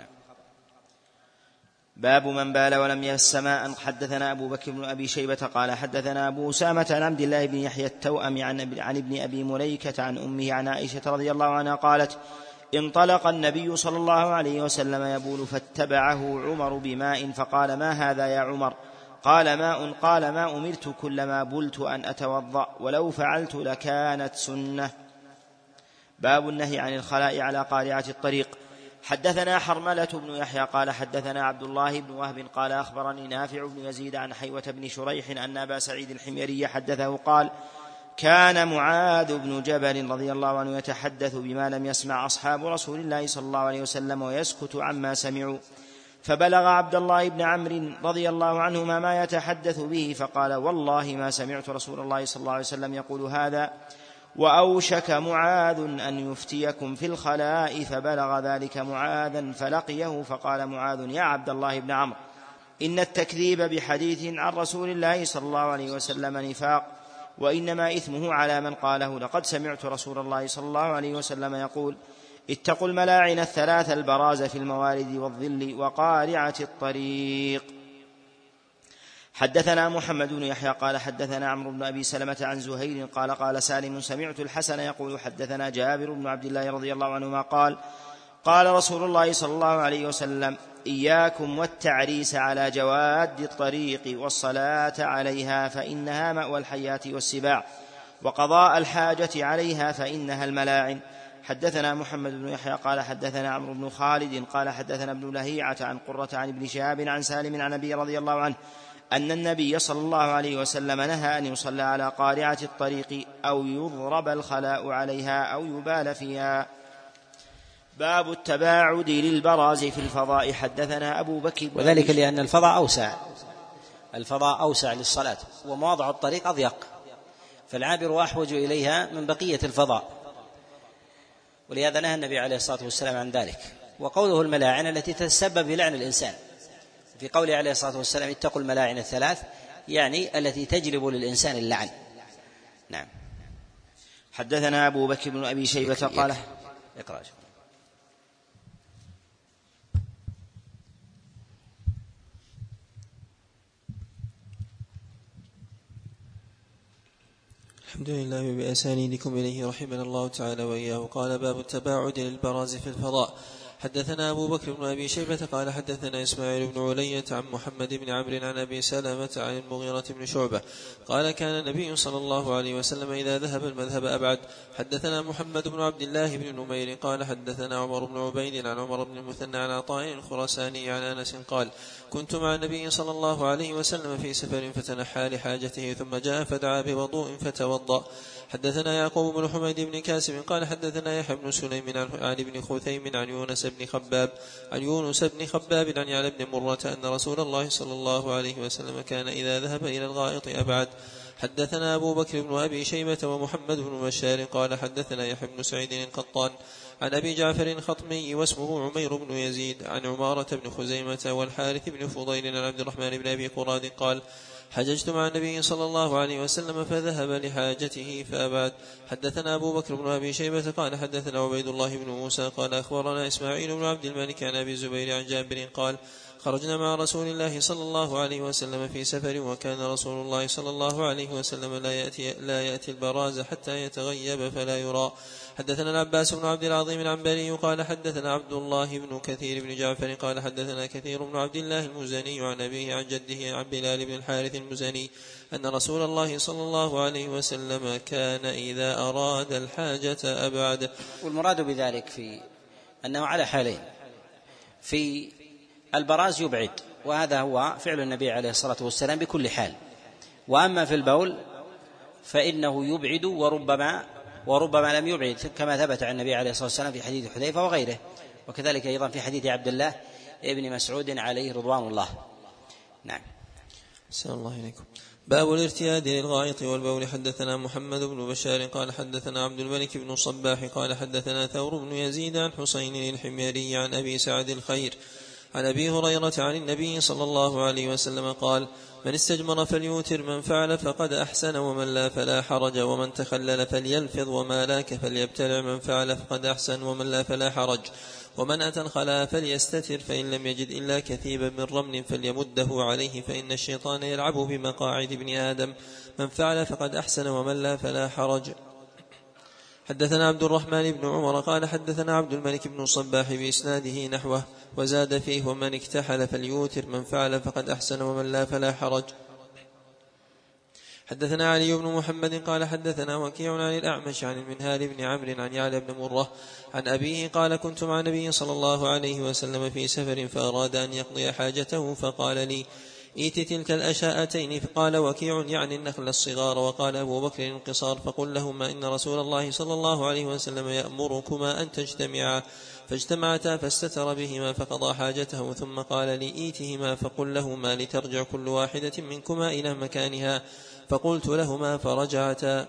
باب من بال ولم يمس ماء. حدثنا أبو بكر بن أبي شيبة قال حدثنا أبو أسامة عن عبد الله بن يحيى التوأم عن ابن أبي مليكة عن أمه عن عائشة رضي الله عنها قالت انطلق النبي صلى الله عليه وسلم يبول فاتبعه عمر بماء فقال ما هذا يا عمر؟ قال ماء. قال ما أمرت كلما بلت أن أتوضأ ولو فعلت لكانت سنة. باب النهي عن الخلاء على قارعة الطريق. حدثنا حرملة بن يحيى قال حدثنا عبد الله بن وهب قال أخبرني نافع بن يزيد عن حيوة بن شريح أن أبا سعيد الحميري حدثه قال كان معاذ بن جبل رضي الله عنه يتحدث بما لم يسمع أصحاب رسول الله صلى الله عليه وسلم ويسكت عما سمعوا، فبلغ عبد الله بن عمرو رضي الله عنهما ما يتحدث به فقال والله ما سمعت رسول الله صلى الله عليه وسلم يقول هذا، وأوشك معاذ أن يفتيكم في الخلاء، فبلغ ذلك معاذا فلقيه فقال معاذ يا عبد الله بن عمرو إن التكذيب بحديث عن رسول الله صلى الله عليه وسلم نفاق، وإنما إثمه على من قاله. لقد سمعت رسول الله صلى الله عليه وسلم يقول اتقوا الملاعن 3 البراز في الموارد والظل وقارعة الطريق. حدثنا محمد بن يحيى قال حدثنا عمرو بن أبي سلمة عن زهير قال قال سالم سمعت الحسن يقول حدثنا جابر بن عبد الله رضي الله عنهما قال قال رسول الله صلى الله عليه وسلم إياكم والتعريس على جواد الطريق والصلاة عليها فإنها مأوى الحيات والسباع، وقضاء الحاجة عليها فإنها الملاعن. حدثنا محمد بن يحيى قال حدثنا عمرو بن خالد قال حدثنا ابن لهيعة عن قرة عن ابن شهاب عن سالم عن أبي رضي الله عنه أن النبي صلى الله عليه وسلم نهى أن يصلى على قارعة الطريق أو يضرب الخلاء عليها أو يبال فيها. باب التباعد للبراز في الفضاء. حدثنا أبو بكر وذلك لأن الفضاء أوسع للصلاة، ومواضع الطريق أضيق، فالعابر أحوج إليها من بقية الفضاء، ولهذا نهى النبي عليه الصلاة والسلام عن ذلك. وقوله الملاعن التي تتسبب في لعن الإنسان، في قوله عليه الصلاة والسلام اتقوا الملاعن 3 يعني التي تجلب للإنسان اللعن. نعم. حدثنا أبو بكر بن أبي شيبة قال اقرأ. الحمد لله بأسانيدكم إليه رحمنا الله تعالى وإياه. قال باب التباعد للبراز في الفضاء. حدثنا أبو بكر بن أبي شيبة قال حدثنا إسماعيل بن علية عن محمد بن عمرو عن أبي سلمة عن المغيرة بن شعبة قال كان النبي صلى الله عليه وسلم إذا ذهب المذهب أبعد. حدثنا محمد بن عبد الله بن نمير قال حدثنا عمر بن عبيد عن عمر بن المثنى عن عطاء الخراساني عن أنس قال كنت مع النبي صلى الله عليه وسلم في سفر فتنحى لحاجته ثم جاء فدعا بوضوء فتوضأ حدثنا يعقوب بن حميد بن كاسب قال حدثنا يحيى بن سليم عن ابن خثيم عن يونس بن خباب عن يعلى بن مرة أن رسول الله صلى الله عليه وسلم كان إذا ذهب إلى الغائط أبعد. حدثنا أبو بكر بن أبي شيبة ومحمد بن بشار قال حدثنا يحيى بن سعيد القطان عن أبي جعفر الخطمي واسمه عمير بن يزيد عن عمارة بن خزيمة والحارث بن فضيل عن عبد الرحمن بن أبي قراد قال حججت مع النبي صلى الله عليه وسلم فذهب لحاجته فأبعد. حدثنا أبو بكر بن أبي شيبة قال حدثنا عبيد الله بن موسى قال أخبرنا إسماعيل بن عبد الملك عن أبي الزبير عن جابر قال خرجنا مع رسول الله صلى الله عليه وسلم في سفر وكان رسول الله صلى الله عليه وسلم لا يأتي البراز حتى يتغيب فلا يرى. حدثنا العباس بن عبد العظيم العنبري قال حدثنا عبد الله بن كثير بن جعفر قال حدثنا كثير بن عبد الله المزني عن أبيه عن جده عن بلال بن الحارث المزني أن رسول الله صلى الله عليه وسلم كان إذا أراد الحاجة أبعد. والمراد بذلك في أنه على حالين: في البراز يبعد، وهذا هو فعل النبي عليه الصلاة والسلام بكل حال، وأما في البول فإنه يبعد وربما لم يبعد، كما ثبت عن النبي عليه الصلاة والسلام في حديث حذيفة وغيره، وكذلك أيضا في حديث عبد الله ابن مسعود عليه رضوان الله. نعم. أحسن الله إليكم. باب الارتياد للغائط والبول. حدثنا محمد بن بشار قال حدثنا عبد الملك بن صباح قال حدثنا ثور بن يزيد عن حسين الحميري عن أبي سعد الخير عن أبي هريرة عن النبي صلى الله عليه وسلم قال من استجمر فليوتر، من فعل فقد أحسن، ومن لا فلا حرج، ومن تخلل فليلفظ، وما لاك فليبتلع، من فعل فقد أحسن، ومن لا فلا حرج، ومن أتى الخلاء فليستتر، فإن لم يجد إلا كثيبا من رمل فليمده عليه، فإن الشيطان يلعب بمقاعد ابن آدم، من فعل فقد أحسن، ومن لا فلا حرج. حدثنا عبد الرحمن بن عمر قال حدثنا عبد الملك بن صباح بإسناده نحوه وزاد فيه ومن اكتحل فليوتر، من فعل فقد أحسن، ومن لا فلا حرج. حدثنا علي بن محمد قال حدثنا وكيع عن الأعمش عن المنهال بن عمرو عن يعلى بن مرة عن أبيه قال كنت مع النبي صلى الله عليه وسلم في سفر فأراد أن يقضي حاجته فقال لي ائت تلك الأشاءتين، فقال وكيع يعني النخل الصغار، وقال أبو بكر القصار، فقل لهما إن رسول الله صلى الله عليه وسلم يأمركما أن تجتمعا، فاجتمعتا فاستتر بهما فقضى حاجته، ثم قال لي ائتهما فقل لهما لترجع كل واحدة منكما إلى مكانها، فقلت لهما فرجعتا.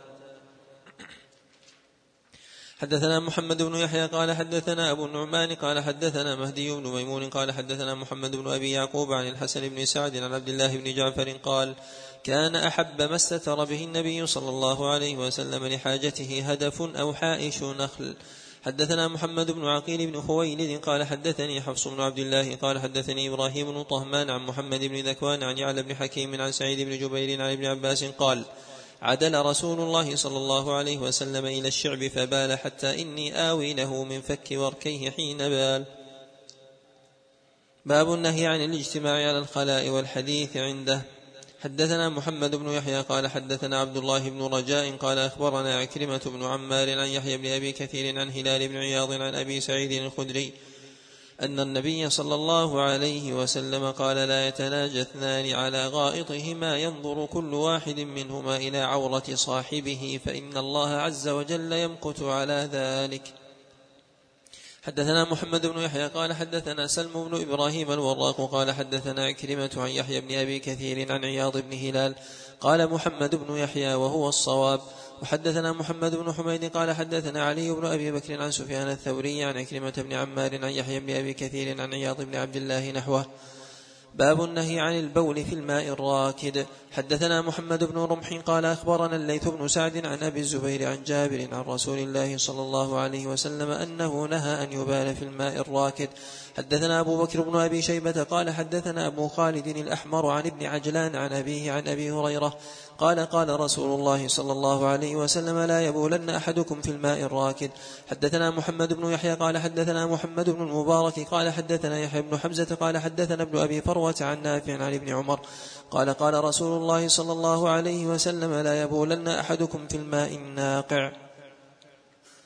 حدثنا محمد بن يحيى قال حدثنا أبو النعمان قال حدثنا مهدي بن ميمون قال حدثنا محمد بن أبي يعقوب عن الحسن بن سعد عن عبد الله بن جعفر قال كان أحب ما استتر به النبي صلى الله عليه وسلم لحاجته هدف أو حائش نخل. حدثنا محمد بن عقيل بن خويلد قال حدثني حفص بن عبد الله قال حدثني إبراهيم بن طهمان عن محمد بن ذكوان عن يعلى بن حكيم عن سعيد بن جبير عن ابن عباس قال عدل رسول الله صلى الله عليه وسلم إلى الشعب فبال حتى إني آوي له من فك وركيه حين بال. باب النهي عن الاجتماع على الخلاء والحديث عنده. حدثنا محمد بن يحيى قال حدثنا عبد الله بن رجاء قال أخبرنا عكرمة بن عمار عن يحيى بن أبي كثير عن هلال بن عياض عن أبي سعيد الخدري أن النبي صلى الله عليه وسلم قال لا يتناجى اثنان على غائطهما ينظر كل واحد منهما إلى عورة صاحبه فإن الله عز وجل يمقت على ذلك. حدثنا محمد بن يحيى قال حدثنا سلم بن إبراهيم الوراق قال حدثنا عكرمة عن يحيى بن أبي كثير عن عياض بن هلال قال محمد بن يحيى وهو الصواب. وحدثنا محمد بن حميد قال حدثنا علي بن أبي بكر عن سفيان الثوري عن عكرمة بن عمار عن يحيى بن أبي كثير عن عياض بن عبد الله نحوه. باب النهي عن البول في الماء الراكد. حدثنا محمد بن رمح قال أخبرنا الليث بن سعد عن أبي الزبير عن جابر عن رسول الله صلى الله عليه وسلم أنه نهى أن يبال في الماء الراكد. حدثنا أبو بكر بن أبي شيبة قال حدثنا أبو خالد الأحمر عن ابن عجلان عن أبيه عن أبي هريرة قال قال رسول الله صلى الله عليه وسلم لا يبولن أحدكم في الماء الراكد. حدثنا محمد بن يحيى قال حدثنا محمد بن المبارك قال حدثنا يحيى بن حمزة قال حدثنا ابن أبي فروة عن نافع عن ابن عمر قال قال رسول الله صلى الله عليه وسلم لا يبولن أحدكم في الماء الناقع.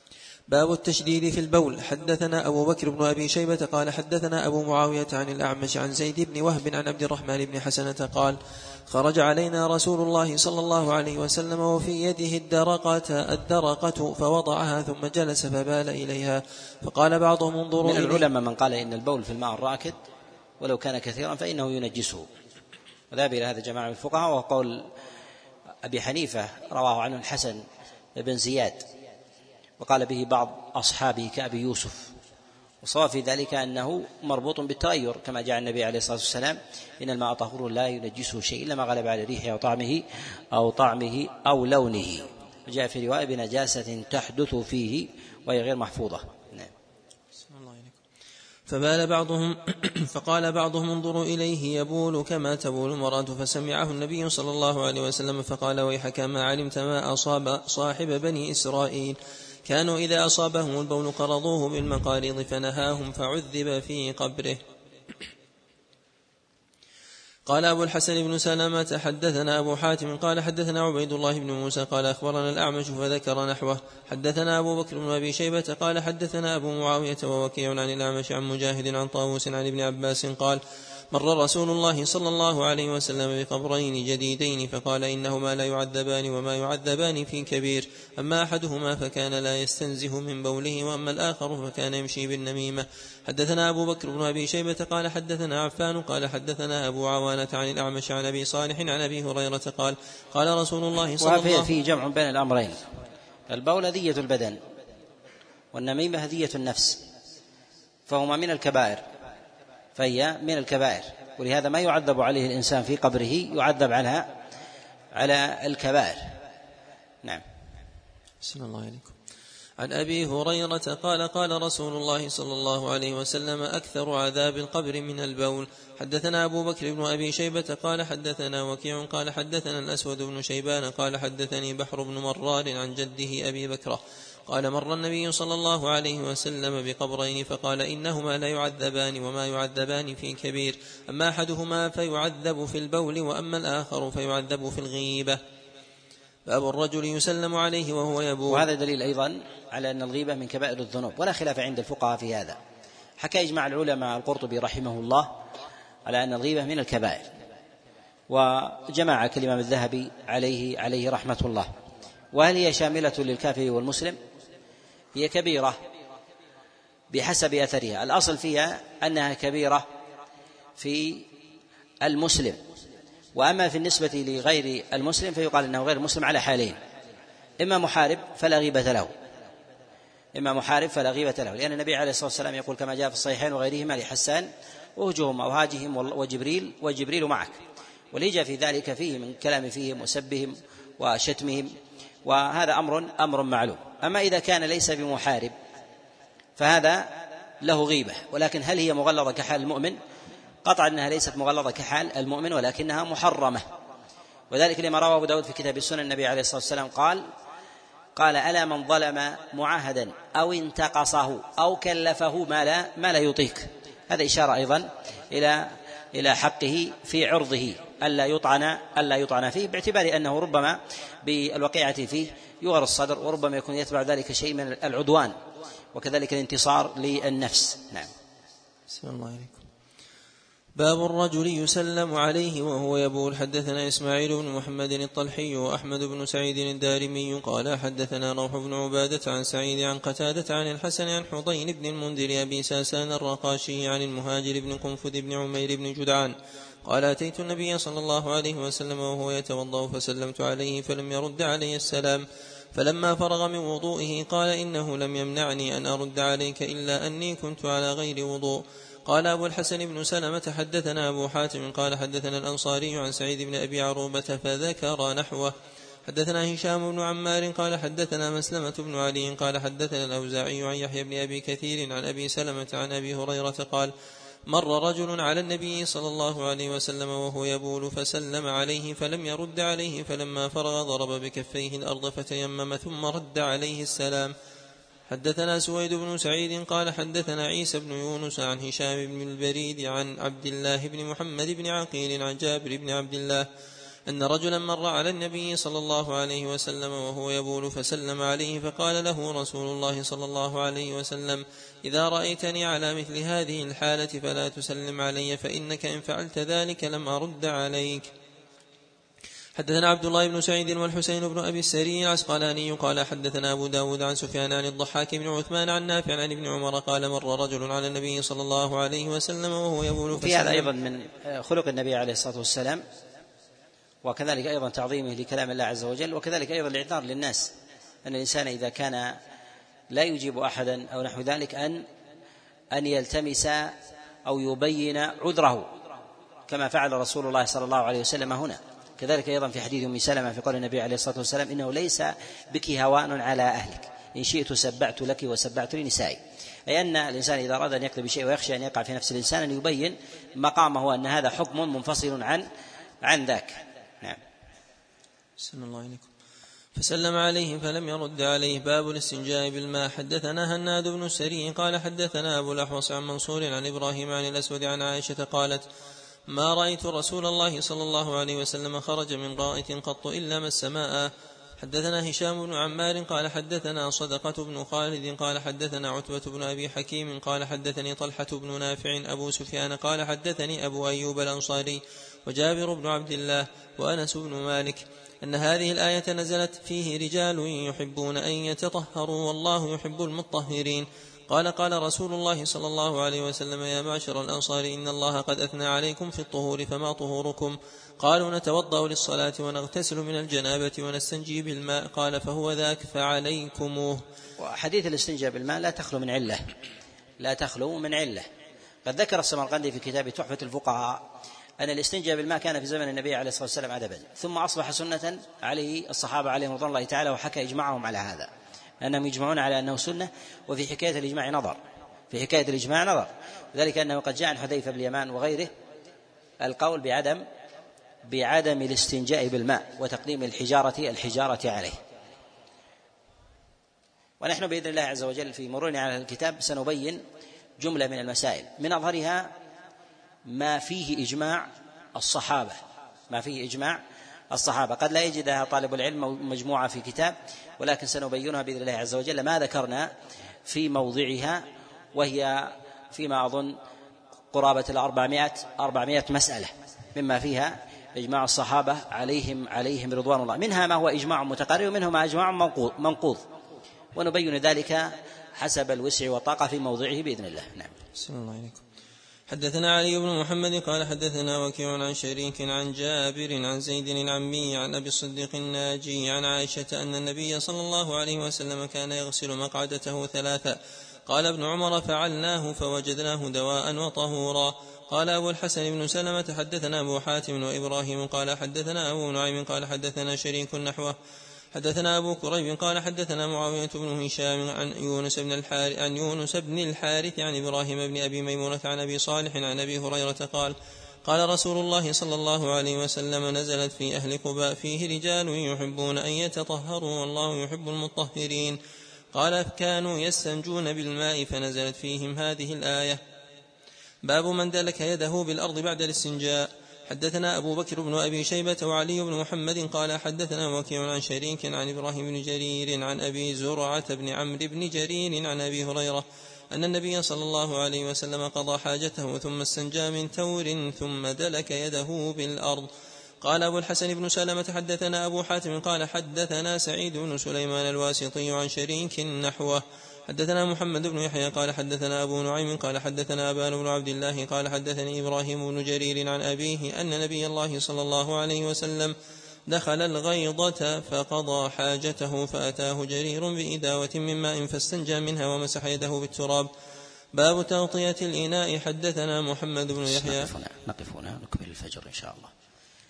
باب التشديد في البول. حدثنا أبو بكر بن أبي شيبة قال حدثنا أبو معاوية عن الأعمش عن زيد بن وهب عن عبد الرحمن بن حسنة قال خرج علينا رسول الله صلى الله عليه وسلم وفي يده الدرقة فوضعها ثم جلس فبال إليها فقال بعضهم انظروا من العلماء من قال إن البول في الماء الراكد ولو كان كثيرا فإنه ينجسه، وذهب إلى هذا جماعة من الفقهاء، وقول أبي حنيفة رواه عنه الحسن بن زياد وقال به بعض أصحابه كأبي يوسف، وصواب في ذلك أنه مربوط بالتغير كما جاء النبي عليه الصلاة والسلام إن الماء طهور لا ينجسه شيء إلا ما غلب على ريحه أو طعمه أو لونه، جاء في رواية بنجاسة تحدث فيه وهي غير محفوظة. فبال بعضهم فقال بعضهم انظروا إليه يبول كما تبول المرأة، فسمعه النبي صلى الله عليه وسلم فقال ويحك ما علمت ما أصاب صاحب بني إسرائيل كانوا إذا أصابهم البول قرضوه بالمقارض فنهاهم فعذب في قبره. قال أبو الحسن بن سلامة حدثنا أبو حاتم قال حدثنا عبيد الله بن موسى قال أخبرنا الأعمش فذكر نحوه. حدثنا أبو بكر بن أبي شيبة قال حدثنا أبو معاوية ووكيع عن الأعمش عن مجاهد عن طاووس عن ابن عباس قال مر رسول الله صلى الله عليه وسلم بقبرين جديدين فقال إنهما لا يعذبان وما يعذبان في كبير، أما أحدهما فكان لا يستنزه من بوله وأما الآخر فكان يمشي بالنميمة. حدثنا أبو بكر بن أبي شيبة قال حدثنا عفان قال حدثنا أبو عوانة عن الأعمش عن أبي صالح عن أبي هريرة قال قال رسول الله صلى الله عليه وسلم. وفيه جمع بين الأمرين، البول هدية البدن والنميمة هدية النفس، فهما من الكبائر، فهي من الكبائر، ولهذا ما يعذب عليه الإنسان في قبره يعذب عنها على الكبائر. نعم. بسم الله عليكم. عن أبي هريرة قال قال رسول الله صلى الله عليه وسلم أكثر عذاب القبر من البول. حدثنا أبو بكر بن أبي شيبة قال حدثنا وكيع قال حدثنا الأسود بن شيبان قال حدثني بحر بن مرار عن جده أبي بكر قال مر النبي صلى الله عليه وسلم بقبرين فقال إنهما لا يعذبان وما يعذبان في كبير، أما أحدهما فيعذب في البول وأما الآخر فيعذب في الغيبة. باب الرجل يسلم عليه وهو يبول. وهذا دليل أيضا على أن الغيبة من كبائر الذنوب ولا خلاف عند الفقهاء في هذا. حكى إجماع العلماء القرطبي رحمه الله على أن الغيبة من الكبائر، وجمع كالإمام الذهبي عليه رحمة الله. وهل هي شاملة للكافر والمسلم؟ هي كبيرة بحسب أثرها، الأصل فيها أنها كبيرة في المسلم، وأما في النسبة لغير المسلم فيقال أنه غير مسلم على حالين، إما محارب فلا غيبة له، لأن النبي عليه الصلاة والسلام يقول كما جاء في الصحيحين وغيرهما لحسان أهجهم أو هاجهم وجبريل معك، وليجا في ذلك فيه من كلام فيهم وسبهم وشتمهم، وهذا أمر معلوم. أما إذا كان ليس بمحارب فهذا له غيبة، ولكن هل هي مغلظة كحال المؤمن؟ قطعا أنها ليست مغلظة كحال المؤمن، ولكنها محرمة، وذلك لما رواه أبو داود في كتاب السنن النبي عليه الصلاة والسلام قال ألا من ظلم معاهدا أو انتقصه أو كلفه ما لا يطيق. هذا إشارة أيضا إلى حقه في عرضه ألا يطعن فيه، باعتبار أنه ربما بالوقيعة فيه يغر الصدر، وربما يكون يتبع ذلك شيء من العدوان وكذلك الانتصار للنفس. نعم. بسم الله عليكم. باب الرجل يسلم عليه وهو يبول. حدثنا إسماعيل بن محمد الطلحي وأحمد بن سعيد الدارمي قال حدثنا روح بن عبادة عن سعيد عن قتادة عن الحسن عن حضين بن المنذر أبي ساسان الرقاشي عن المهاجر بن قنفذ بن عمير بن جدعان قال أتيت النبي صلى الله عليه وسلم وهو يتوضأ فسلمت عليه فلم يرد علي السلام، فلما فرغ من وضوئه قال إنه لم يمنعني أن أرد عليك إلا أني كنت على غير وضوء. قال أبو الحسن بن سلمة حدثنا أبو حاتم قال حدثنا الأنصاري عن سعيد بن أبي عروبة فذكر نحوه. حدثنا هشام بن عمار قال حدثنا مسلمة بن علي قال حدثنا الأوزاعي عن يحيى بن أبي كثير عن أبي سلمة عن أبي هريرة قال مر رجل على النبي صلى الله عليه وسلم وهو يبول فسلم عليه فلم يرد عليه، فلما فرغ ضرب بكفيه الأرض فتيمم ثم رد عليه السلام. حدثنا سويد بن سعيد قال حدثنا عيسى بن يونس عن هشام بن البريد عن عبد الله بن محمد بن عقيل عن جابر بن عبد الله أن رجلا مر على النبي صلى الله عليه وسلم وهو يبول فسلم عليه فقال له رسول الله صلى الله عليه وسلم: إذا رأيتني على مثل هذه الحالة فلا تسلم علي، فإنك إن فعلت ذلك لم أرد عليك. حدثنا عبد الله بن سعيد والحسين بن أبي السري العسقلاني قال حدثنا أبو داود عن سفيان عن الضحاك بن عثمان عن نافع عن ابن عمر قال: مر رجل على النبي صلى الله عليه وسلم وهو يبول في هذا أيضا من خلق النبي عليه الصلاة والسلام، وكذلك أيضا تعظيمه لكلام الله عز وجل، وكذلك أيضا الإعذار للناس، أن الإنسان إذا كان لا يجيب أحدا أو نحو ذلك أن يلتمس أو يبين عذره كما فعل رسول الله صلى الله عليه وسلم هنا. كذلك أيضا في حديث أم سلمة في قول النبي عليه الصلاة والسلام: إنه ليس بك هوان على أهلك، إن شئت سبعت لك وسبعت لنسائي. أي أن الإنسان إذا أراد أن يقضي بشيء ويخشى أن يقع في نفس الإنسان أن يبين مقامه، أن هذا حكم منفصل عن ذاك. نعم. بسم الله عليكم. فسلم عليه فلم يرد عليه. باب الاستنجاء بالماء. حدثنا هناد بن السري قال حدثنا أبو الأحوص عن منصور عن إبراهيم عن الأسود عن عائشة قالت: ما رأيت رسول الله صلى الله عليه وسلم خرج من غائط قط إلا مس ماء. حدثنا هشام بن عمار قال حدثنا صدقة بن خالد قال حدثنا عتبة بن أبي حكيم قال حدثني طلحة بن نافع أبو سفيان قال حدثني أبو أيوب الأنصاري وجابر بن عبد الله وأنس بن مالك أن هذه الآية نزلت: فيه رجال يحبون أن يتطهروا والله يحب المطهرين. قال رسول الله صلى الله عليه وسلم: يا معشر الأنصار، إن الله قد أثنى عليكم في الطهور، فما طهوركم؟ قالوا: نتوضأ للصلاة ونغتسل من الجنابة ونستنجي بالماء. قال: فهو ذاك فعليكموه. وحديث الاستنجاء بالماء لا تخلو من علة. قد ذكر السمرقندي في كتاب تحفة الفقهاء أن الاستنجاء بالماء كان في زمن النبي عليه الصلاة والسلام عدبا، ثم أصبح سنة عليه الصحابة عليهم رضوان الله تعالى، وحكى إجماعهم على هذا، أنهم يجمعون على أنه سنة. وفي حكاية الإجماع نظر، ذلك أنه قد جاء عن حذيفة بن اليمان وغيره القول بعدم الاستنجاء بالماء وتقديم الحجارة عليه. ونحن بإذن الله عز وجل في مرورنا على الكتاب سنبين جملة من المسائل، من أظهرها ما فيه إجماع الصحابة. قد لا يجدها طالب العلم مجموعة في كتاب، ولكن سنبينها بإذن الله عز وجل ما ذكرنا في موضعها، وهي فيما أظن قرابة 400 مسألة، مما فيها إجماع الصحابة عليهم رضوان الله، منها ما هو إجماع متقرر ومنه ما إجماع منقوض، ونبين ذلك حسب الوسع والطاقة في موضعه بإذن الله. نعم. بسم الله عليكم. حدثنا علي بن محمد قال حدثنا وكيع عن شريك عن جابر عن زيد العمي عن أبي الصديق الناجي عن عائشة أن النبي صلى الله عليه وسلم كان يغسل مقعدته 3. قال ابن عمر: فعلناه فوجدناه دواء وطهورا. قال أبو الحسن بن سلمة حدثنا أبو حاتم وإبراهيم قال حدثنا أبو نعيم قال حدثنا شريك نحوه. حدثنا أبو كريب قال حدثنا معاوية بن هشام عن يونس بن الحارث عن إبراهيم بن أبي ميمونة عن أبي صالح عن أبي هريرة قال رسول الله صلى الله عليه وسلم: نزلت في أهل قباء: فيه رجال يحبون أن يتطهروا والله يحب المطهرين. قال: كانوا يستنجون بالماء فنزلت فيهم هذه الآية. باب من دلك يده بالأرض بعد الاستنجاء. حدثنا أبو بكر بن أبي شيبة وعلي بن محمد قال حدثنا وكيع عن شريك عن إبراهيم بن جرير عن أبي زرعة بن عمرو بن جرير عن أبي هريرة أن النبي صلى الله عليه وسلم قضى حاجته ثم استنجى من تور ثم دلك يده بالأرض. قال أبو الحسن بن سلمة حدثنا أبو حاتم قال حدثنا سعيد بن سليمان الواسطي عن شريك نحوه. حدثنا محمد بن يحيى قال حدثنا أبو نعيم قال حدثنا أبان بن عبد الله قال حدثني إبراهيم بن جرير عن أبيه أن نبي الله صلى الله عليه وسلم دخل الغيضة فقضى حاجته فأتاه جرير بإداوة من ماء فاستنجى منها ومسح يده بالتراب. باب تغطية الإناء. حدثنا محمد بن يحيى. نقف هنا نكمل الفجر إن شاء الله.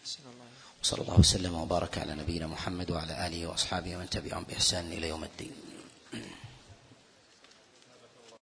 صلى الله وسلم وبارك على نبينا محمد وعلى آله وأصحابه ومن تبعهم بإحسان إلى يوم الدين.